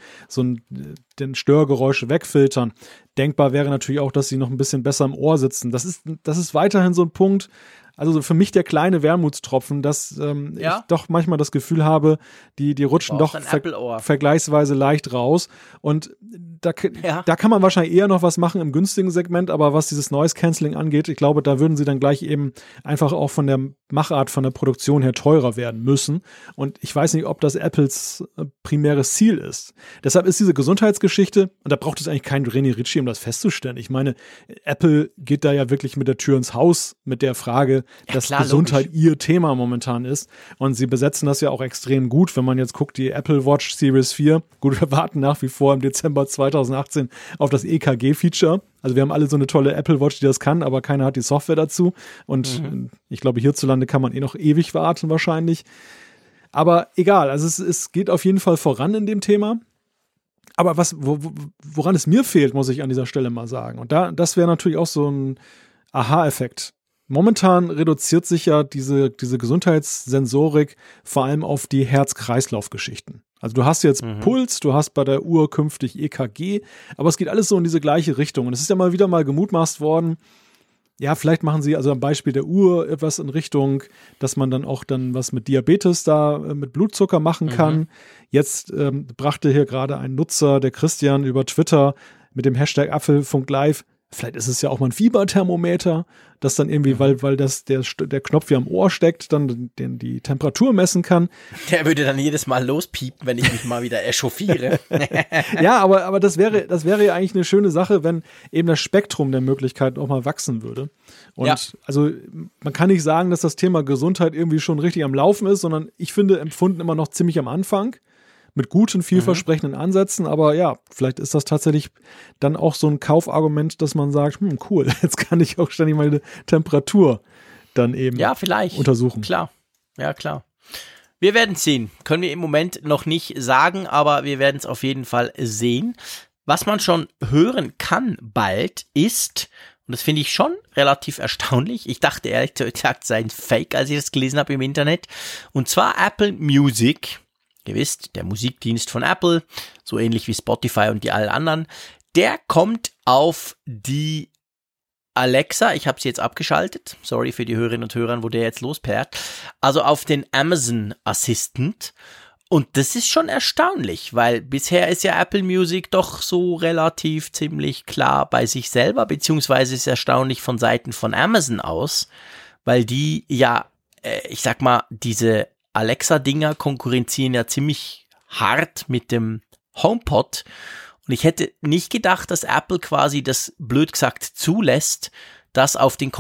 S3: den Störgeräusche wegfiltern. Denkbar wäre natürlich auch, dass sie noch ein bisschen besser im Ohr sitzen. Das ist weiterhin so ein Punkt, also für mich der kleine Wermutstropfen, dass ich doch manchmal das Gefühl habe, die rutschen doch vergleichsweise leicht raus. Und da kann man wahrscheinlich eher noch was machen im günstigen Segment, aber was dieses Noise Cancelling angeht, ich glaube, da würden sie dann gleich eben einfach auch von der Machart, von der Produktion her teurer werden müssen. Und ich weiß nicht, ob das Apples primäres Ziel ist. Deshalb ist diese Gesundheitsgeschichte, und da braucht es eigentlich keinen René Ritchie, um das festzustellen. Ich meine, Apple geht da ja wirklich mit der Tür ins Haus mit der Frage, dass Gesundheit logisch ihr Thema momentan ist. Und sie besetzen das ja auch extrem gut, wenn man jetzt guckt, die Apple Watch Series 4. Gut, wir warten nach wie vor im Dezember 2018 auf das EKG-Feature. Also wir haben alle so eine tolle Apple Watch, die das kann, aber keiner hat die Software dazu. Und ich glaube, hierzulande kann man noch ewig warten wahrscheinlich. Aber egal, also es geht auf jeden Fall voran in dem Thema. Aber woran es mir fehlt, muss ich an dieser Stelle mal sagen. Und das wäre natürlich auch so ein Aha-Effekt. Momentan reduziert sich ja diese Gesundheitssensorik vor allem auf die Herz-Kreislauf-Geschichten. Also du hast jetzt Puls, du hast bei der Uhr künftig EKG, aber es geht alles so in diese gleiche Richtung. Und es ist ja mal wieder gemutmaßt worden, ja, vielleicht machen sie also am Beispiel der Uhr etwas in Richtung, dass man dann auch was mit Diabetes da mit Blutzucker machen kann. Jetzt brachte hier gerade ein Nutzer, der Christian, über Twitter mit dem Hashtag Apfelfunklive, vielleicht ist es ja auch mal ein Fieberthermometer, das dann irgendwie, weil der Knopf ja am Ohr steckt, dann die Temperatur messen kann.
S2: Der würde dann jedes Mal lospiepen, wenn ich mich mal wieder echauffiere.
S3: Ja, aber das wäre ja eigentlich eine schöne Sache, wenn eben das Spektrum der Möglichkeiten auch mal wachsen würde. Und also man kann nicht sagen, dass das Thema Gesundheit irgendwie schon richtig am Laufen ist, sondern ich finde, empfunden immer noch ziemlich am Anfang. Mit guten, vielversprechenden Ansätzen, aber ja, vielleicht ist das tatsächlich dann auch so ein Kaufargument, dass man sagt, cool, jetzt kann ich auch ständig meine Temperatur dann eben untersuchen.
S2: Klar, ja klar. Wir werden es sehen. Können wir im Moment noch nicht sagen, aber wir werden es auf jeden Fall sehen. Was man schon hören kann bald ist, und das finde ich schon relativ erstaunlich, ich dachte ehrlich gesagt, es sei ein Fake, als ich das gelesen habe im Internet, und zwar Apple Music. Ihr wisst, der Musikdienst von Apple, so ähnlich wie Spotify und die allen anderen, der kommt auf die Alexa, ich habe sie jetzt abgeschaltet, sorry für die Hörerinnen und Hörer, wo der jetzt losperrt, also auf den Amazon Assistant. Und das ist schon erstaunlich, weil bisher ist ja Apple Music doch so relativ ziemlich klar bei sich selber, beziehungsweise ist erstaunlich von Seiten von Amazon aus, weil die ja, ich sag mal, diese Alexa-Dinger konkurrenzieren ja ziemlich hart mit dem HomePod. Und ich hätte nicht gedacht, dass Apple quasi das, blöd gesagt, zulässt, das auf den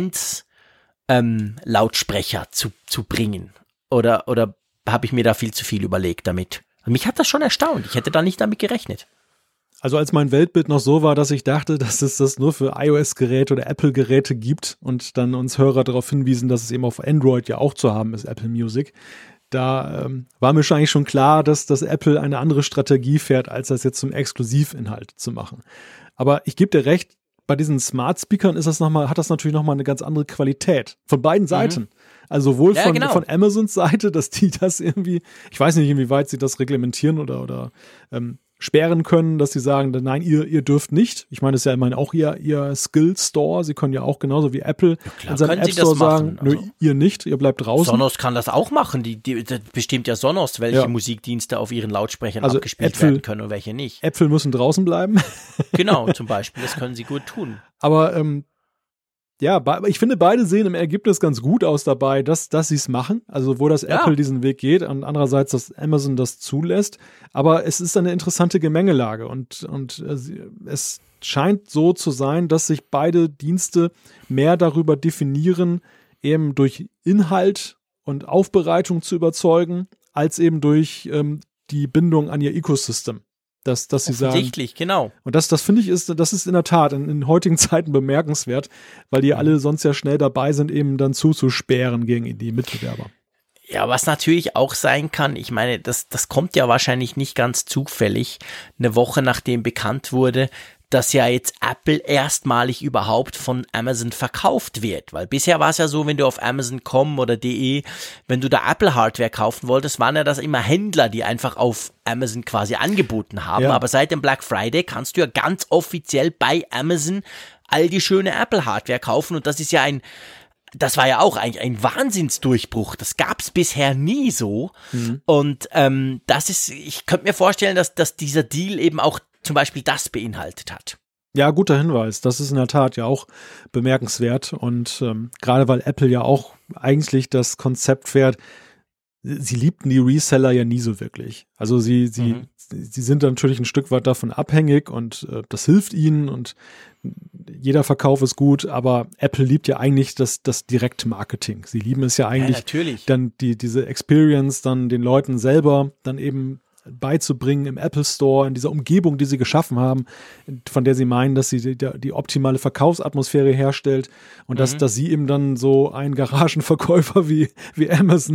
S2: Konkurrenz-Lautsprecher zu bringen. Oder habe ich mir da viel zu viel überlegt damit? Und mich hat das schon erstaunt. Ich hätte da nicht damit gerechnet.
S3: Also als mein Weltbild noch so war, dass ich dachte, dass es das nur für iOS-Geräte oder Apple-Geräte gibt und dann uns Hörer darauf hinwiesen, dass es eben auf Android ja auch zu haben ist, Apple Music. Da war mir eigentlich schon klar, dass Apple eine andere Strategie fährt, als das jetzt zum Exklusivinhalt zu machen. Aber ich gebe dir recht, bei diesen Smart Speakern hat das natürlich nochmal eine ganz andere Qualität. Von beiden Seiten. Also sowohl von Amazons Seite, dass die das irgendwie, ich weiß nicht, inwieweit sie das reglementieren oder sperren können, dass sie sagen, nein, ihr dürft nicht. Ich meine, das ist ja immerhin auch ihr Skill-Store. Sie können ja auch genauso wie Apple in seinem App Store sagen, nö, ihr nicht, ihr bleibt draußen.
S2: Sonos kann das auch machen. Die bestimmt ja Sonos, welche Musikdienste auf ihren Lautsprechern abgespielt werden können und welche nicht.
S3: Äpfel müssen draußen bleiben.
S2: Genau, zum Beispiel. Das können sie gut tun.
S3: Aber ich finde, beide sehen im Ergebnis ganz gut aus dabei, dass sie es machen. Also wo das Apple diesen Weg geht und andererseits, dass Amazon das zulässt. Aber es ist eine interessante Gemengelage und es scheint so zu sein, dass sich beide Dienste mehr darüber definieren, eben durch Inhalt und Aufbereitung zu überzeugen, als eben durch die Bindung an ihr Ecosystem. Dass sie sagen.
S2: Offensichtlich, genau.
S3: Und das finde ich das ist in der Tat in heutigen Zeiten bemerkenswert, weil die alle sonst ja schnell dabei sind, eben dann zuzusperren gegen die Mitbewerber.
S2: Ja, was natürlich auch sein kann, ich meine, das kommt ja wahrscheinlich nicht ganz zufällig, eine Woche nachdem bekannt wurde, dass ja jetzt Apple erstmalig überhaupt von Amazon verkauft wird. Weil bisher war es ja so, wenn du auf Amazon.com oder de, wenn du da Apple-Hardware kaufen wolltest, waren ja das immer Händler, die einfach auf Amazon quasi angeboten haben. Ja. Aber seit dem Black Friday kannst du ja ganz offiziell bei Amazon all die schöne Apple-Hardware kaufen. Und das ist ja ein das war ja auch eigentlich ein Wahnsinnsdurchbruch. Das gab's bisher nie so. Und ich könnte mir vorstellen, dass dieser Deal eben auch zum Beispiel das beinhaltet hat.
S3: Ja, guter Hinweis. Das ist in der Tat ja auch bemerkenswert. Und gerade weil Apple ja auch eigentlich das Konzept fährt, sie liebten die Reseller ja nie so wirklich. Also sie sind natürlich ein Stück weit davon abhängig und das hilft ihnen und jeder Verkauf ist gut, aber Apple liebt ja eigentlich das Direktmarketing. Sie lieben es ja eigentlich, dann diese Experience dann den Leuten selber dann eben beizubringen im Apple Store, in dieser Umgebung, die sie geschaffen haben, von der sie meinen, dass sie die optimale Verkaufsatmosphäre herstellt und dass sie eben dann so einen Garagenverkäufer wie Amazon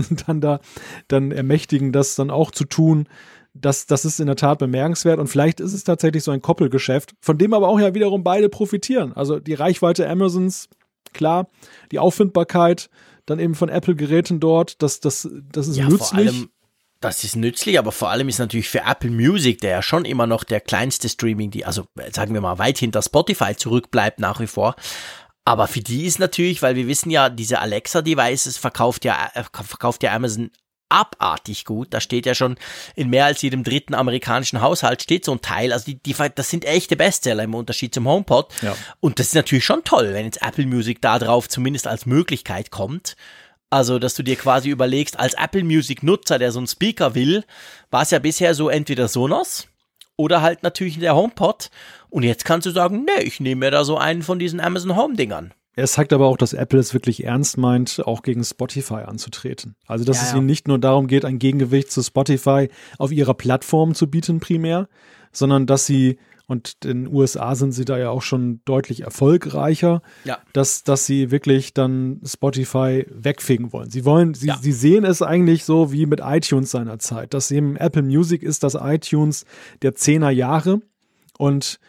S3: dann ermächtigen, das dann auch zu tun. Das ist in der Tat bemerkenswert und vielleicht ist es tatsächlich so ein Koppelgeschäft, von dem aber auch ja wiederum beide profitieren. Also die Reichweite Amazons, klar, die Auffindbarkeit dann eben von Apple-Geräten dort, das ist nützlich.
S2: Vor allem, das ist nützlich, aber vor allem ist natürlich für Apple Music, der ja schon immer noch der kleinste Streaming, also sagen wir mal weit hinter Spotify zurückbleibt nach wie vor. Aber für die ist natürlich, weil wir wissen ja, diese Alexa-Devices verkauft ja Amazon abartig gut. Da steht ja schon in mehr als jedem dritten amerikanischen Haushalt steht so ein Teil. Also das sind echte Bestseller im Unterschied zum HomePod. Ja. Und das ist natürlich schon toll, wenn jetzt Apple Music da drauf zumindest als Möglichkeit kommt. Also, dass du dir quasi überlegst, als Apple Music Nutzer, der so einen Speaker will, war es ja bisher so entweder Sonos oder halt natürlich der HomePod. Und jetzt kannst du sagen, nee, ich nehme mir da so einen von diesen Amazon Home Dingern.
S3: Es zeigt aber auch, dass Apple es wirklich ernst meint, auch gegen Spotify anzutreten. Also, dass es ihnen nicht nur darum geht, ein Gegengewicht zu Spotify auf ihrer Plattform zu bieten primär, sondern dass sie, und in den USA sind sie da ja auch schon deutlich erfolgreicher, dass sie wirklich dann Spotify wegfegen wollen. Sie sehen es eigentlich so wie mit iTunes seinerzeit. Dass eben Apple Music ist das iTunes der 10er Jahre und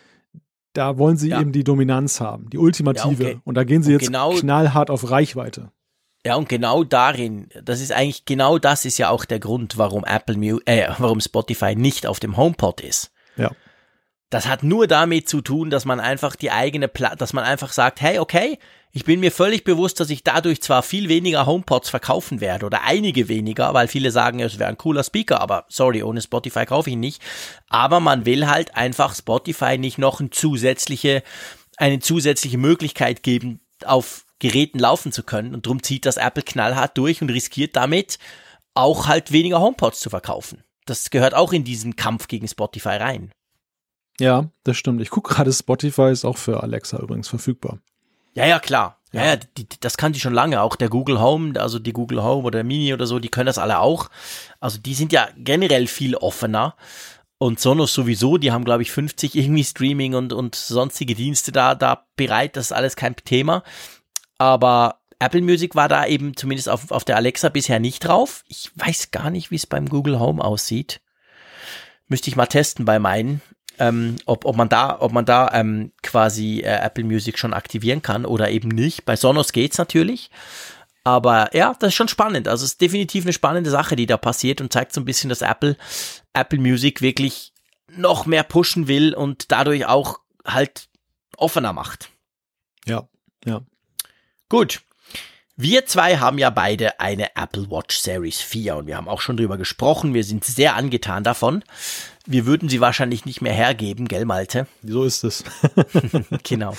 S3: da wollen sie eben die Dominanz haben, die ultimative. Ja, okay. Und da gehen sie jetzt knallhart auf Reichweite.
S2: Ja, und genau darin, das ist ja auch der Grund, warum warum Spotify nicht auf dem HomePod ist. Ja. Das hat nur damit zu tun, dass man einfach dass man einfach sagt, hey, okay, ich bin mir völlig bewusst, dass ich dadurch zwar viel weniger HomePods verkaufen werde oder einige weniger, weil viele sagen, es wäre ein cooler Speaker, aber sorry, ohne Spotify kaufe ich ihn nicht. Aber man will halt einfach Spotify nicht noch eine zusätzliche Möglichkeit geben, auf Geräten laufen zu können. Und darum zieht das Apple knallhart durch und riskiert damit auch halt weniger HomePods zu verkaufen. Das gehört auch in diesen Kampf gegen Spotify rein.
S3: Ja, das stimmt. Ich gucke gerade, Spotify ist auch für Alexa übrigens verfügbar.
S2: Ja, klar. Ja, das kann die schon lange. Auch der Google Home, also die Google Home oder Mini oder so, die können das alle auch. Also die sind ja generell viel offener. Und Sonos sowieso, die haben, glaube ich, 50 irgendwie Streaming und sonstige Dienste da bereit. Das ist alles kein Thema. Aber Apple Music war da eben zumindest auf der Alexa bisher nicht drauf. Ich weiß gar nicht, wie es beim Google Home aussieht. Müsste ich mal testen bei meinen. Ob man da quasi Apple Music schon aktivieren kann oder eben nicht. Bei Sonos geht's natürlich. Aber ja, das ist schon spannend. Also es ist definitiv eine spannende Sache, die da passiert und zeigt so ein bisschen, dass Apple Music wirklich noch mehr pushen will und dadurch auch halt offener macht.
S3: Ja.
S2: Gut. Wir zwei haben ja beide eine Apple Watch Series 4 und wir haben auch schon drüber gesprochen. Wir sind sehr angetan davon. Wir würden sie wahrscheinlich nicht mehr hergeben, gell, Malte?
S3: So ist es.
S2: Genau.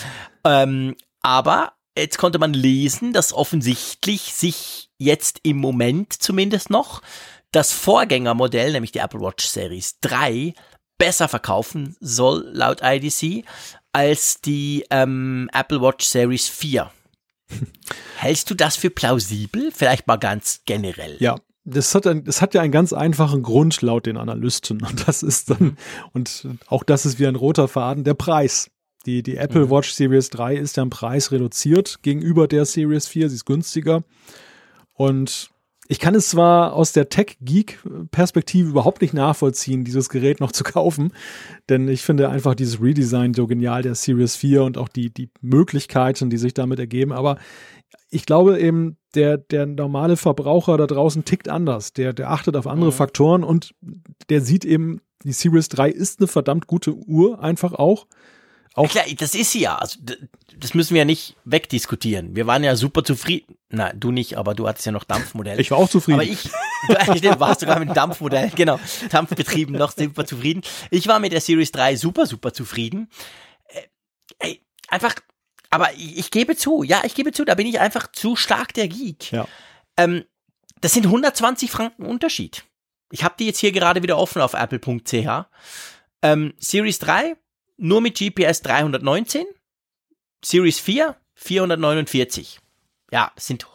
S2: Aber jetzt konnte man lesen, dass offensichtlich sich jetzt im Moment zumindest noch das Vorgängermodell, nämlich die Apple Watch Series 3, besser verkaufen soll, laut IDC, als die Apple Watch Series 4. Hältst du das für plausibel? Vielleicht mal ganz generell.
S3: Ja, das hat ja einen ganz einfachen Grund laut den Analysten. Und das ist dann, und auch das ist wie ein roter Faden, der Preis. Die Apple Watch Series 3 ist ja im Preis reduziert gegenüber der Series 4. Sie ist günstiger. Und ich kann es zwar aus der Tech-Geek-Perspektive überhaupt nicht nachvollziehen, dieses Gerät noch zu kaufen, denn ich finde einfach dieses Redesign so genial der Series 4 und auch die Möglichkeiten, die sich damit ergeben, aber ich glaube eben, der normale Verbraucher da draußen tickt anders, der achtet auf andere Faktoren und der sieht eben, die Series 3 ist eine verdammt gute Uhr, einfach auch, Auch
S2: klar, das ist sie ja. Also, das müssen wir ja nicht wegdiskutieren. Wir waren ja super zufrieden. Nein, du nicht, aber du hattest ja noch Dampfmodell.
S3: Ich war auch zufrieden.
S2: Aber du warst sogar mit dem Dampfmodell, genau. Dampfbetrieben noch super zufrieden. Ich war mit der Series 3 super, super zufrieden. Einfach, aber ich gebe zu, da bin ich einfach zu stark der Geek.
S3: Ja.
S2: Das sind 120 Franken Unterschied. Ich habe die jetzt hier gerade wieder offen auf apple.ch. Series 3 nur mit GPS 319, Series 4 449. Ja, es sind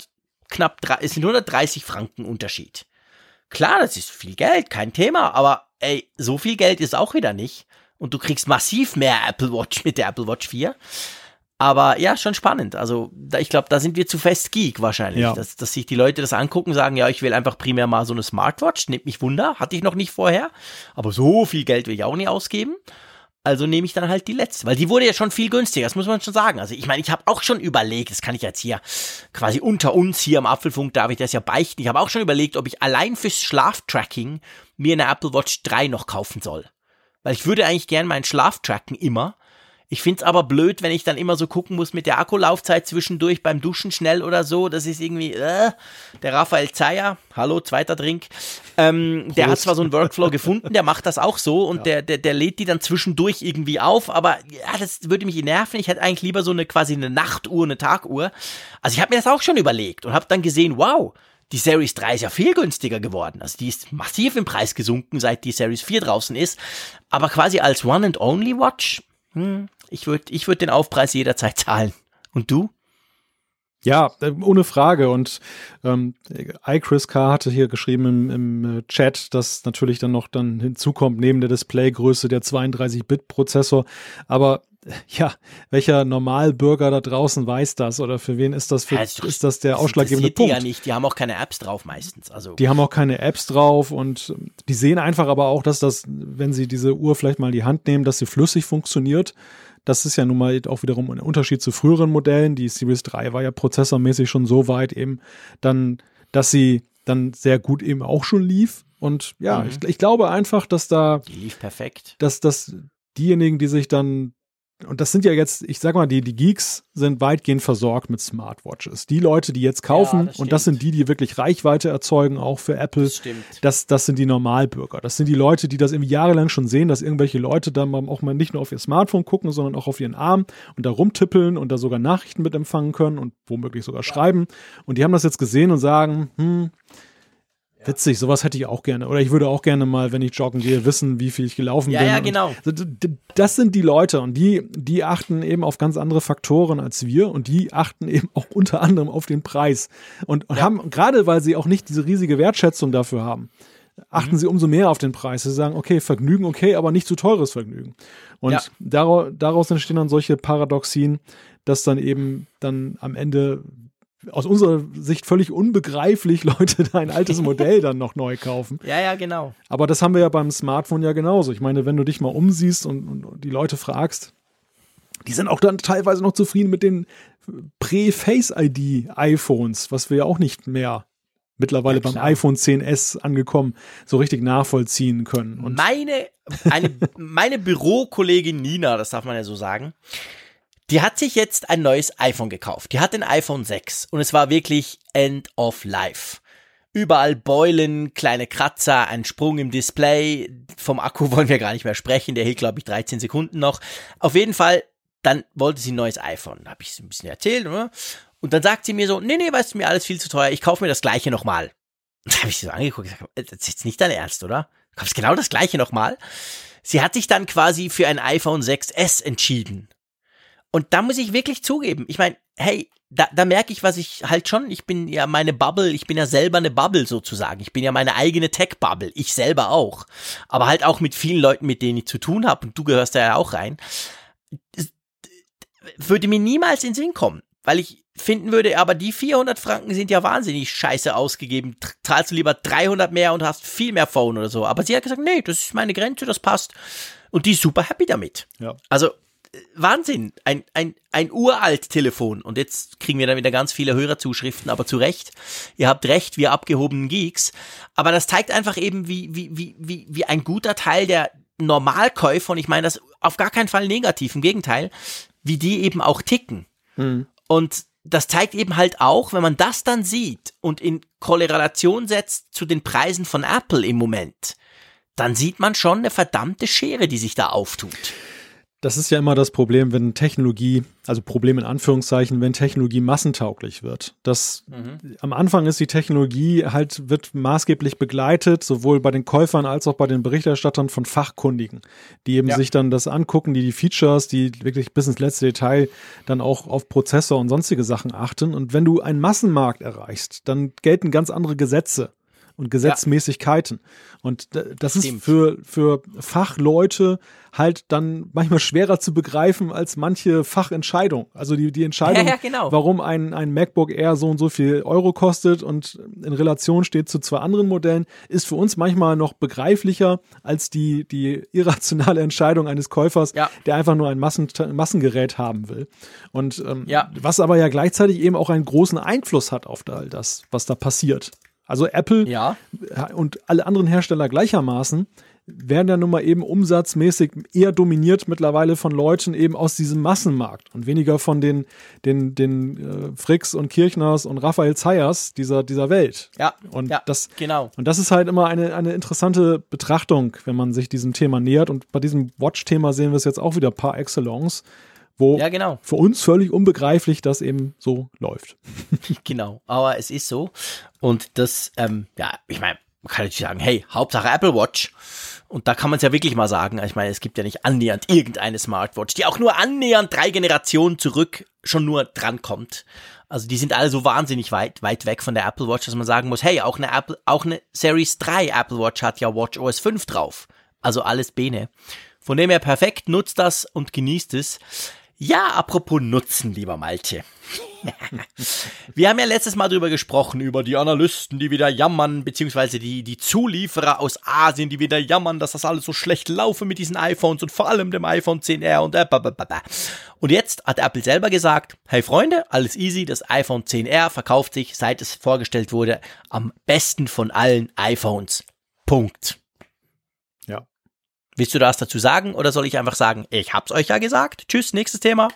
S2: 130 Franken Unterschied. Klar, das ist viel Geld, kein Thema, aber so viel Geld ist auch wieder nicht. Und du kriegst massiv mehr Apple Watch mit der Apple Watch 4. Aber ja, schon spannend. Also ich glaube, da sind wir zu fest Geek wahrscheinlich,
S3: ja.
S2: dass sich die Leute das angucken und sagen, ja, ich will einfach primär mal so eine Smartwatch. Nimmt mich Wunder, hatte ich noch nicht vorher. Aber so viel Geld will ich auch nicht ausgeben. Also nehme ich dann halt die letzte, weil die wurde ja schon viel günstiger, das muss man schon sagen. Also ich meine, ich habe auch schon überlegt, das kann ich jetzt hier quasi unter uns hier im Apfelfunk, darf ich das ja beichten. Ich habe auch schon überlegt, ob ich allein fürs Schlaftracking mir eine Apple Watch 3 noch kaufen soll. Weil ich würde eigentlich gern meinen Schlaf tracken immer. Ich find's aber blöd, wenn ich dann immer so gucken muss mit der Akkulaufzeit zwischendurch beim Duschen schnell oder so. Das ist irgendwie, der Raphael Zeyer, hallo, zweiter Drink, der hat zwar so einen Workflow gefunden, der macht das auch so und der lädt die dann zwischendurch irgendwie auf, aber ja, das würde mich nerven. Ich hätte eigentlich lieber so quasi eine Nachtuhr, eine Taguhr. Also ich habe mir das auch schon überlegt und habe dann gesehen, wow, die Series 3 ist ja viel günstiger geworden. Also die ist massiv im Preis gesunken, seit die Series 4 draußen ist. Aber quasi als One-and-Only-Watch, ich würd den Aufpreis jederzeit zahlen. Und du?
S3: Ja, ohne Frage. Und iChris K. hatte hier geschrieben im Chat, dass natürlich dann noch hinzukommt, neben der Displaygröße der 32-Bit-Prozessor. Aber ja, welcher Normalbürger da draußen weiß das? Oder für wen ist das, ist das der ausschlaggebende Punkt?
S2: Die ja nicht, die haben auch keine Apps drauf meistens. Also.
S3: Die haben auch keine Apps drauf und die sehen einfach aber auch, dass das, wenn sie diese Uhr vielleicht mal in die Hand nehmen, dass sie flüssig funktioniert. Das ist ja nun mal auch wiederum ein Unterschied zu früheren Modellen. Die Series 3 war ja prozessormäßig schon so weit eben dann, dass sie dann sehr gut eben auch schon lief. Und ja, ich glaube einfach, dass da
S2: die lief perfekt.
S3: Dass diejenigen, die sich dann, und das sind ja jetzt, ich sag mal, die Geeks sind weitgehend versorgt mit Smartwatches. Die Leute, die jetzt kaufen, und das sind die wirklich Reichweite erzeugen, auch für Apple, das sind die Normalbürger. Das sind die Leute, die das irgendwie jahrelang schon sehen, dass irgendwelche Leute dann auch mal nicht nur auf ihr Smartphone gucken, sondern auch auf ihren Arm und da rumtippeln und da sogar Nachrichten mit empfangen können und womöglich sogar schreiben. Und die haben das jetzt gesehen und sagen, witzig, sowas hätte ich auch gerne. Oder ich würde auch gerne mal, wenn ich joggen gehe, wissen, wie viel ich gelaufen bin.
S2: Ja, genau.
S3: Das sind die Leute und die achten eben auf ganz andere Faktoren als wir und die achten eben auch unter anderem auf den Preis. Und haben, gerade weil sie auch nicht diese riesige Wertschätzung dafür haben, achten sie umso mehr auf den Preis. Sie sagen, okay, Vergnügen, okay, aber nicht zu teures Vergnügen. Und daraus entstehen dann solche Paradoxien, dass dann eben dann am Ende aus unserer Sicht völlig unbegreiflich Leute da ein altes Modell dann noch neu kaufen.
S2: Ja, genau.
S3: Aber das haben wir ja beim Smartphone ja genauso. Ich meine, wenn du dich mal umsiehst und die Leute fragst, die sind auch dann teilweise noch zufrieden mit den Pre-Face-ID-iPhones, was wir ja auch nicht mehr mittlerweile beim iPhone XS angekommen so richtig nachvollziehen können. Und
S2: meine Bürokollegin Nina, das darf man ja so sagen, die hat sich jetzt ein neues iPhone gekauft. Die hat den iPhone 6 und es war wirklich End of Life. Überall Beulen, kleine Kratzer, ein Sprung im Display. Vom Akku wollen wir gar nicht mehr sprechen. Der hielt, glaube ich, 13 Sekunden noch. Auf jeden Fall, dann wollte sie ein neues iPhone. Da habe ich ein bisschen erzählt. Oder? Und dann sagt sie mir so, nee, weißt du, mir alles viel zu teuer. Ich kaufe mir das Gleiche nochmal. Und da habe ich sie so angeguckt und gesagt, das ist jetzt nicht dein Ernst, oder? Du kaufst genau das Gleiche nochmal. Sie hat sich dann quasi für ein iPhone 6S entschieden. Und da muss ich wirklich zugeben, ich meine, hey, da merke ich, was ich halt schon, ich bin ja meine Bubble, ich bin ja selber eine Bubble sozusagen, ich bin ja meine eigene Tech-Bubble, ich selber auch, aber halt auch mit vielen Leuten, mit denen ich zu tun habe und du gehörst da ja auch rein, würde mir niemals in den Sinn kommen, weil ich finden würde, aber die 400 Franken sind ja wahnsinnig scheiße ausgegeben, zahlst du lieber 300 mehr und hast viel mehr Phone oder so, aber sie hat gesagt, nee, das ist meine Grenze, das passt und die ist super happy damit.
S3: Ja.
S2: Also Wahnsinn, ein uralt Telefon und jetzt kriegen wir dann wieder ganz viele Hörerzuschriften, aber zu Recht, ihr habt recht, wir abgehobenen Geeks, aber das zeigt einfach eben, wie ein guter Teil der Normalkäufer, und ich meine das auf gar keinen Fall negativ, im Gegenteil, wie die eben auch ticken. Und das zeigt eben halt auch, wenn man das dann sieht und in Korrelation setzt zu den Preisen von Apple im Moment, dann sieht man schon eine verdammte Schere, die sich da auftut.
S3: Das ist ja immer das Problem, wenn Technologie, also Problem in Anführungszeichen, wenn Technologie massentauglich wird. Am Anfang ist die Technologie wird maßgeblich begleitet, sowohl bei den Käufern als auch bei den Berichterstattern von Fachkundigen, die eben sich dann das angucken, die Features, die wirklich bis ins letzte Detail dann auch auf Prozessor und sonstige Sachen achten. Und wenn du einen Massenmarkt erreichst, dann gelten ganz andere Gesetze und Gesetzmäßigkeiten. Und das ist für Fachleute halt dann manchmal schwerer zu begreifen als manche Fachentscheidung. Also die Entscheidung, warum ein MacBook Air so und so viel Euro kostet und in Relation steht zu zwei anderen Modellen, ist für uns manchmal noch begreiflicher als die irrationale Entscheidung eines Käufers, der einfach nur ein Massengerät haben will. Und was aber ja gleichzeitig eben auch einen großen Einfluss hat auf all das, was da passiert. Also Apple und alle anderen Hersteller gleichermaßen werden ja nun mal eben umsatzmäßig eher dominiert mittlerweile von Leuten eben aus diesem Massenmarkt und weniger von den Fricks und Kirchners und Raphael Zayers dieser Welt. Und das ist halt immer eine interessante Betrachtung, wenn man sich diesem Thema nähert. Und bei diesem Watch-Thema sehen wir es jetzt auch wieder par excellence, wo für uns völlig unbegreiflich das eben so läuft.
S2: Genau, aber es ist so. Und das, ich meine, man kann natürlich sagen, hey, Hauptsache Apple Watch. Und da kann man es ja wirklich mal sagen. Ich meine, es gibt ja nicht annähernd irgendeine Smartwatch, die auch nur annähernd 3 Generationen zurück schon nur drankommt. Also die sind alle so wahnsinnig weit weg von der Apple Watch, dass man sagen muss, hey, auch eine Series 3 Apple Watch hat ja WatchOS 5 drauf. Also alles Bene. Von dem her perfekt, nutzt das und genießt es. Ja, apropos Nutzen, lieber Malte. Wir haben ja letztes Mal drüber gesprochen, über die Analysten, die wieder jammern, beziehungsweise die Zulieferer aus Asien, die wieder jammern, dass das alles so schlecht laufe mit diesen iPhones und vor allem dem iPhone XR und Und jetzt hat Apple selber gesagt, hey Freunde, alles easy, das iPhone XR verkauft sich, seit es vorgestellt wurde, am besten von allen iPhones. Punkt.
S3: Ja.
S2: Willst du das dazu sagen oder soll ich einfach sagen, ich hab's euch ja gesagt? Tschüss, nächstes Thema.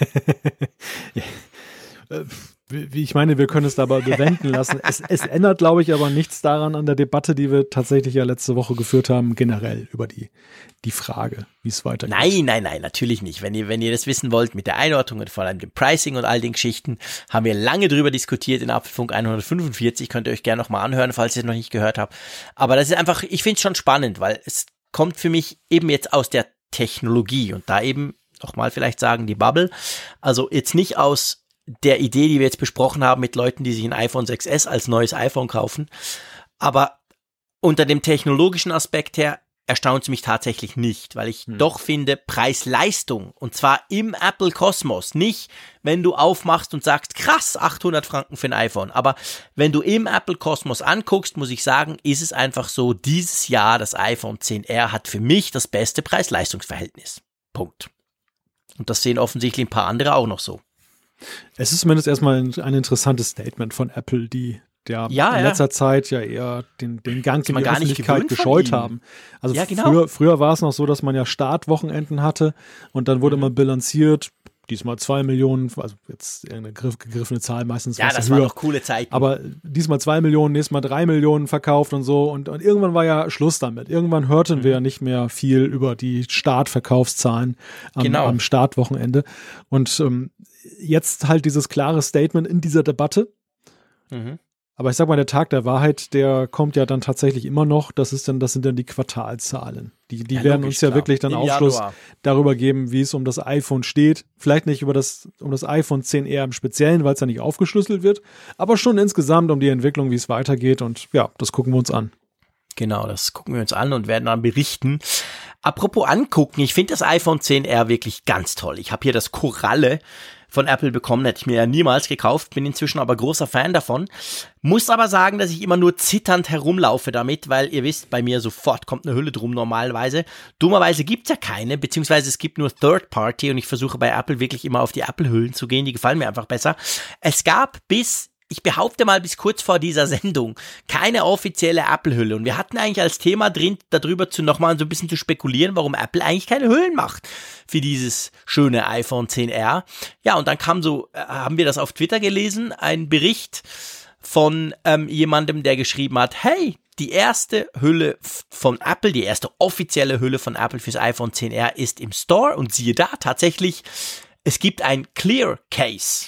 S3: Ich meine, wir können es dabei bewenden lassen. Es ändert, glaube ich, aber nichts daran an der Debatte, die wir tatsächlich ja letzte Woche geführt haben, generell über die Frage, wie es weitergeht.
S2: Nein, natürlich nicht. Wenn ihr das wissen wollt mit der Einordnung und vor allem dem Pricing und all den Geschichten, haben wir lange drüber diskutiert in Apfelfunk 145. Könnt ihr euch gerne nochmal anhören, falls ihr es noch nicht gehört habt. Aber das ist einfach, ich finde es schon spannend, weil es kommt für mich eben jetzt aus der Technologie und da eben nochmal vielleicht sagen, die Bubble, also jetzt nicht aus der Idee, die wir jetzt besprochen haben mit Leuten, die sich ein iPhone 6S als neues iPhone kaufen, aber unter dem technologischen Aspekt her erstaunt es mich tatsächlich nicht, weil ich doch finde, Preis-Leistung, und zwar im Apple-Kosmos, nicht wenn du aufmachst und sagst, krass, 800 Franken für ein iPhone, aber wenn du im Apple-Kosmos anguckst, muss ich sagen, ist es einfach so, dieses Jahr das iPhone XR hat für mich das beste Preis-Leistungs-Verhältnis. Punkt. Und das sehen offensichtlich ein paar andere auch noch so.
S3: Es ist zumindest erstmal ein interessantes Statement von Apple, die in letzter Zeit ja eher den Gang in die Öffentlichkeit gescheut haben. Also früher war es noch so, dass man ja Startwochenenden hatte und dann wurde immer bilanziert, diesmal 2 Millionen, also jetzt eine gegriffene Zahl, meistens
S2: ja, das war noch coole Zeiten.
S3: Aber diesmal 2 Millionen, nächstes Mal 3 Millionen verkauft und so und irgendwann war ja Schluss damit. Irgendwann hörten wir ja nicht mehr viel über die Startverkaufszahlen am Startwochenende und jetzt halt dieses klare Statement in dieser Debatte. Aber ich sag mal, der Tag der Wahrheit, der kommt ja dann tatsächlich immer noch. Das sind dann die Quartalzahlen. Die werden logisch, uns ja wirklich dann Aufschluss darüber geben, wie es um das iPhone steht. Vielleicht nicht um das iPhone XR im Speziellen, weil es ja nicht aufgeschlüsselt wird, aber schon insgesamt um die Entwicklung, wie es weitergeht. Und ja, das gucken wir uns an.
S2: Genau, das gucken wir uns an und werden dann berichten. Apropos angucken, ich finde das iPhone XR wirklich ganz toll. Ich habe hier das Koralle von Apple bekommen, hätte ich mir ja niemals gekauft, bin inzwischen aber großer Fan davon. Muss aber sagen, dass ich immer nur zitternd herumlaufe damit, weil ihr wisst, bei mir sofort kommt eine Hülle drum normalerweise. Dummerweise gibt's ja keine, beziehungsweise es gibt nur Third Party und ich versuche bei Apple wirklich immer auf die Apple-Hüllen zu gehen, die gefallen mir einfach besser. Es gab bis, ich behaupte mal bis kurz vor dieser Sendung, keine offizielle Apple-Hülle. Und wir hatten eigentlich als Thema drin, darüber nochmal so ein bisschen zu spekulieren, warum Apple eigentlich keine Hüllen macht für dieses schöne iPhone XR. Ja, und dann haben wir das auf Twitter gelesen, ein Bericht von jemandem, der geschrieben hat, hey, die erste Hülle von Apple, die erste offizielle Hülle von Apple fürs iPhone XR ist im Store und siehe da, tatsächlich, es gibt ein Clear Case.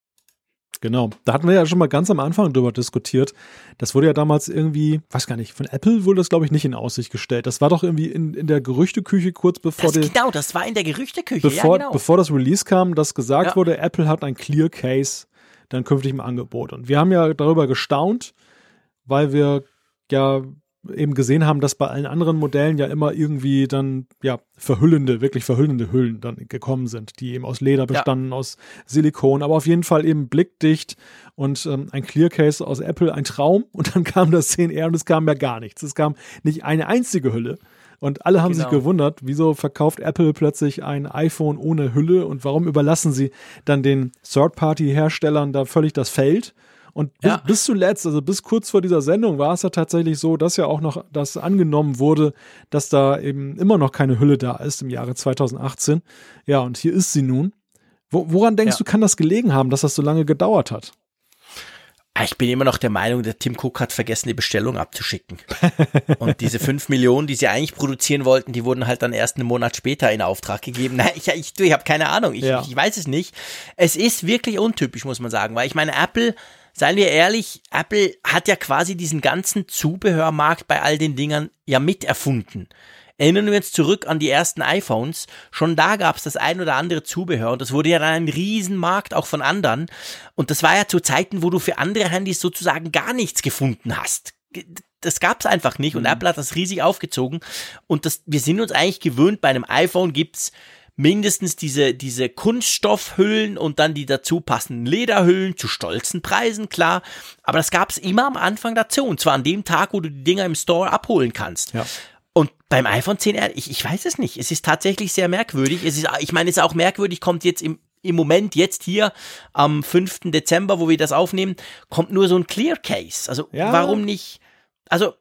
S3: Genau, da hatten wir ja schon mal ganz am Anfang drüber diskutiert. Das wurde ja damals irgendwie, weiß gar nicht, von Apple wurde das, glaube ich, nicht in Aussicht gestellt. Das war doch irgendwie in der Gerüchteküche kurz bevor
S2: Genau, das war in der Gerüchteküche,
S3: bevor das Release kam, dass gesagt wurde, Apple hat ein Clear Case dann künftig im Angebot. Und wir haben ja darüber gestaunt, weil wir ja eben gesehen haben, dass bei allen anderen Modellen ja immer irgendwie dann wirklich verhüllende Hüllen dann gekommen sind, die eben aus Leder bestanden, aus Silikon, aber auf jeden Fall eben blickdicht und ein Clear Case aus Apple, ein Traum, und dann kam das 10R und es kam ja gar nichts. Es kam nicht eine einzige Hülle. Und alle haben sich gewundert, wieso verkauft Apple plötzlich ein iPhone ohne Hülle und warum überlassen sie dann den Third-Party-Herstellern da völlig das Feld? Und bis zuletzt, also bis kurz vor dieser Sendung, war es ja tatsächlich so, dass ja auch noch das angenommen wurde, dass da eben immer noch keine Hülle da ist im Jahre 2018. Ja, und hier ist sie nun. Woran denkst du, kann das gelegen haben, dass das so lange gedauert hat?
S2: Ich bin immer noch der Meinung, der Tim Cook hat vergessen, die Bestellung abzuschicken. Und diese 5 Millionen, die sie eigentlich produzieren wollten, die wurden halt dann erst einen Monat später in Auftrag gegeben. Nein, ich habe keine Ahnung. Ich weiß es nicht. Es ist wirklich untypisch, muss man sagen, weil ich meine, Apple, seien wir ehrlich, Apple hat ja quasi diesen ganzen Zubehörmarkt bei all den Dingern ja miterfunden. Erinnern wir uns zurück an die ersten iPhones, schon da gab es das ein oder andere Zubehör und das wurde ja dann ein Riesenmarkt auch von anderen und das war ja zu Zeiten, wo du für andere Handys sozusagen gar nichts gefunden hast. Das gab es einfach nicht und Apple hat das riesig aufgezogen und wir sind uns eigentlich gewöhnt, bei einem iPhone gibt's mindestens diese Kunststoffhüllen und dann die dazu passenden Lederhüllen zu stolzen Preisen, klar, aber das gab es immer am Anfang dazu und zwar an dem Tag, wo du die Dinger im Store abholen kannst. Ja. Und beim iPhone XR, ich weiß es nicht. Es ist tatsächlich sehr merkwürdig. Es ist auch merkwürdig, kommt jetzt im Moment, jetzt hier am 5. Dezember, wo wir das aufnehmen, kommt nur so ein Clear Case. Also, warum nicht? Also,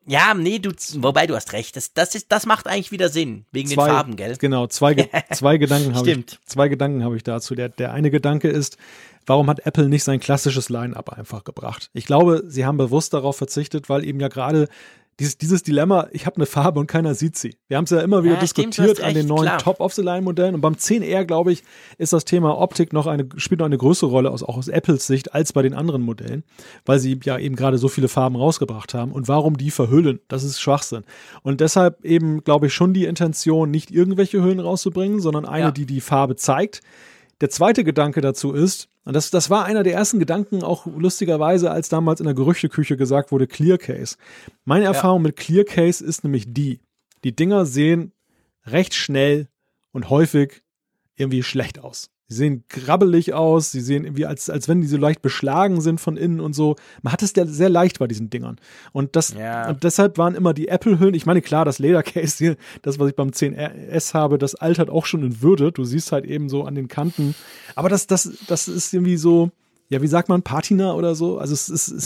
S2: wobei du hast recht. Das macht eigentlich wieder Sinn, wegen den Farben, gell?
S3: Genau, zwei Gedanken habe ich dazu. Der eine Gedanke ist, warum hat Apple nicht sein klassisches Line-Up einfach gebracht? Ich glaube, sie haben bewusst darauf verzichtet, weil eben ja gerade dieses Dilemma, ich habe eine Farbe und keiner sieht sie. Wir haben es ja immer wieder diskutiert an den neuen Top-of-the-Line-Modellen und beim 10R, glaube ich, ist das Thema Optik spielt noch eine größere Rolle, auch aus Apples Sicht, als bei den anderen Modellen, weil sie ja eben gerade so viele Farben rausgebracht haben. Und warum die verhüllen, das ist Schwachsinn. Und deshalb eben, glaube ich, schon die Intention, nicht irgendwelche Hüllen rauszubringen, sondern eine, die Farbe zeigt. Der zweite Gedanke dazu ist, und das war einer der ersten Gedanken, auch lustigerweise, als damals in der Gerüchteküche gesagt wurde, Clear Case. Meine Erfahrung mit Clear Case ist nämlich die Dinger sehen recht schnell und häufig irgendwie schlecht aus. Sie sehen grabbelig aus, sie sehen irgendwie, als wenn die so leicht beschlagen sind von innen und so. Man hat es ja sehr leicht bei diesen Dingern. Und deshalb waren immer die Apple-Hüllen, ich meine, klar, das Ledercase hier, das, was ich beim 10S habe, das altert auch schon in Würde. Du siehst halt eben so an den Kanten. Aber das ist irgendwie so, ja, wie sagt man, Patina oder so? Also es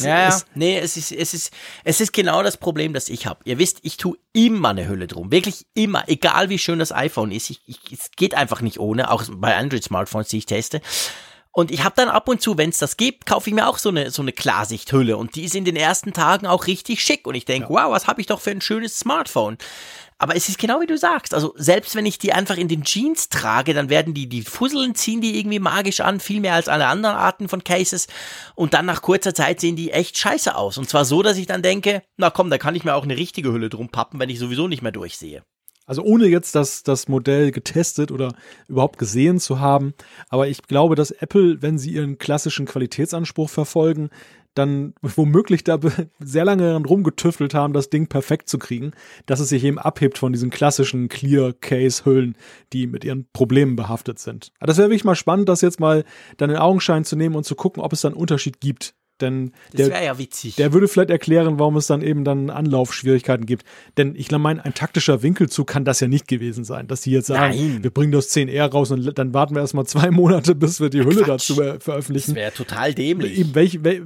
S3: ist genau das Problem, das ich habe. Ihr wisst, ich tue immer eine Hülle drum. Wirklich immer. Egal wie schön das iPhone ist. Es geht einfach nicht ohne. Auch bei Android-Smartphones, die ich teste. Und ich habe dann ab und zu, wenn es das gibt, kaufe ich mir auch so eine Klarsichthülle. Und die ist in den ersten Tagen auch richtig schick. Und ich denke, wow, was habe ich doch für ein schönes Smartphone. Aber es ist genau wie du sagst. Also selbst wenn ich die einfach in den Jeans trage, dann werden die Fusseln ziehen die irgendwie magisch an, viel mehr als alle anderen Arten von Cases. Und dann nach kurzer Zeit sehen die echt scheiße aus. Und zwar so, dass ich dann denke, na komm, da kann ich mir auch eine richtige Hülle drum pappen, wenn ich sowieso nicht mehr durchsehe. Also ohne jetzt das Modell getestet oder überhaupt gesehen zu haben. Aber ich glaube, dass Apple, wenn sie ihren klassischen Qualitätsanspruch verfolgen, dann womöglich da sehr lange rumgetüftelt haben, das Ding perfekt zu kriegen, dass es sich eben abhebt von diesen klassischen Clear-Case-Hüllen, die mit ihren Problemen behaftet sind. Aber das wäre wirklich mal spannend, das jetzt mal dann in Augenschein zu nehmen und zu gucken, ob es da einen Unterschied gibt. denn
S2: das wäre ja witzig.
S3: Der würde vielleicht erklären, warum es dann eben dann Anlaufschwierigkeiten gibt. Denn ich meine, ein taktischer Winkelzug kann das ja nicht gewesen sein, dass die jetzt sagen, wir bringen das 10R raus und dann warten wir erstmal 2 Monate, bis wir die Hülle dazu veröffentlichen.
S2: Das wäre total dämlich.
S3: Eben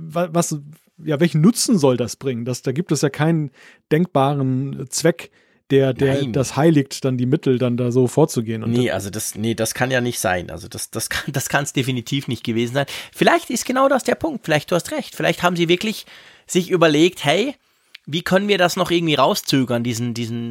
S3: welchen Nutzen soll das bringen? Da gibt es ja keinen denkbaren Zweck, der das heiligt, dann die Mittel dann da so vorzugehen. Und
S2: das kann ja nicht sein. Also das kann es definitiv nicht gewesen sein. Vielleicht ist genau das der Punkt. Vielleicht, du hast recht. Vielleicht haben sie wirklich sich überlegt, hey, wie können wir das noch irgendwie rauszögern, diesen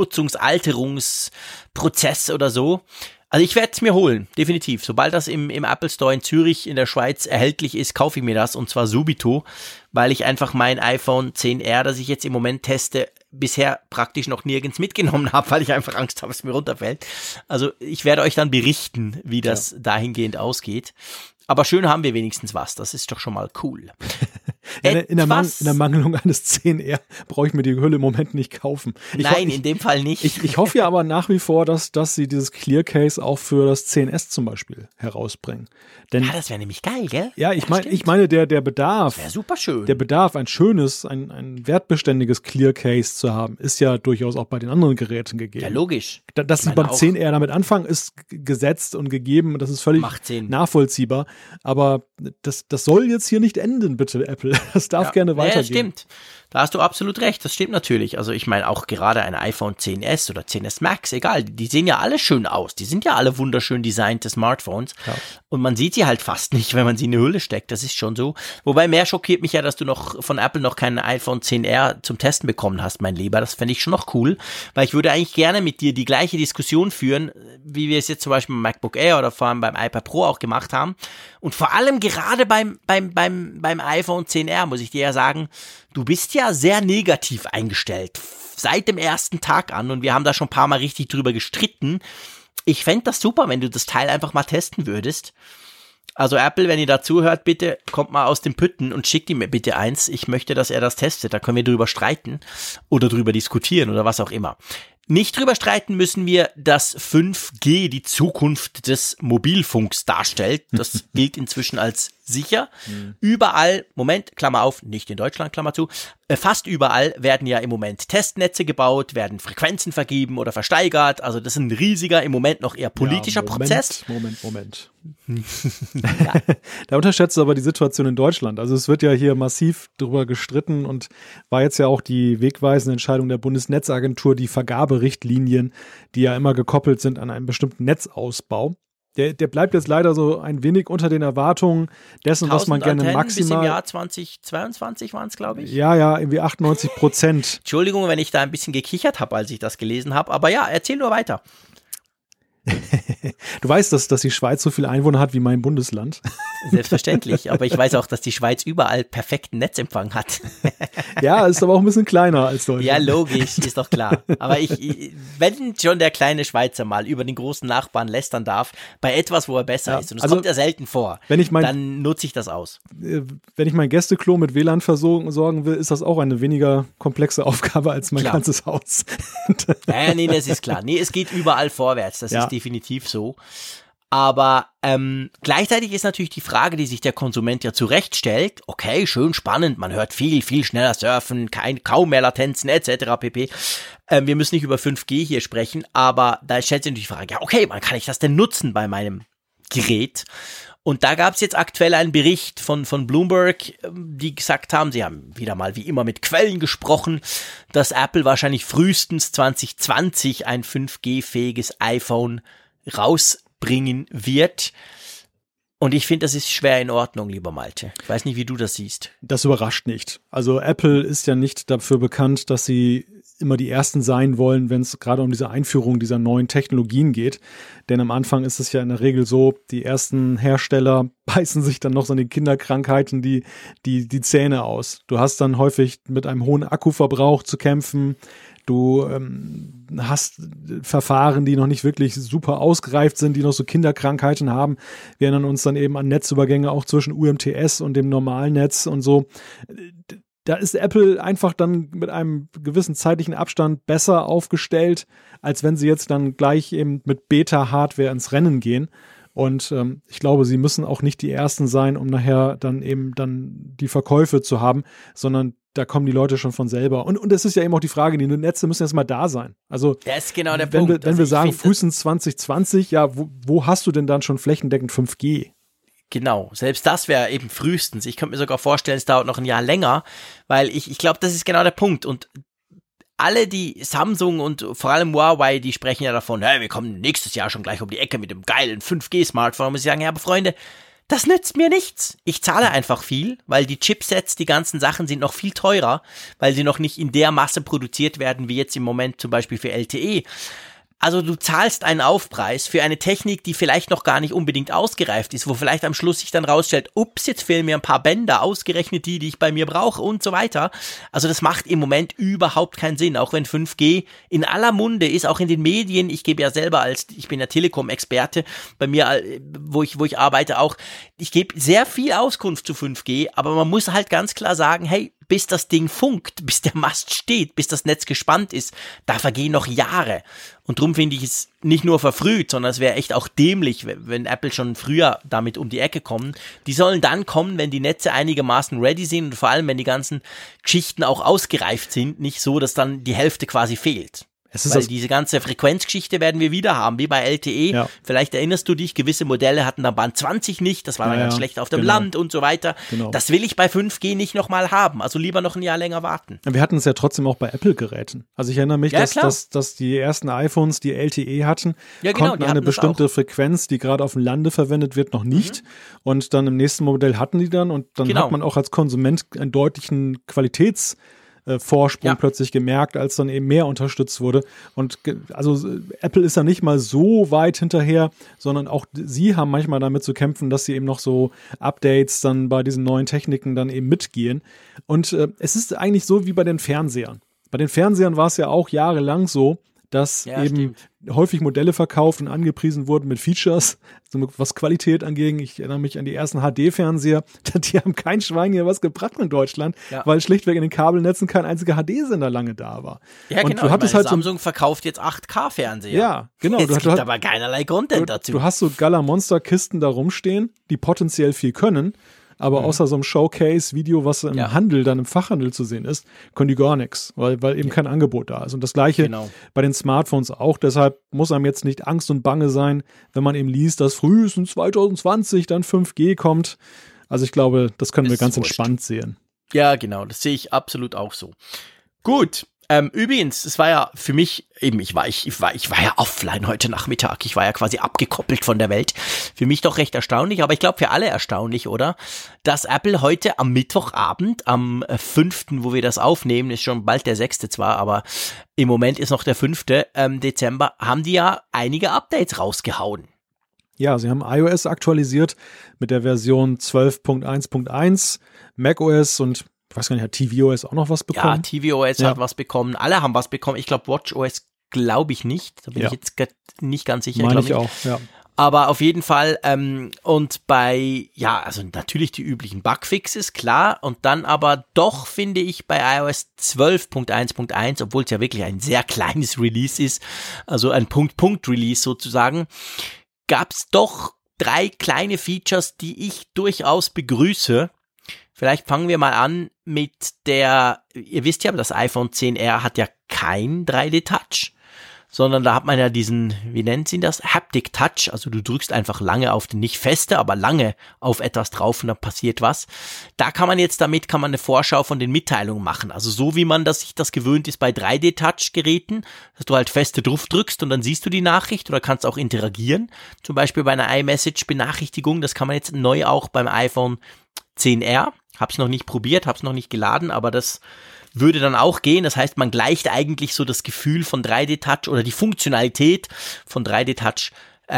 S2: Verschmutzungsalterungsprozess oder so. Also ich werde es mir holen, definitiv. Sobald das im Apple Store in Zürich in der Schweiz erhältlich ist, kaufe ich mir das und zwar subito, weil ich einfach mein iPhone 10R, das ich jetzt im Moment teste, bisher praktisch noch nirgends mitgenommen habe, weil ich einfach Angst habe, dass es mir runterfällt. Also ich werde euch dann berichten, wie das dahingehend ausgeht. Aber schön haben wir wenigstens was, das ist doch schon mal cool.
S3: In der Mangelung eines 10R brauche ich mir die Hülle im Moment nicht kaufen.
S2: In dem Fall nicht.
S3: Ich hoffe ja aber nach wie vor, dass sie dieses Clear Case auch für das 10S zum Beispiel herausbringen. Denn,
S2: das wäre nämlich geil, gell?
S3: Ja, ich meine, der Bedarf.
S2: Wäre super schön.
S3: Der Bedarf, ein schönes, ein wertbeständiges Clear Case zu haben, ist ja durchaus auch bei den anderen Geräten gegeben.
S2: Ja, logisch.
S3: Dass sie beim 10R damit anfangen, ist gesetzt und gegeben. Das ist völlig nachvollziehbar. Aber das soll jetzt hier nicht enden, bitte, Apple. Das darf gerne weitergehen. Ja, das
S2: stimmt. Da hast du absolut recht, das stimmt natürlich. Also ich meine auch gerade ein iPhone 10S oder 10S Max, egal, die sehen ja alle schön aus. Die sind ja alle wunderschön designte Smartphones. Ja. Und man sieht sie halt fast nicht, wenn man sie in die Hülle steckt. Das ist schon so. Wobei mehr schockiert mich ja, dass du noch von Apple noch kein iPhone 10R zum Testen bekommen hast, mein Lieber. Das fände ich schon noch cool, weil ich würde eigentlich gerne mit dir die gleiche Diskussion führen, wie wir es jetzt zum Beispiel beim MacBook Air oder vor allem beim iPad Pro auch gemacht haben. Und vor allem gerade beim iPhone 10R muss ich dir ja sagen, du bist ja sehr negativ eingestellt, seit dem ersten Tag an, und wir haben da schon ein paar Mal richtig drüber gestritten. Ich fände das super, wenn du das Teil einfach mal testen würdest. Also Apple, wenn ihr da zuhört, bitte kommt mal aus dem Pütten und schickt ihm mir bitte eins. Ich möchte, dass er das testet, da können wir drüber streiten oder drüber diskutieren oder was auch immer. Nicht drüber streiten müssen wir, dass 5G die Zukunft des Mobilfunks darstellt. Das gilt inzwischen als sicher. Überall, Moment, Klammer auf, nicht in Deutschland, Klammer zu, fast überall werden ja im Moment Testnetze gebaut, werden Frequenzen vergeben oder versteigert. Also das ist ein riesiger, im Moment noch eher politischer Prozess.
S3: Moment. Da unterschätzt du aber die Situation in Deutschland. Also es wird ja hier massiv drüber gestritten und war jetzt ja auch die wegweisende Entscheidung der Bundesnetzagentur, die Vergaberichtlinien, die ja immer gekoppelt sind an einen bestimmten Netzausbau. Der bleibt jetzt leider so ein wenig unter den Erwartungen dessen, was man gerne maximal...
S2: Bis im Jahr 2022 waren es, glaube ich.
S3: Ja, irgendwie 98%.
S2: Entschuldigung, wenn ich da ein bisschen gekichert habe, als ich das gelesen habe, aber ja, erzähl nur weiter.
S3: Du weißt, dass die Schweiz so viele Einwohner hat wie mein Bundesland.
S2: Selbstverständlich, aber ich weiß auch, dass die Schweiz überall perfekten Netzempfang hat.
S3: Ja, ist aber auch ein bisschen kleiner als Deutschland.
S2: Ja, logisch, ist doch klar. Aber wenn schon der kleine Schweizer mal über den großen Nachbarn lästern darf, bei etwas, wo er besser ist, und das kommt ja selten vor, dann nutze ich das aus.
S3: Wenn ich mein Gästeklo mit WLAN versorgen will, ist das auch eine weniger komplexe Aufgabe als mein ganzes Haus.
S2: Nee, das ist klar. Nee, es geht überall vorwärts, das ist definitiv so. Aber gleichzeitig ist natürlich die Frage, die sich der Konsument ja zurecht stellt, okay, schön spannend, man hört viel schneller surfen, kaum mehr Latenzen etc. pp. Wir müssen nicht über 5G hier sprechen, aber da stellt sich natürlich die Frage, ja okay, wann kann ich das denn nutzen bei meinem Gerät? Und da gab es jetzt aktuell einen Bericht von Bloomberg, die gesagt haben, sie haben wieder mal wie immer mit Quellen gesprochen, dass Apple wahrscheinlich frühestens 2020 ein 5G-fähiges iPhone rausbringen wird. Und ich finde, das ist schwer in Ordnung, lieber Malte. Ich weiß nicht, wie du das siehst.
S3: Das überrascht nicht. Also Apple ist ja nicht dafür bekannt, dass sie immer die Ersten sein wollen, wenn es gerade um diese Einführung dieser neuen Technologien geht. Denn am Anfang ist es ja in der Regel so, die ersten Hersteller beißen sich dann noch so an den Kinderkrankheiten die Zähne aus. Du hast dann häufig mit einem hohen Akkuverbrauch zu kämpfen. Du hast Verfahren, die noch nicht wirklich super ausgereift sind, die noch so Kinderkrankheiten haben. Wir erinnern uns dann eben an Netzübergänge auch zwischen UMTS und dem normalen Netz und so. Da ist Apple einfach dann mit einem gewissen zeitlichen Abstand besser aufgestellt, als wenn sie jetzt dann gleich eben mit Beta-Hardware ins Rennen gehen. Und ich glaube, sie müssen auch nicht die Ersten sein, um nachher dann die Verkäufe zu haben, sondern da kommen die Leute schon von selber. Und es ist ja eben auch die Frage, die Netze müssen erstmal da sein. Also,
S2: das ist genau der
S3: Punkt. Wenn wir sagen,
S2: finde,
S3: frühestens 2020, ja, wo hast du denn dann schon flächendeckend 5G?
S2: Genau, selbst das wäre eben frühestens. Ich könnte mir sogar vorstellen, es dauert noch ein Jahr länger, weil ich glaube, das ist genau der Punkt. Und alle, die Samsung und vor allem Huawei, die sprechen ja davon, hey, wir kommen nächstes Jahr schon gleich um die Ecke mit dem geilen 5G-Smartphone. Und muss ich sagen, ja, aber Freunde, das nützt mir nichts. Ich zahle einfach viel, weil die Chipsets, die ganzen Sachen sind noch viel teurer, weil sie noch nicht in der Masse produziert werden, wie jetzt im Moment zum Beispiel für LTE. Also du zahlst einen Aufpreis für eine Technik, die vielleicht noch gar nicht unbedingt ausgereift ist, wo vielleicht am Schluss sich dann rausstellt, ups, jetzt fehlen mir ein paar Bänder, ausgerechnet die ich bei mir brauche und so weiter. Also das macht im Moment überhaupt keinen Sinn, auch wenn 5G in aller Munde ist, auch in den Medien. Ich gebe ja selber ich bin ja Telekom-Experte, bei mir, wo ich arbeite auch, ich gebe sehr viel Auskunft zu 5G, aber man muss halt ganz klar sagen, hey, bis das Ding funkt, bis der Mast steht, bis das Netz gespannt ist, da vergehen noch Jahre. Und darum finde ich es nicht nur verfrüht, sondern es wäre echt auch dämlich, wenn Apple schon früher damit um die Ecke kommen. Die sollen dann kommen, wenn die Netze einigermaßen ready sind und vor allem, wenn die ganzen Geschichten auch ausgereift sind, nicht so, dass dann die Hälfte quasi fehlt. Weil diese ganze Frequenzgeschichte werden wir wieder haben, wie bei LTE. Ja. Vielleicht erinnerst du dich, gewisse Modelle hatten dann Band 20 nicht, das war dann ganz schlecht auf dem Land und so weiter. Genau. Das will ich bei 5G nicht nochmal haben, also lieber noch ein Jahr länger warten.
S3: Wir hatten es ja trotzdem auch bei Apple-Geräten. Also ich erinnere mich, dass die ersten iPhones, die LTE hatten, konnten eine bestimmte Frequenz, die gerade auf dem Lande verwendet wird, noch nicht. Und dann im nächsten Modell hatten die dann und dann hat man auch als Konsument einen deutlichen Vorsprung plötzlich gemerkt, als dann eben mehr unterstützt wurde. Und also Apple ist da nicht mal so weit hinterher, sondern auch sie haben manchmal damit zu kämpfen, dass sie eben noch so Updates dann bei diesen neuen Techniken dann eben mitgehen. Und es ist eigentlich so wie bei den Fernsehern. Bei den Fernsehern war es ja auch jahrelang so, dass häufig Modelle verkauft und angepriesen wurden mit Features, was Qualität anging. Ich erinnere mich an die ersten HD-Fernseher, die haben kein Schwein hier was gebracht in Deutschland, weil schlichtweg in den Kabelnetzen kein einziger HD-Sender lange da war.
S2: Ja, und genau. Samsung verkauft jetzt 8K-Fernseher.
S3: Ja, genau.
S2: Es gibt aber keinerlei Content dazu.
S3: Du hast so Gala-Monster-Kisten da rumstehen, die potenziell viel können, aber außer so einem Showcase-Video, was im Handel, dann im Fachhandel zu sehen ist, können die gar nichts, weil eben kein Angebot da ist. Und das Gleiche bei den Smartphones auch. Deshalb muss einem jetzt nicht Angst und Bange sein, wenn man eben liest, dass frühestens 2020 dann 5G kommt. Also ich glaube, das können wir ganz entspannt sehen.
S2: Ja, genau. Das sehe ich absolut auch so. Gut. Übrigens, es war ja für mich eben, ich war ja offline heute Nachmittag. Ich war ja quasi abgekoppelt von der Welt. Für mich doch recht erstaunlich, aber ich glaube für alle erstaunlich, oder? Dass Apple heute am Mittwochabend, am 5., wo wir das aufnehmen, ist schon bald der 6. zwar, aber im Moment ist noch der 5. Dezember, haben die ja einige Updates rausgehauen.
S3: Ja, sie haben iOS aktualisiert mit der Version 12.1.1, macOS und ich weiß gar nicht, hat tvOS auch noch was bekommen?
S2: Ja, tvOS hat was bekommen. Alle haben was bekommen. Ich glaube, watchOS glaube ich nicht. Da bin ich jetzt nicht ganz sicher.
S3: Meine ich auch, ja.
S2: Aber auf jeden Fall, und bei, also natürlich die üblichen Bugfixes, klar. Und dann aber doch, finde ich, bei iOS 12.1.1, obwohl es ja wirklich ein sehr kleines Release ist, also ein Punkt-Punkt-Release sozusagen, gab es doch 3 kleine Features, die ich durchaus begrüße. Vielleicht fangen wir mal an mit ihr wisst ja, das iPhone XR hat ja kein 3D-Touch, sondern da hat man ja diesen, wie nennt sie das? Haptic Touch, also du drückst einfach lange auf den, nicht feste, aber lange auf etwas drauf und dann passiert was. Da kann man eine Vorschau von den Mitteilungen machen, also so wie man sich das gewöhnt ist bei 3D-Touch-Geräten, dass du halt feste drauf drückst und dann siehst du die Nachricht oder kannst auch interagieren, zum Beispiel bei einer iMessage-Benachrichtigung, das kann man jetzt neu auch beim iPhone XR, hab's noch nicht probiert, hab's noch nicht geladen, aber das würde dann auch gehen. Das heißt, man gleicht eigentlich so das Gefühl von 3D-Touch oder die Funktionalität von 3D-Touch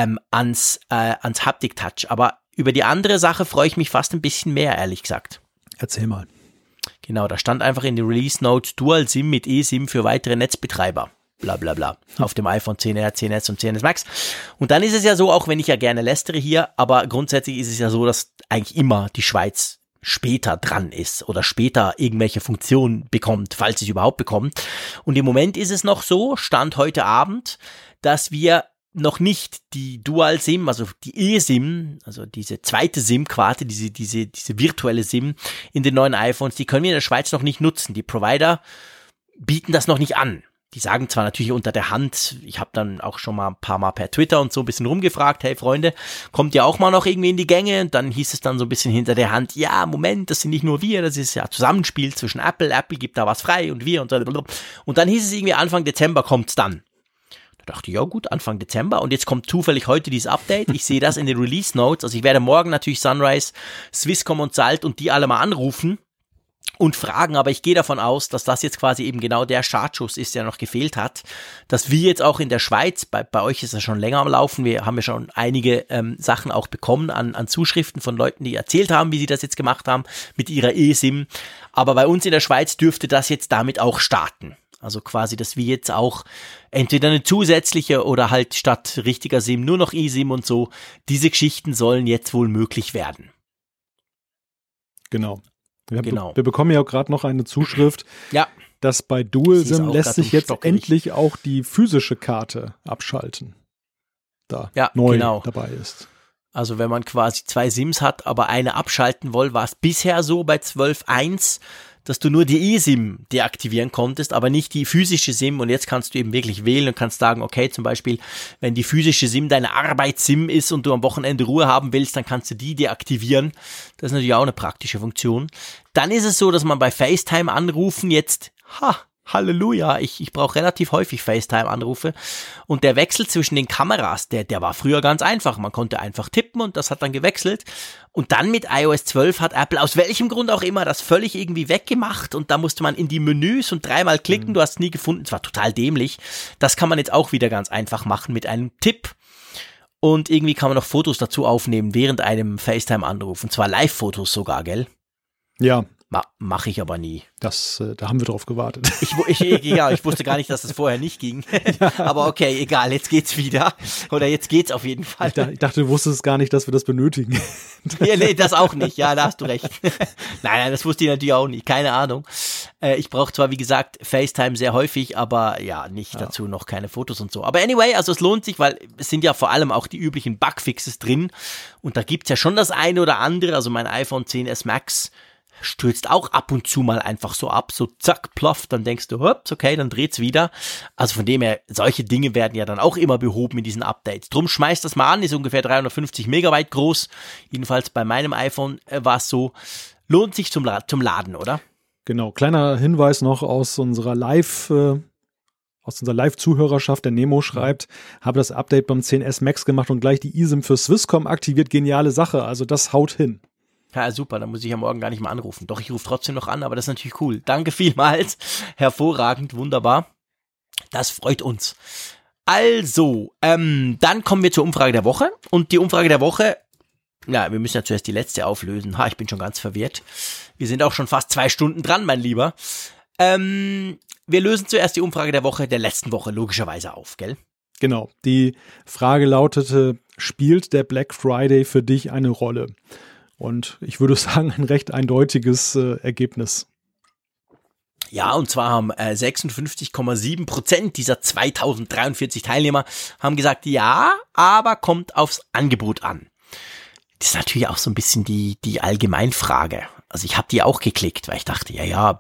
S2: ans Haptic-Touch. Aber über die andere Sache freue ich mich fast ein bisschen mehr, ehrlich gesagt.
S3: Erzähl mal.
S2: Genau, da stand einfach in den Release Notes Dual SIM mit eSIM für weitere Netzbetreiber. Bla bla bla. Auf dem iPhone XR, XS und XS Max. Und dann ist es ja so, auch wenn ich ja gerne lästere hier, aber grundsätzlich ist es ja so, dass eigentlich immer die Schweiz später dran ist oder später irgendwelche Funktionen bekommt, falls sie es überhaupt bekommt. Und im Moment ist es noch so, Stand heute Abend, dass wir noch nicht die Dual-SIM, also die eSIM, also diese zweite SIM quasi, diese virtuelle SIM in den neuen iPhones, die können wir in der Schweiz noch nicht nutzen. Die Provider bieten das noch nicht an. Die sagen zwar natürlich unter der Hand, ich habe dann auch schon mal ein paar Mal per Twitter und so ein bisschen rumgefragt, hey Freunde, kommt ihr auch mal noch irgendwie in die Gänge? Und dann hieß es dann so ein bisschen hinter der Hand, ja, Moment, das sind nicht nur wir, das ist ja Zusammenspiel zwischen Apple gibt da was frei und wir und so. Und dann hieß es irgendwie Anfang Dezember kommt's dann. Da dachte ich, ja gut, Anfang Dezember und jetzt kommt zufällig heute dieses Update. Ich sehe das in den Release Notes, also ich werde morgen natürlich Sunrise, Swisscom und Salt und die alle mal anrufen und fragen, aber ich gehe davon aus, dass das jetzt quasi eben genau der Startschuss ist, der noch gefehlt hat, dass wir jetzt auch in der Schweiz, bei euch ist das schon länger am Laufen, wir haben ja schon einige Sachen auch bekommen an Zuschriften von Leuten, die erzählt haben, wie sie das jetzt gemacht haben mit ihrer eSIM, aber bei uns in der Schweiz dürfte das jetzt damit auch starten. Also quasi, dass wir jetzt auch entweder eine zusätzliche oder halt statt richtiger SIM nur noch eSIM und so, diese Geschichten sollen jetzt wohl möglich werden.
S3: Genau. Wir bekommen ja auch gerade noch eine Zuschrift, dass bei Dual-SIM lässt sich jetzt endlich auch die physische Karte abschalten, da neu dabei ist.
S2: Also wenn man quasi 2 SIMs hat, aber eine abschalten will, war es bisher so bei 12.1, dass du nur die eSIM deaktivieren konntest, aber nicht die physische SIM und jetzt kannst du eben wirklich wählen und kannst sagen, okay, zum Beispiel, wenn die physische SIM deine Arbeits-SIM ist und du am Wochenende Ruhe haben willst, dann kannst du die deaktivieren. Das ist natürlich auch eine praktische Funktion. Dann ist es so, dass man bei FaceTime anrufen jetzt, Halleluja, ich brauche relativ häufig FaceTime-Anrufe und der Wechsel zwischen den Kameras, der war früher ganz einfach. Man konnte einfach tippen und das hat dann gewechselt und dann mit iOS 12 hat Apple aus welchem Grund auch immer das völlig irgendwie weggemacht und da musste man in die Menüs und 3-mal klicken, du hast es nie gefunden, es war total dämlich. Das kann man jetzt auch wieder ganz einfach machen mit einem Tipp und irgendwie kann man noch Fotos dazu aufnehmen während einem FaceTime-Anruf und zwar Live-Fotos sogar, gell?
S3: Ja.
S2: Mache ich aber nie.
S3: Da haben wir drauf gewartet.
S2: Ich wusste gar nicht, dass es vorher nicht ging. Ja. Aber okay, egal, jetzt geht's wieder. Oder jetzt geht's auf jeden Fall.
S3: Ich dachte, du wusstest gar nicht, dass wir das benötigen.
S2: Ja, nee, das auch nicht. Ja, da hast du recht. Nein, das wusste ich natürlich auch nicht. Keine Ahnung. Ich brauche zwar, wie gesagt, FaceTime sehr häufig, aber ja, nicht dazu noch keine Fotos und so. Aber anyway, also es lohnt sich, weil es sind ja vor allem auch die üblichen Bugfixes drin. Und da gibt's ja schon das eine oder andere. Also mein iPhone XS Max stürzt auch ab und zu mal einfach so ab, so zack, ploff, dann denkst du, ups, okay, dann dreht's wieder. Also von dem her, solche Dinge werden ja dann auch immer behoben in diesen Updates. Drum schmeißt das mal an, ist ungefähr 350 Megabyte groß. Jedenfalls bei meinem iPhone war es so. Lohnt sich zum Laden, oder?
S3: Genau, kleiner Hinweis noch aus unserer Live-Zuhörerschaft, der Nemo schreibt, habe das Update beim XS Max gemacht und gleich die eSIM für Swisscom aktiviert. Geniale Sache, also das haut hin.
S2: Ja, super, dann muss ich ja morgen gar nicht mal anrufen. Doch, ich rufe trotzdem noch an, aber das ist natürlich cool. Danke vielmals, hervorragend, wunderbar. Das freut uns. Also, dann kommen wir zur Umfrage der Woche. Und die Umfrage der Woche, ja, wir müssen ja zuerst die letzte auflösen. Ich bin schon ganz verwirrt. Wir sind auch schon fast 2 Stunden dran, mein Lieber. Wir lösen zuerst die Umfrage der Woche der letzten Woche logischerweise auf, gell?
S3: Genau, die Frage lautete, spielt der Black Friday für dich eine Rolle? Und ich würde sagen, ein recht eindeutiges Ergebnis.
S2: Ja, und zwar haben 56,7% dieser 2043 Teilnehmer haben gesagt, ja, aber kommt aufs Angebot an. Das ist natürlich auch so ein bisschen die Allgemeinfrage. Also ich habe die auch geklickt, weil ich dachte,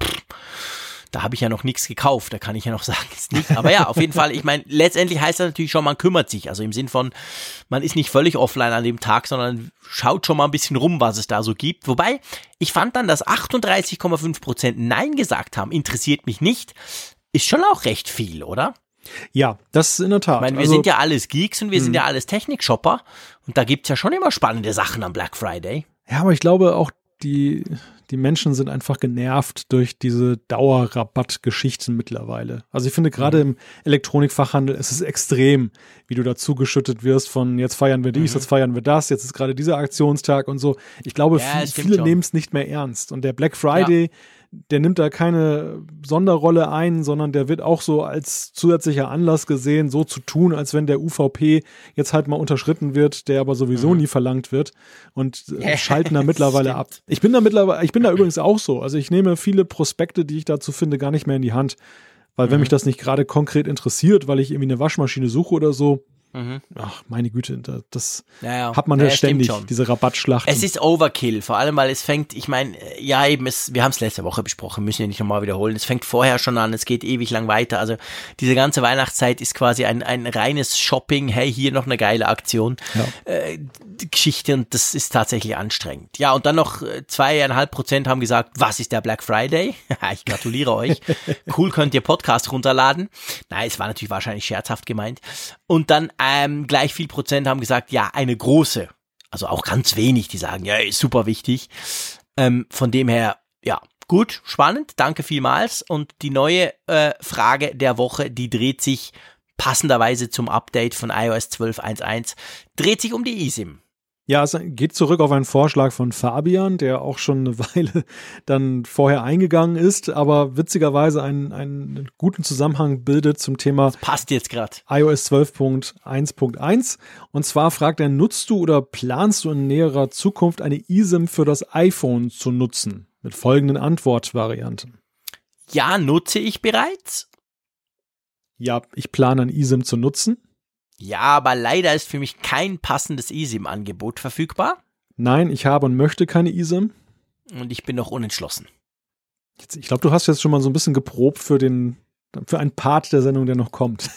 S2: da habe ich ja noch nichts gekauft, da kann ich ja noch sagen, ist nicht. Aber ja, auf jeden Fall, ich meine, letztendlich heißt das natürlich schon, man kümmert sich. Also im Sinn von, man ist nicht völlig offline an dem Tag, sondern schaut schon mal ein bisschen rum, was es da so gibt. Wobei, ich fand dann, dass 38,5% Nein gesagt haben, interessiert mich nicht, ist schon auch recht viel, oder?
S3: Ja, das in der Tat.
S2: Ich meine, wir sind ja alles Geeks und wir sind ja alles Technikshopper und da gibt's ja schon immer spannende Sachen am Black Friday.
S3: Ja, aber ich glaube auch, die Menschen sind einfach genervt durch diese Dauerrabattgeschichten mittlerweile. Also ich finde gerade im Elektronikfachhandel ist es extrem, wie du dazu geschüttet wirst von jetzt feiern wir dies, jetzt feiern wir das, jetzt ist gerade dieser Aktionstag und so. Ich glaube, viele nehmen es nicht mehr ernst. Und der Black Friday, der nimmt da keine Sonderrolle ein, sondern der wird auch so als zusätzlicher Anlass gesehen, so zu tun, als wenn der UVP jetzt halt mal unterschritten wird, der aber sowieso nie verlangt wird und schalten da mittlerweile ab. Ich bin da übrigens auch so. Also ich nehme viele Prospekte, die ich dazu finde, gar nicht mehr in die Hand, weil wenn mich das nicht gerade konkret interessiert, weil ich irgendwie eine Waschmaschine suche oder so, Ach, meine Güte, das
S2: Ja,
S3: hat man ja ständig, diese Rabattschlachten.
S2: Es ist Overkill, vor allem, weil es fängt, ich meine, ja eben, wir haben es letzte Woche besprochen, müssen ja nicht nochmal wiederholen, es fängt vorher schon an, es geht ewig lang weiter, also diese ganze Weihnachtszeit ist quasi ein reines Shopping, hey, hier noch eine geile Aktion, Geschichte, und das ist tatsächlich anstrengend. Ja, und dann noch 2,5% haben gesagt, was ist der Black Friday? Ich gratuliere euch. Cool, könnt ihr Podcast runterladen. Nein, es war natürlich wahrscheinlich scherzhaft gemeint. Und dann gleich viel Prozent haben gesagt, ja, eine große. Also auch ganz wenig, die sagen, ja, ist super wichtig. Von dem her, ja, gut, spannend, danke vielmals. Und die neue Frage der Woche, die dreht sich passenderweise zum Update von iOS 12.1.1, dreht sich um die eSIM.
S3: Ja, es geht zurück auf einen Vorschlag von Fabian, der auch schon eine Weile dann vorher eingegangen ist, aber witzigerweise einen guten Zusammenhang bildet zum Thema
S2: das passt jetzt gerade.
S3: iOS 12.1.1. Und zwar fragt er, nutzt du oder planst du in näherer Zukunft eine eSIM für das iPhone zu nutzen? Mit folgenden Antwortvarianten.
S2: Ja, nutze ich bereits.
S3: Ja, ich plane ein eSIM zu nutzen.
S2: Ja, aber leider ist für mich kein passendes eSIM-Angebot verfügbar.
S3: Nein, ich habe und möchte keine eSIM.
S2: Und ich bin noch unentschlossen.
S3: Ich glaube, du hast jetzt schon mal so ein bisschen geprobt für einen Part der Sendung, der noch kommt.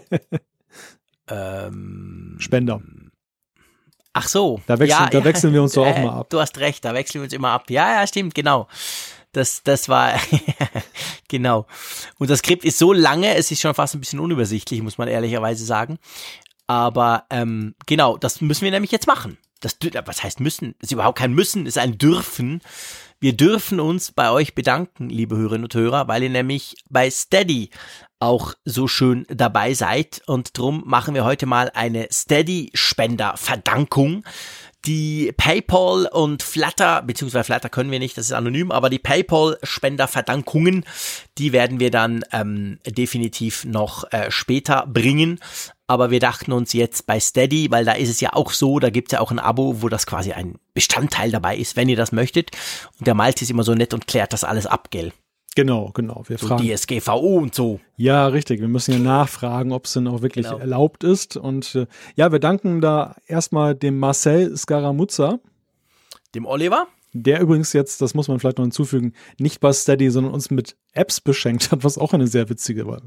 S3: Spender.
S2: Ach so.
S3: Da wechseln wir uns doch auch mal ab.
S2: Du hast recht, da wechseln wir uns immer ab. Ja, stimmt, genau. Das war, genau. Und das Skript ist so lange, es ist schon fast ein bisschen unübersichtlich, muss man ehrlicherweise sagen. Aber genau, das müssen wir nämlich jetzt machen. Was heißt müssen? Das ist überhaupt kein Müssen, es ist ein Dürfen. Wir dürfen uns bei euch bedanken, liebe Hörerinnen und Hörer, weil ihr nämlich bei Steady auch so schön dabei seid. Und drum machen wir heute mal eine Steady-Spender-Verdankung. Die PayPal und Flutter, beziehungsweise Flutter können wir nicht, das ist anonym, aber die PayPal-Spenderverdankungen, die werden wir dann definitiv noch später bringen. Aber wir dachten uns jetzt bei Steady, weil da ist es ja auch so, da gibt's ja auch ein Abo, wo das quasi ein Bestandteil dabei ist, wenn ihr das möchtet. Und der Malte ist immer so nett und klärt das alles ab, gell?
S3: Genau. Wir
S2: so
S3: fragen.
S2: DSGVO und so.
S3: Ja, richtig. Wir müssen ja nachfragen, ob es denn auch wirklich erlaubt ist. Und ja, wir danken da erstmal dem Marcel Scaramuzza.
S2: Dem Oliver.
S3: Der übrigens jetzt, das muss man vielleicht noch hinzufügen, nicht bei Steady, sondern uns mit Apps beschenkt hat, was auch eine sehr witzige Sache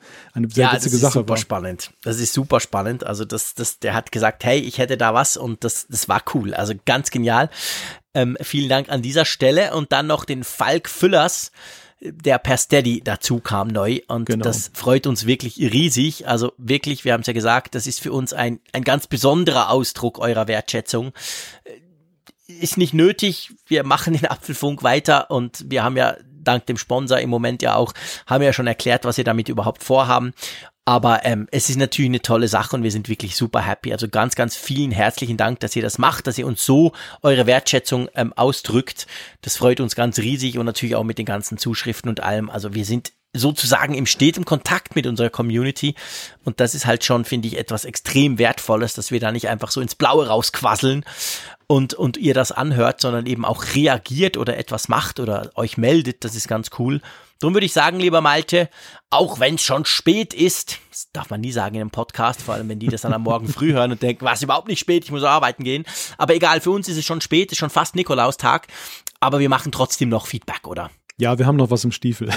S3: war.
S2: Das ist super spannend. Also der hat gesagt, hey, ich hätte da was, und das war cool. Also ganz genial. Vielen Dank an dieser Stelle. Und dann noch den Falk Füllers, der per Steady dazu kam neu, und das freut uns wirklich riesig. Also wirklich, wir haben es ja gesagt, das ist für uns ein ganz besonderer Ausdruck eurer Wertschätzung. Ist nicht nötig, wir machen den Apfelfunk weiter, und wir haben ja dank dem Sponsor im Moment haben wir ja schon erklärt, was wir damit überhaupt vorhaben. Aber es ist natürlich eine tolle Sache, und wir sind wirklich super happy. Also ganz, ganz vielen herzlichen Dank, dass ihr das macht, dass ihr uns so eure Wertschätzung ausdrückt. Das freut uns ganz riesig, und natürlich auch mit den ganzen Zuschriften und allem. Also wir sind sozusagen im steten Kontakt mit unserer Community, und das ist halt schon, finde ich, etwas extrem Wertvolles, dass wir da nicht einfach so ins Blaue rausquasseln und ihr das anhört, sondern eben auch reagiert oder etwas macht oder euch meldet. Das ist ganz cool. Darum würde ich sagen, lieber Malte, auch wenn es schon spät ist, das darf man nie sagen in einem Podcast, vor allem wenn die das dann am Morgen früh hören und denken, was, überhaupt nicht spät, ich muss arbeiten gehen. Aber egal, für uns ist es schon spät, ist schon fast Nikolaustag, aber wir machen trotzdem noch Feedback, oder?
S3: Ja, wir haben noch was im Stiefel.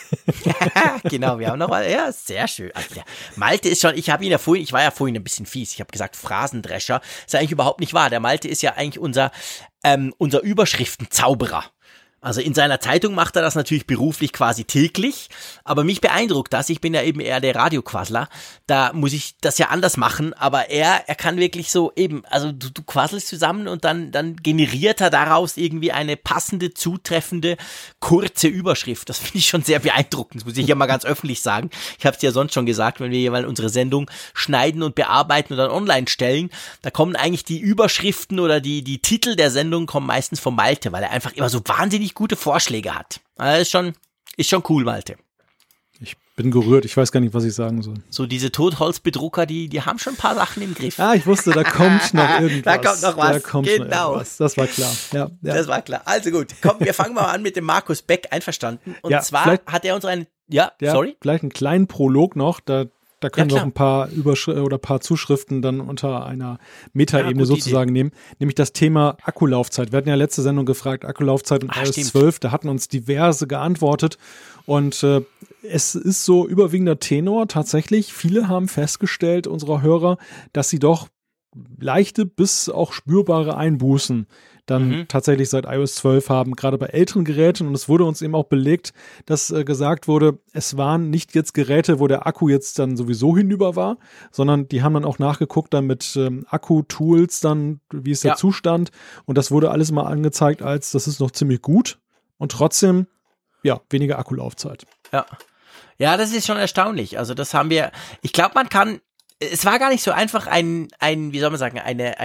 S2: Genau, wir haben noch was. Ja, sehr schön. Also Malte ist schon, ich war ja vorhin ein bisschen fies. Ich habe gesagt Phrasendrescher. Das ist eigentlich überhaupt nicht wahr. Der Malte ist ja eigentlich unser Überschriftenzauberer. Also in seiner Zeitung macht er das natürlich beruflich quasi täglich, aber mich beeindruckt das, ich bin ja eben eher der Radioquassler, da muss ich das ja anders machen, aber er kann wirklich so eben, also du quasselst zusammen und dann generiert er daraus irgendwie eine passende, zutreffende, kurze Überschrift. Das finde ich schon sehr beeindruckend, das muss ich ja mal ganz öffentlich sagen. Ich habe es ja sonst schon gesagt, wenn wir jeweils unsere Sendung schneiden und bearbeiten und dann online stellen, da kommen eigentlich die Überschriften oder die Titel der Sendung kommen meistens von Malte, weil er einfach immer so wahnsinnig gute Vorschläge hat. Also ist schon cool, Malte.
S3: Ich bin gerührt, ich weiß gar nicht, was ich sagen soll.
S2: So diese Totholzbedrucker, die haben schon ein paar Sachen im Griff.
S3: Ah, ich wusste, da kommt noch irgendwas.
S2: Da kommt noch was, genau.
S3: Das war klar. Ja.
S2: Das war klar. Also gut, komm, wir fangen mal an mit dem Markus Beck, einverstanden. Und zwar hat er uns sorry?
S3: Vielleicht einen kleinen Prolog noch, da Da können wir auch ein paar ein paar Zuschriften dann unter einer Metaebene sozusagen nehmen, nämlich das Thema Akkulaufzeit. Wir hatten ja letzte Sendung gefragt, Akkulaufzeit und iOS 12, da hatten uns diverse geantwortet und es ist so überwiegender Tenor tatsächlich. Viele haben festgestellt, unserer Hörer, dass sie doch leichte bis auch spürbare Einbußen dann tatsächlich seit iOS 12 haben, gerade bei älteren Geräten. Und es wurde uns eben auch belegt, dass gesagt wurde, es waren nicht jetzt Geräte, wo der Akku jetzt dann sowieso hinüber war, sondern die haben dann auch nachgeguckt dann mit Akku-Tools dann, wie ist der Zustand. Und das wurde alles mal angezeigt als, das ist noch ziemlich gut. Und trotzdem, weniger Akkulaufzeit.
S2: Ja, das ist schon erstaunlich. Also das haben wir, ich glaube, es war gar nicht so einfach, wie soll man sagen,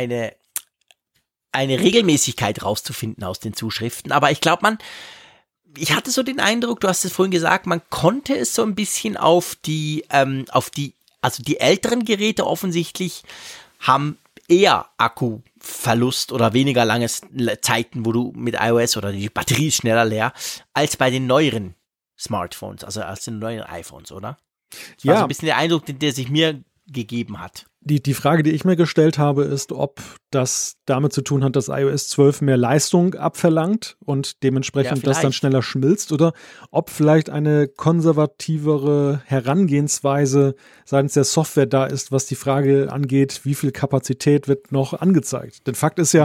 S2: eine Regelmäßigkeit rauszufinden aus den Zuschriften, aber ich glaube, ich hatte so den Eindruck, du hast es vorhin gesagt, man konnte es so ein bisschen also die älteren Geräte offensichtlich haben eher Akkuverlust oder weniger lange Zeiten, wo du mit iOS oder die Batterie ist schneller leer, als bei den neueren Smartphones, also als den neuen iPhones, oder? Das war so ein bisschen der Eindruck, der sich mir gegeben hat.
S3: Die Frage, die ich mir gestellt habe, ist, ob das damit zu tun hat, dass iOS 12 mehr Leistung abverlangt und dementsprechend das dann schneller schmilzt, oder ob vielleicht eine konservativere Herangehensweise seitens der Software da ist, was die Frage angeht, wie viel Kapazität wird noch angezeigt. Denn Fakt ist ja,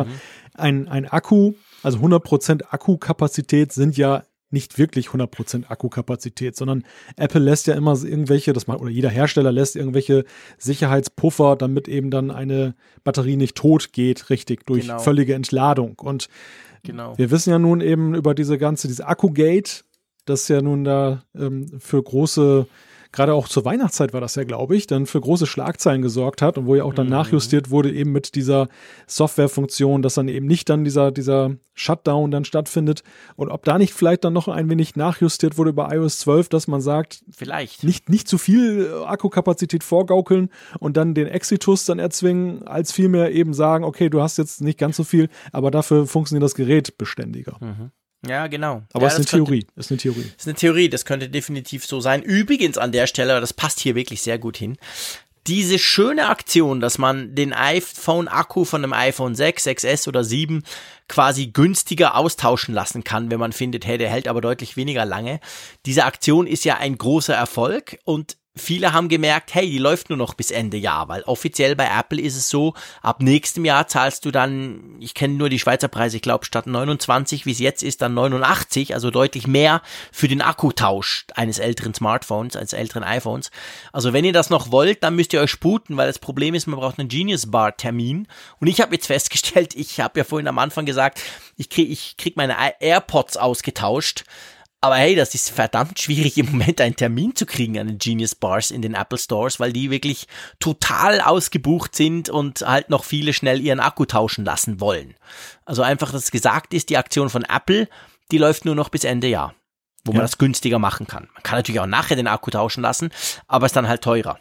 S3: ein Akku, also 100% Akkukapazität sind ja nicht wirklich 100% Akkukapazität, sondern Apple lässt ja immer irgendwelche, oder jeder Hersteller lässt irgendwelche Sicherheitspuffer, damit eben dann eine Batterie nicht tot geht, richtig, durch völlige Entladung. Und wir wissen ja nun eben über diese Akkugate, das ja nun da für große, gerade auch zur Weihnachtszeit war das ja, glaube ich, dann für große Schlagzeilen gesorgt hat und wo ja auch dann nachjustiert wurde eben mit dieser Softwarefunktion, dass dann eben nicht dann dieser Shutdown dann stattfindet und ob da nicht vielleicht dann noch ein wenig nachjustiert wurde bei iOS 12, dass man sagt,
S2: vielleicht
S3: nicht zu viel Akkukapazität vorgaukeln und dann den Exitus dann erzwingen, als vielmehr eben sagen, okay, du hast jetzt nicht ganz so viel, aber dafür funktioniert das Gerät beständiger.
S2: Ja, genau.
S3: Aber es ist eine Theorie.
S2: Ist eine Theorie, das könnte definitiv so sein. Übrigens an der Stelle, das passt hier wirklich sehr gut hin, diese schöne Aktion, dass man den iPhone-Akku von einem iPhone 6, 6S oder 7 quasi günstiger austauschen lassen kann, wenn man findet, hey, der hält aber deutlich weniger lange. Diese Aktion ist ja ein großer Erfolg und viele haben gemerkt, hey, die läuft nur noch bis Ende Jahr, weil offiziell bei Apple ist es so, ab nächstem Jahr zahlst du dann, ich kenne nur die Schweizer Preise, ich glaube statt 29, wie es jetzt ist, dann 89, also deutlich mehr für den Akkutausch eines älteren Smartphones, eines älteren iPhones. Also wenn ihr das noch wollt, dann müsst ihr euch sputen, weil das Problem ist, man braucht einen Genius Bar Termin und ich habe jetzt festgestellt, ich habe ja vorhin am Anfang gesagt, ich krieg meine AirPods ausgetauscht. Aber hey, das ist verdammt schwierig im Moment einen Termin zu kriegen an den Genius Bars in den Apple Stores, weil die wirklich total ausgebucht sind und halt noch viele schnell ihren Akku tauschen lassen wollen. Also einfach, dass gesagt ist, die Aktion von Apple, die läuft nur noch bis Ende Jahr, wo man das günstiger machen kann. Man kann natürlich auch nachher den Akku tauschen lassen, aber ist dann halt teurer.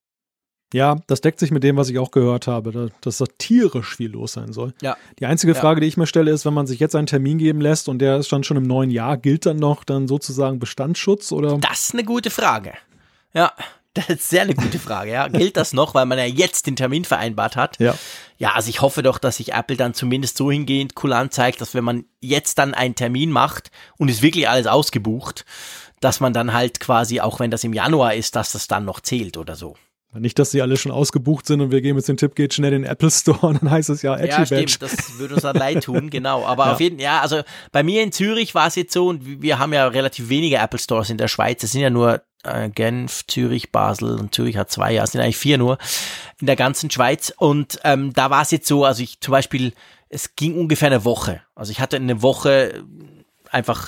S3: Ja, das deckt sich mit dem, was ich auch gehört habe, dass da tierisch viel los sein soll. Ja. Die einzige Frage, die ich mir stelle, ist, wenn man sich jetzt einen Termin geben lässt und der ist dann schon im neuen Jahr, gilt dann noch dann sozusagen Bestandsschutz oder?
S2: Das ist eine gute Frage. Ja, das ist sehr eine gute Frage. Ja, gilt das noch, weil man ja jetzt den Termin vereinbart hat? Ja. Ja, also ich hoffe doch, dass sich Apple dann zumindest so hingehend kulant zeigt, dass wenn man jetzt dann einen Termin macht und ist wirklich alles ausgebucht, dass man dann halt quasi, auch wenn das im Januar ist, dass das dann noch zählt oder so.
S3: Nicht, dass sie alle schon ausgebucht sind und wir geben jetzt den Tipp, geht schnell in den Apple Store und dann heißt es ja Edgy Badge. Ja, stimmt, das würde uns dann leid tun, genau. Aber auf jeden Fall, also bei mir in Zürich war es jetzt so, und wir haben ja relativ wenige Apple Stores in der Schweiz, es sind ja nur Genf, Zürich, Basel und Zürich hat 2, ja, es sind eigentlich 4 nur in der ganzen Schweiz und da war es jetzt so, also ich zum Beispiel, es ging ungefähr eine Woche, also ich hatte eine Woche einfach,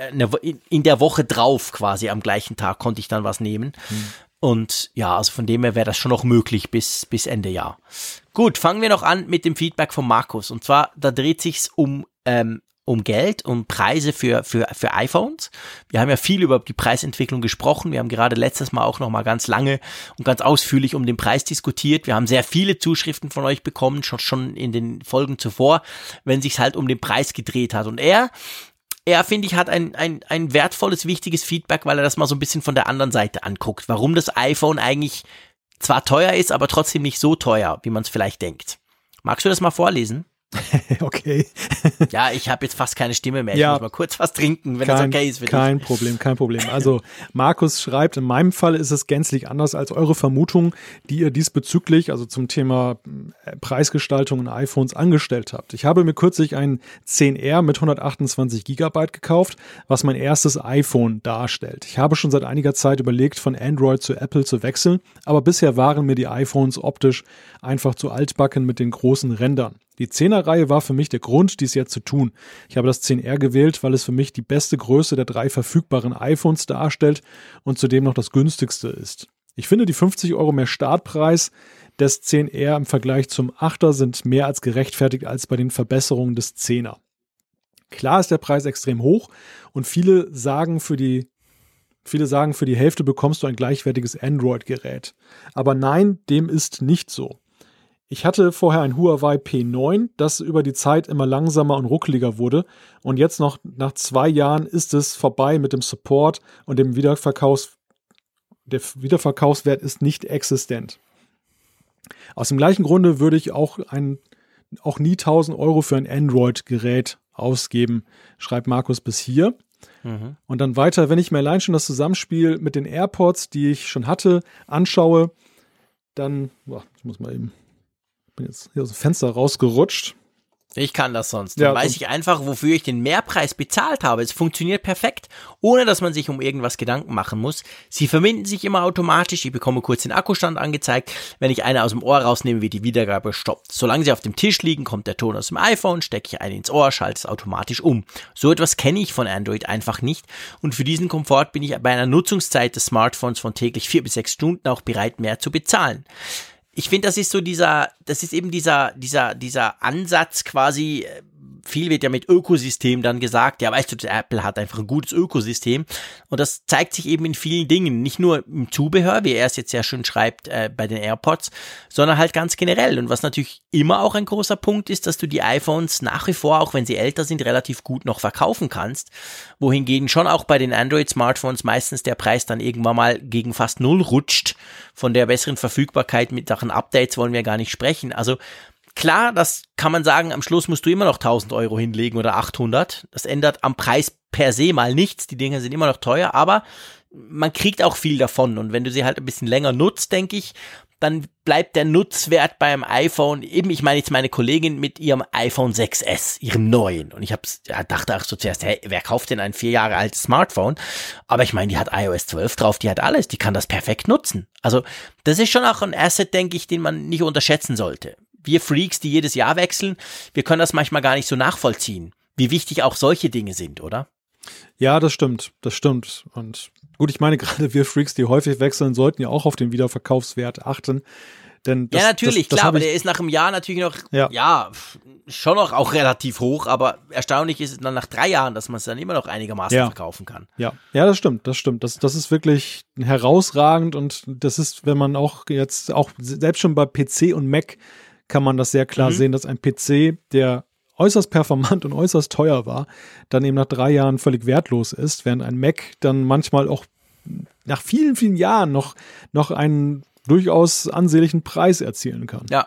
S3: in der Woche drauf quasi am gleichen Tag konnte ich dann was nehmen. Und ja, also von dem her wäre das schon noch möglich bis Ende Jahr. Gut, fangen wir noch an mit dem Feedback von Markus. Und zwar, da dreht sich's um Geld, um Preise für iPhones. Wir haben ja viel über die Preisentwicklung gesprochen. Wir haben gerade letztes Mal auch noch mal ganz lange und ganz ausführlich um den Preis diskutiert. Wir haben sehr viele Zuschriften von euch bekommen, schon in den Folgen zuvor, wenn sich's halt um den Preis gedreht hat. Und er
S2: er, finde ich, hat ein wertvolles, wichtiges Feedback, weil er das mal so ein bisschen von der anderen Seite anguckt, warum das iPhone eigentlich zwar teuer ist, aber trotzdem nicht so teuer, wie man es vielleicht denkt. Magst du das mal vorlesen?
S3: Okay.
S2: Ja, ich habe jetzt fast keine Stimme mehr. Ich
S3: Ja.
S2: muss mal kurz was trinken, wenn das okay ist für dich.
S3: Kein Problem. Also Markus schreibt, in meinem Fall ist es gänzlich anders als eure Vermutung, die ihr diesbezüglich, also zum Thema Preisgestaltung in iPhones angestellt habt. Ich habe mir kürzlich ein 10R mit 128 GB gekauft, was mein erstes iPhone darstellt. Ich habe schon seit einiger Zeit überlegt, von Android zu Apple zu wechseln, aber bisher waren mir die iPhones optisch einfach zu altbacken mit den großen Rändern. Die 10er-Reihe war für mich der Grund, dies jetzt zu tun. Ich habe das 10R gewählt, weil es für mich die beste Größe der 3 verfügbaren iPhones darstellt und zudem noch das günstigste ist. Ich finde, die 50 € mehr Startpreis des 10R im Vergleich zum 8er sind mehr als gerechtfertigt als bei den Verbesserungen des 10er. Klar ist der Preis extrem hoch und viele sagen, für die Hälfte bekommst du ein gleichwertiges Android-Gerät. Aber nein, dem ist nicht so. Ich hatte vorher ein Huawei P9, das über die Zeit immer langsamer und ruckeliger wurde und jetzt noch nach 2 Jahren ist es vorbei mit dem Support und der Wiederverkaufswert ist nicht existent. Aus dem gleichen Grunde würde ich auch nie 1.000 € für ein Android-Gerät ausgeben, schreibt Markus bis hier. Mhm. Und dann weiter, wenn ich mir allein schon das Zusammenspiel mit den AirPods, die ich schon hatte, anschaue, dann, ich bin jetzt hier aus dem Fenster rausgerutscht.
S2: Ich kann das sonst. Dann weiß ich einfach, wofür ich den Mehrpreis bezahlt habe. Es funktioniert perfekt, ohne dass man sich um irgendwas Gedanken machen muss. Sie verbinden sich immer automatisch. Ich bekomme kurz den Akkustand angezeigt. Wenn ich eine aus dem Ohr rausnehme, wird die Wiedergabe stoppt. Solange sie auf dem Tisch liegen, kommt der Ton aus dem iPhone, stecke ich eine ins Ohr, schalte es automatisch um. So etwas kenne ich von Android einfach nicht. Und für diesen Komfort bin ich bei einer Nutzungszeit des Smartphones von täglich 4 bis 6 Stunden auch bereit, mehr zu bezahlen. Ich finde, das ist so dieser Ansatz quasi, viel wird ja mit Ökosystem dann gesagt, ja, weißt du, Apple hat einfach ein gutes Ökosystem und das zeigt sich eben in vielen Dingen, nicht nur im Zubehör, wie er es jetzt sehr schön schreibt bei den AirPods, sondern halt ganz generell und was natürlich immer auch ein großer Punkt ist, dass du die iPhones nach wie vor, auch wenn sie älter sind, relativ gut noch verkaufen kannst, wohingegen schon auch bei den Android-Smartphones meistens der Preis dann irgendwann mal gegen fast 0 rutscht. Von der besseren Verfügbarkeit mit Sachen Updates wollen wir gar nicht sprechen, also klar, das kann man sagen, am Schluss musst du immer noch 1.000 € hinlegen oder 800. Das ändert am Preis per se mal nichts. Die Dinger sind immer noch teuer, aber man kriegt auch viel davon. Und wenn du sie halt ein bisschen länger nutzt, denke ich, dann bleibt der Nutzwert beim iPhone, eben, ich meine jetzt meine Kollegin mit ihrem iPhone 6S, ihrem neuen. Und ich dachte auch so zuerst, hey, wer kauft denn ein 4 Jahre altes Smartphone? Aber ich meine, die hat iOS 12 drauf, die hat alles, die kann das perfekt nutzen. Also das ist schon auch ein Asset, denke ich, den man nicht unterschätzen sollte. Wir Freaks, die jedes Jahr wechseln, wir können das manchmal gar nicht so nachvollziehen, wie wichtig auch solche Dinge sind, oder?
S3: Ja, das stimmt. Und gut, ich meine, gerade wir Freaks, die häufig wechseln, sollten ja auch auf den Wiederverkaufswert achten. Denn das,
S2: ja, natürlich,
S3: das
S2: klar, aber der ist nach einem Jahr natürlich noch, schon noch auch relativ hoch, aber erstaunlich ist es dann nach 3 Jahren, dass man es dann immer noch einigermaßen verkaufen kann.
S3: Ja, das stimmt. Das ist wirklich herausragend und das ist, wenn man auch jetzt, auch selbst schon bei PC und Mac kann man das sehr klar sehen, dass ein PC, der äußerst performant und äußerst teuer war, dann eben nach 3 Jahren völlig wertlos ist, während ein Mac dann manchmal auch nach vielen, vielen Jahren noch einen durchaus ansehnlichen Preis erzielen kann.
S2: Ja,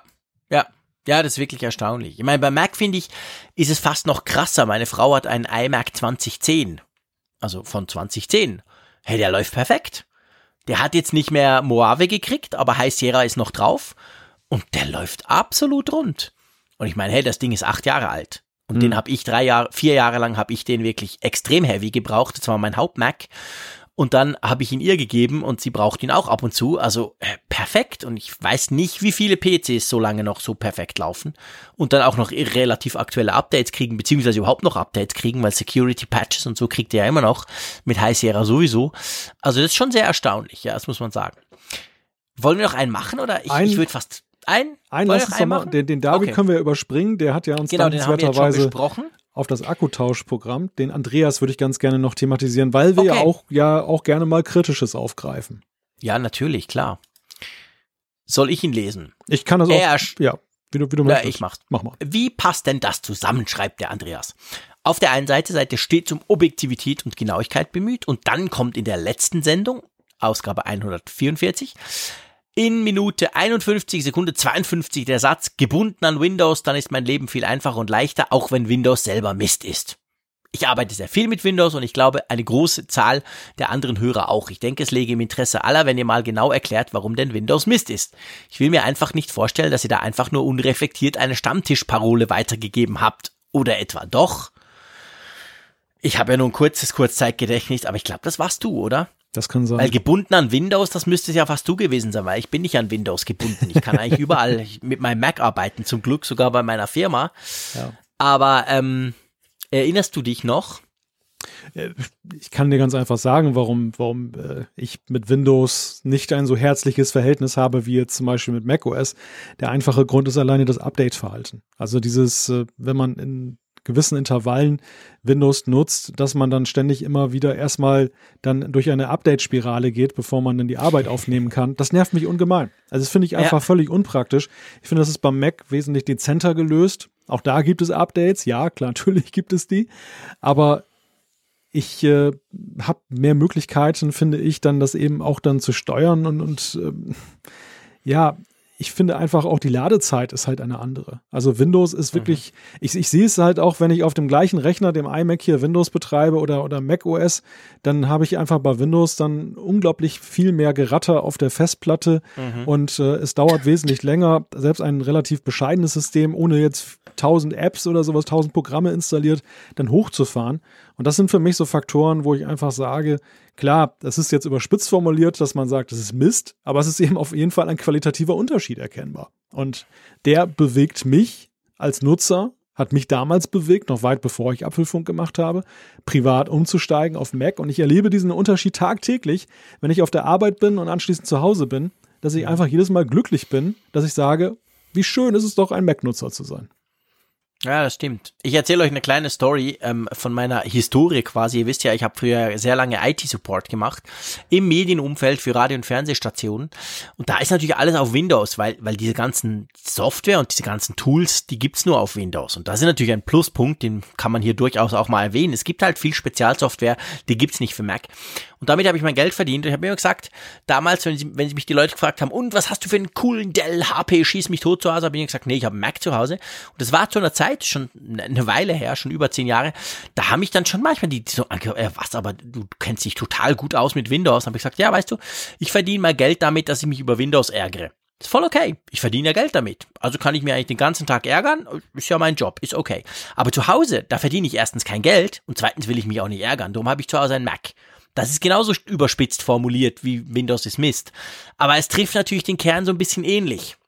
S2: das ist wirklich erstaunlich. Ich meine, bei Mac, finde ich, ist es fast noch krasser. Meine Frau hat einen iMac 2010, also von 2010. Hey, der läuft perfekt. Der hat jetzt nicht mehr Mojave gekriegt, aber High Sierra ist noch drauf. Und der läuft absolut rund. Und ich meine, hey, das Ding ist 8 Jahre alt. Und den habe ich 4 Jahre lang habe ich den wirklich extrem heavy gebraucht. Das war mein Hauptmac. Und dann habe ich ihn ihr gegeben und sie braucht ihn auch ab und zu. Also perfekt. Und ich weiß nicht, wie viele PCs so lange noch so perfekt laufen. Und dann auch noch relativ aktuelle Updates kriegen, beziehungsweise überhaupt noch Updates kriegen, weil Security Patches und so kriegt er ja immer noch. Mit High Sierra sowieso. Also das ist schon sehr erstaunlich, ja, das muss man sagen. Wollen wir noch einen machen oder ich würde fast... Einen lass uns doch machen. Den David können wir überspringen. Der hat ja uns dankenswerterweise auf das Akkutauschprogramm. Den Andreas würde ich ganz gerne noch thematisieren, weil wir auch gerne mal Kritisches aufgreifen. Ja, natürlich, klar. Soll ich ihn lesen?
S3: Ich kann das auch. Ja, wie du möchtest.
S2: Ich mach's.
S3: Mach mal.
S2: Wie passt denn das zusammen, schreibt der Andreas. auf der einen Seite stets um Objektivität und Genauigkeit bemüht und dann kommt in der letzten Sendung, Ausgabe 144, in Minute 51, Sekunde 52 der Satz, gebunden an Windows, dann ist mein Leben viel einfacher und leichter, auch wenn Windows selber Mist ist. Ich arbeite sehr viel mit Windows und ich glaube, eine große Zahl der anderen Hörer auch. Ich denke, es läge im Interesse aller, wenn ihr mal genau erklärt, warum denn Windows Mist ist. Ich will mir einfach nicht vorstellen, dass ihr da einfach nur unreflektiert eine Stammtischparole weitergegeben habt. Oder etwa doch? Ich habe ja nur ein kurzes Kurzzeitgedächtnis, aber ich glaube, das warst du, oder?
S3: Das kann sein.
S2: Weil gebunden an Windows, das müsste ja fast du gewesen sein, weil ich bin nicht an Windows gebunden. Ich kann eigentlich überall mit meinem Mac arbeiten, zum Glück sogar bei meiner Firma. Ja. Aber erinnerst du dich noch?
S3: Ich kann dir ganz einfach sagen, warum ich mit Windows nicht ein so herzliches Verhältnis habe wie jetzt zum Beispiel mit macOS. Der einfache Grund ist alleine das Update-Verhalten. Also dieses, wenn man in gewissen Intervallen Windows nutzt, dass man dann ständig immer wieder erstmal dann durch eine Update-Spirale geht, bevor man dann die Arbeit aufnehmen kann. Das nervt mich ungemein. Also das finde ich einfach völlig unpraktisch. Ich finde, das ist beim Mac wesentlich dezenter gelöst. Auch da gibt es Updates. Ja, klar, natürlich gibt es die. Aber ich habe mehr Möglichkeiten, finde ich, dann das eben auch dann zu steuern und ich finde einfach auch die Ladezeit ist halt eine andere. Also Windows ist wirklich, ich sehe es halt auch, wenn ich auf dem gleichen Rechner, dem iMac hier Windows betreibe oder Mac OS, dann habe ich einfach bei Windows dann unglaublich viel mehr Geratter auf der Festplatte und es dauert wesentlich länger, selbst ein relativ bescheidenes System, ohne jetzt 1000 Apps oder sowas, 1000 Programme installiert, dann hochzufahren. Und das sind für mich so Faktoren, wo ich einfach sage, klar, das ist jetzt überspitzt formuliert, dass man sagt, das ist Mist, aber es ist eben auf jeden Fall ein qualitativer Unterschied erkennbar. Und der bewegt mich als Nutzer, hat mich damals bewegt, noch weit bevor ich Apfelfunk gemacht habe, privat umzusteigen auf Mac. Und ich erlebe diesen Unterschied tagtäglich, wenn ich auf der Arbeit bin und anschließend zu Hause bin, dass ich einfach jedes Mal glücklich bin, dass ich sage, wie schön ist es doch, ein Mac-Nutzer zu sein.
S2: Ja, das stimmt. Ich erzähle euch eine kleine Story von meiner Historie quasi. Ihr wisst ja, ich habe früher sehr lange IT-Support gemacht im Medienumfeld für Radio- und Fernsehstationen. Und da ist natürlich alles auf Windows, weil diese ganzen Software und diese ganzen Tools, die gibt's nur auf Windows. Und das ist natürlich ein Pluspunkt, den kann man hier durchaus auch mal erwähnen. Es gibt halt viel Spezialsoftware, die gibt's nicht für Mac. Und damit habe ich mein Geld verdient. Und ich habe mir immer gesagt, damals, wenn sie mich die Leute gefragt haben, und was hast du für einen coolen Dell HP, schieß mich tot zu Hause, habe ich gesagt, nee, ich habe einen Mac zu Hause. Und das war zu einer Zeit, schon eine Weile her, schon über 10 Jahre, da haben mich dann schon manchmal die so angehört, was, aber du kennst dich total gut aus mit Windows. Dann habe ich gesagt, ja, weißt du, ich verdiene mal Geld damit, dass ich mich über Windows ärgere. Ist voll okay. Ich verdiene ja Geld damit. Also kann ich mir eigentlich den ganzen Tag ärgern. Ist ja mein Job. Ist okay. Aber zu Hause, da verdiene ich erstens kein Geld und zweitens will ich mich auch nicht ärgern. Darum habe ich zu Hause einen Mac. Das ist genauso überspitzt formuliert wie Windows ist Mist. Aber es trifft natürlich den Kern so ein bisschen ähnlich.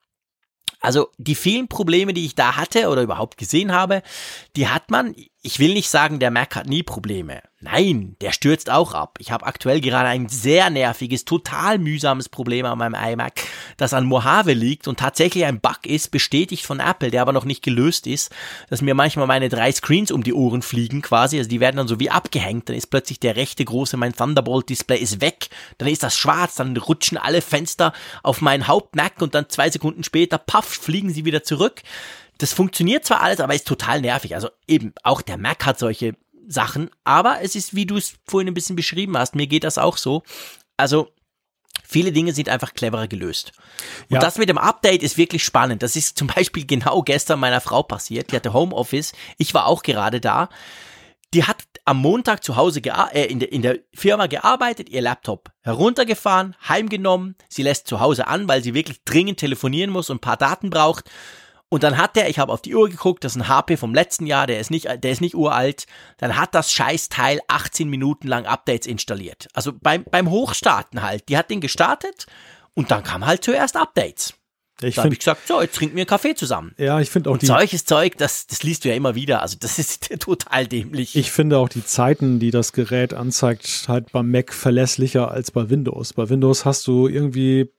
S2: Also die vielen Probleme, die ich da hatte oder überhaupt gesehen habe, die hat man, ich will nicht sagen, der Mac hat nie Probleme. Nein, der stürzt auch ab. Ich habe aktuell gerade ein sehr nerviges, total mühsames Problem an meinem iMac, das an Mojave liegt und tatsächlich ein Bug ist, bestätigt von Apple, der aber noch nicht gelöst ist, dass mir manchmal meine 3 Screens um die Ohren fliegen quasi, also die werden dann so wie abgehängt, dann ist plötzlich der rechte große, mein Thunderbolt-Display ist weg, dann ist das schwarz, dann rutschen alle Fenster auf meinen Haupt-Mac und dann 2 Sekunden später, paff, fliegen sie wieder zurück. Das funktioniert zwar alles, aber ist total nervig, also eben, auch der Mac hat solche Sachen, aber es ist, wie du es vorhin ein bisschen beschrieben hast, mir geht das auch so, also viele Dinge sind einfach cleverer gelöst. Und das mit dem Update ist wirklich spannend, das ist zum Beispiel genau gestern meiner Frau passiert, die hatte Homeoffice, ich war auch gerade da, die hat am Montag zu Hause in der Firma gearbeitet, ihr Laptop heruntergefahren, heimgenommen, sie lässt zu Hause an, weil sie wirklich dringend telefonieren muss und ein paar Daten braucht. Und dann hat ich habe auf die Uhr geguckt, das ist ein HP vom letzten Jahr, der ist nicht uralt, dann hat das Scheißteil 18 Minuten lang Updates installiert. Also beim Hochstarten halt, die hat den gestartet und dann kam halt zuerst Updates. Da habe ich gesagt, so, jetzt trinken wir einen Kaffee zusammen.
S3: Ja, ich finde auch
S2: solches Zeug, das liest du ja immer wieder, also das ist total dämlich.
S3: Ich finde auch die Zeiten, die das Gerät anzeigt, halt beim Mac verlässlicher als bei Windows. Bei Windows hast du irgendwie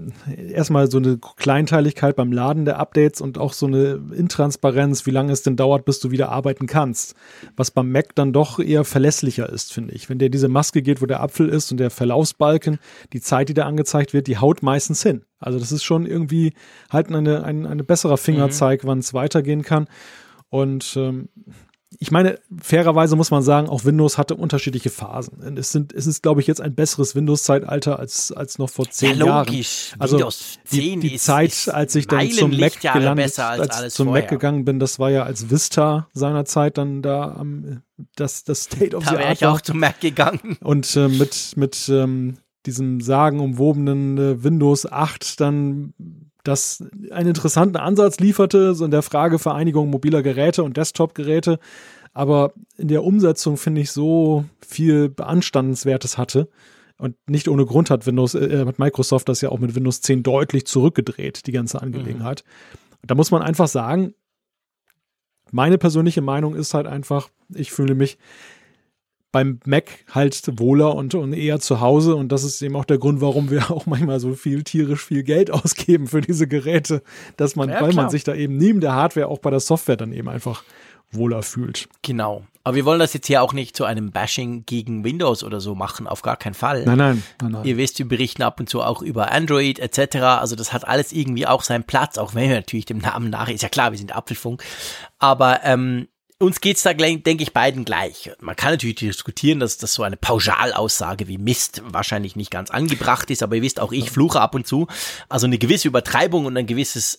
S3: erstmal so eine Kleinteiligkeit beim Laden der Updates und auch so eine Intransparenz, wie lange es denn dauert, bis du wieder arbeiten kannst. Was beim Mac dann doch eher verlässlicher ist, finde ich. Wenn dir diese Maske geht, wo der Apfel ist und der Verlaufsbalken, die Zeit, die da angezeigt wird, die haut meistens hin. Also das ist schon irgendwie halt eine besserer Fingerzeig, wann es weitergehen kann. Und ich meine, fairerweise muss man sagen, auch Windows hatte unterschiedliche Phasen. Es ist, glaube ich, jetzt ein besseres Windows-Zeitalter als noch vor 10 Jahren. Also
S2: Windows 10
S3: die Zeit, als ich dann zum Mac Mac gegangen bin, das war ja als Vista seinerzeit dann da das State of the Art.
S2: Da wäre ich auch zum Mac gegangen.
S3: Und mit diesem sagenumwobenen Windows 8 dann das einen interessanten Ansatz lieferte, so in der Frage Vereinigung mobiler Geräte und Desktop-Geräte, aber in der Umsetzung, finde ich, so viel Beanstandenswertes hatte. Und nicht ohne Grund hat Microsoft das ja auch mit Windows 10 deutlich zurückgedreht, die ganze Angelegenheit. Da muss man einfach sagen, meine persönliche Meinung ist halt einfach, ich fühle mich beim Mac halt wohler und eher zu Hause, und das ist eben auch der Grund, warum wir auch manchmal so tierisch viel Geld ausgeben für diese Geräte, dass man, weil man sich da eben neben der Hardware auch bei der Software dann eben einfach wohler fühlt.
S2: Genau. Aber wir wollen das jetzt hier auch nicht zu einem Bashing gegen Windows oder so machen, auf gar keinen Fall.
S3: Nein.
S2: Ihr wisst, wir berichten ab und zu auch über Android etc. Also das hat alles irgendwie auch seinen Platz, auch wenn wir natürlich dem Namen nach, ist ja klar, wir sind Apfelfunk, aber uns geht's da, denke ich, beiden gleich. Man kann natürlich diskutieren, dass das so eine Pauschalaussage wie Mist wahrscheinlich nicht ganz angebracht ist, aber ihr wisst, auch ich fluche ab und zu. Also eine gewisse Übertreibung und ein gewisses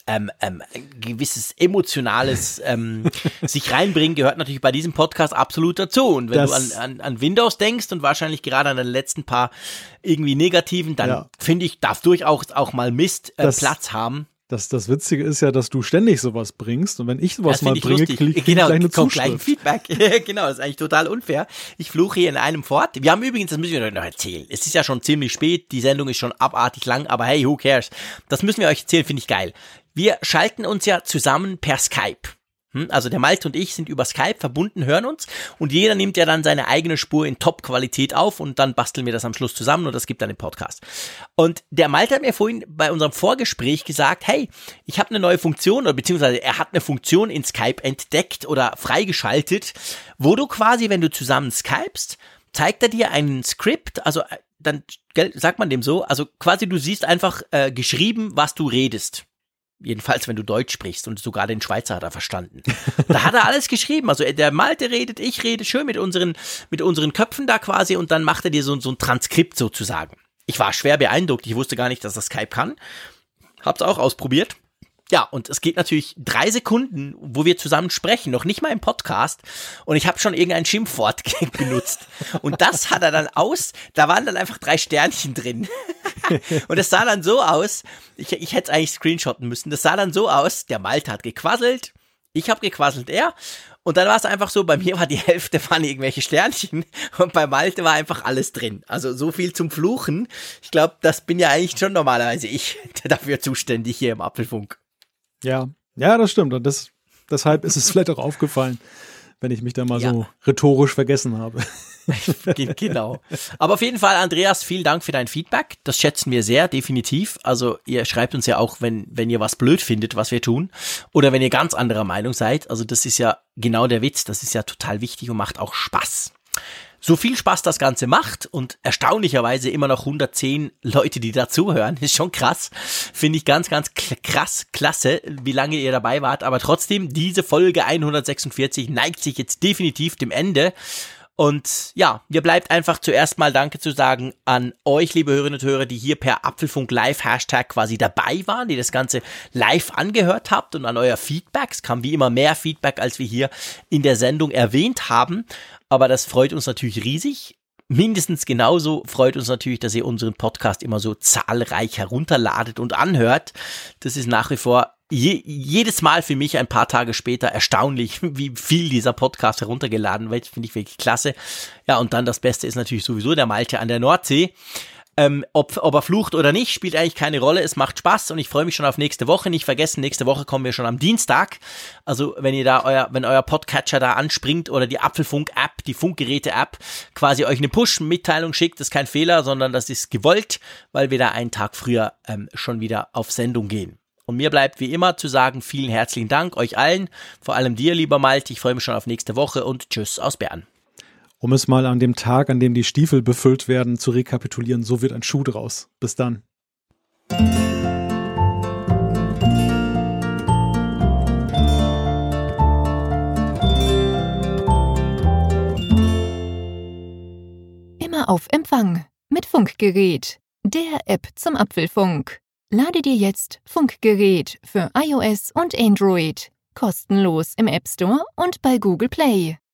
S2: emotionales sich reinbringen gehört natürlich bei diesem Podcast absolut dazu. Und wenn du an Windows denkst und wahrscheinlich gerade an den letzten paar irgendwie negativen, dann finde ich, darf durchaus auch mal Mist Platz haben.
S3: Das Witzige ist ja, dass du ständig sowas bringst, und wenn ich sowas mal bringe, kriege ich gleich eine Zuschrift.
S2: Gleich ein Feedback. Genau, das ist eigentlich total unfair. Ich fluche hier in einem fort. Wir haben übrigens, das müssen wir euch noch erzählen, es ist ja schon ziemlich spät, die Sendung ist schon abartig lang, aber hey, who cares? Das müssen wir euch erzählen, finde ich geil. Wir schalten uns ja zusammen per Skype. Also der Malte und ich sind über Skype verbunden, hören uns, und jeder nimmt ja dann seine eigene Spur in Top-Qualität auf, und dann basteln wir das am Schluss zusammen und das gibt dann den Podcast. Und der Malte hat mir vorhin bei unserem Vorgespräch gesagt, hey, ich habe eine neue Funktion, oder beziehungsweise er hat eine Funktion in Skype entdeckt oder freigeschaltet, wo du quasi, wenn du zusammen skypst, zeigt er dir einen Skript, also dann sagt man dem so, also quasi du siehst einfach geschrieben, was du redest. Jedenfalls, wenn du Deutsch sprichst, und sogar den Schweizer hat er verstanden. Da hat er alles geschrieben. Also der Malte redet, ich rede schön mit unseren Köpfen da quasi, und dann macht er dir so ein Transkript sozusagen. Ich war schwer beeindruckt. Ich wusste gar nicht, dass das Skype kann. Hab's auch ausprobiert. Ja, und es geht natürlich 3 Sekunden, wo wir zusammen sprechen, noch nicht mal im Podcast, und ich habe schon irgendein Schimpfwort benutzt. Und das hat er dann da waren dann einfach 3 Sternchen drin. Und es sah dann so aus, ich hätte es eigentlich screenshotten müssen, das sah dann so aus, der Malte hat gequasselt, ich habe gequasselt, er, und dann war es einfach so, bei mir war die Hälfte waren irgendwelche Sternchen, und bei Malte war einfach alles drin. Also so viel zum Fluchen. Ich glaube, das bin ja eigentlich schon normalerweise ich, der dafür zuständig hier im Apfelfunk.
S3: Ja, das stimmt, und deshalb ist es vielleicht auch aufgefallen, wenn ich mich da mal so rhetorisch vergessen habe.
S2: Genau. Aber auf jeden Fall, Andreas, vielen Dank für dein Feedback. Das schätzen wir sehr, definitiv. Also ihr schreibt uns ja auch, wenn ihr was blöd findet, was wir tun, oder wenn ihr ganz anderer Meinung seid. Also das ist ja genau der Witz. Das ist ja total wichtig und macht auch Spaß. So viel Spaß das Ganze macht, und erstaunlicherweise immer noch 110 Leute, die dazuhören, ist schon krass. Finde ich ganz, ganz klasse, wie lange ihr dabei wart. Aber trotzdem, diese Folge 146 neigt sich jetzt definitiv dem Ende. Und ja, mir bleibt einfach zuerst mal Danke zu sagen an euch, liebe Hörerinnen und Hörer, die hier per Apfelfunk Live Hashtag quasi dabei waren, die das Ganze live angehört habt, und an euer Feedback. Es kam wie immer mehr Feedback, als wir hier in der Sendung erwähnt haben. Aber das freut uns natürlich riesig. Mindestens genauso freut uns natürlich, dass ihr unseren Podcast immer so zahlreich herunterladet und anhört. Das ist nach wie vor jedes Mal für mich ein paar Tage später erstaunlich, wie viel dieser Podcast heruntergeladen wird. Finde ich wirklich klasse. Ja, und dann das Beste ist natürlich sowieso der Malte an der Nordsee. Ob er flucht oder nicht, spielt eigentlich keine Rolle. Es macht Spaß, und ich freue mich schon auf nächste Woche. Nicht vergessen, nächste Woche kommen wir schon am Dienstag. Also wenn ihr da wenn euer Podcatcher da anspringt oder die Apfelfunk-App, die Funkgeräte-App, quasi euch eine Push-Mitteilung schickt, das ist kein Fehler, sondern das ist gewollt, weil wir da einen Tag früher schon wieder auf Sendung gehen. Und mir bleibt wie immer zu sagen, vielen herzlichen Dank euch allen, vor allem dir, lieber Malte. Ich freue mich schon auf nächste Woche, und tschüss aus Bern.
S3: Um es mal an dem Tag, an dem die Stiefel befüllt werden, zu rekapitulieren, so wird ein Schuh draus. Bis dann.
S1: Empfang mit Funkgerät, der App zum Apfelfunk. Lade dir jetzt Funkgerät für iOS und Android kostenlos im App Store und bei Google Play.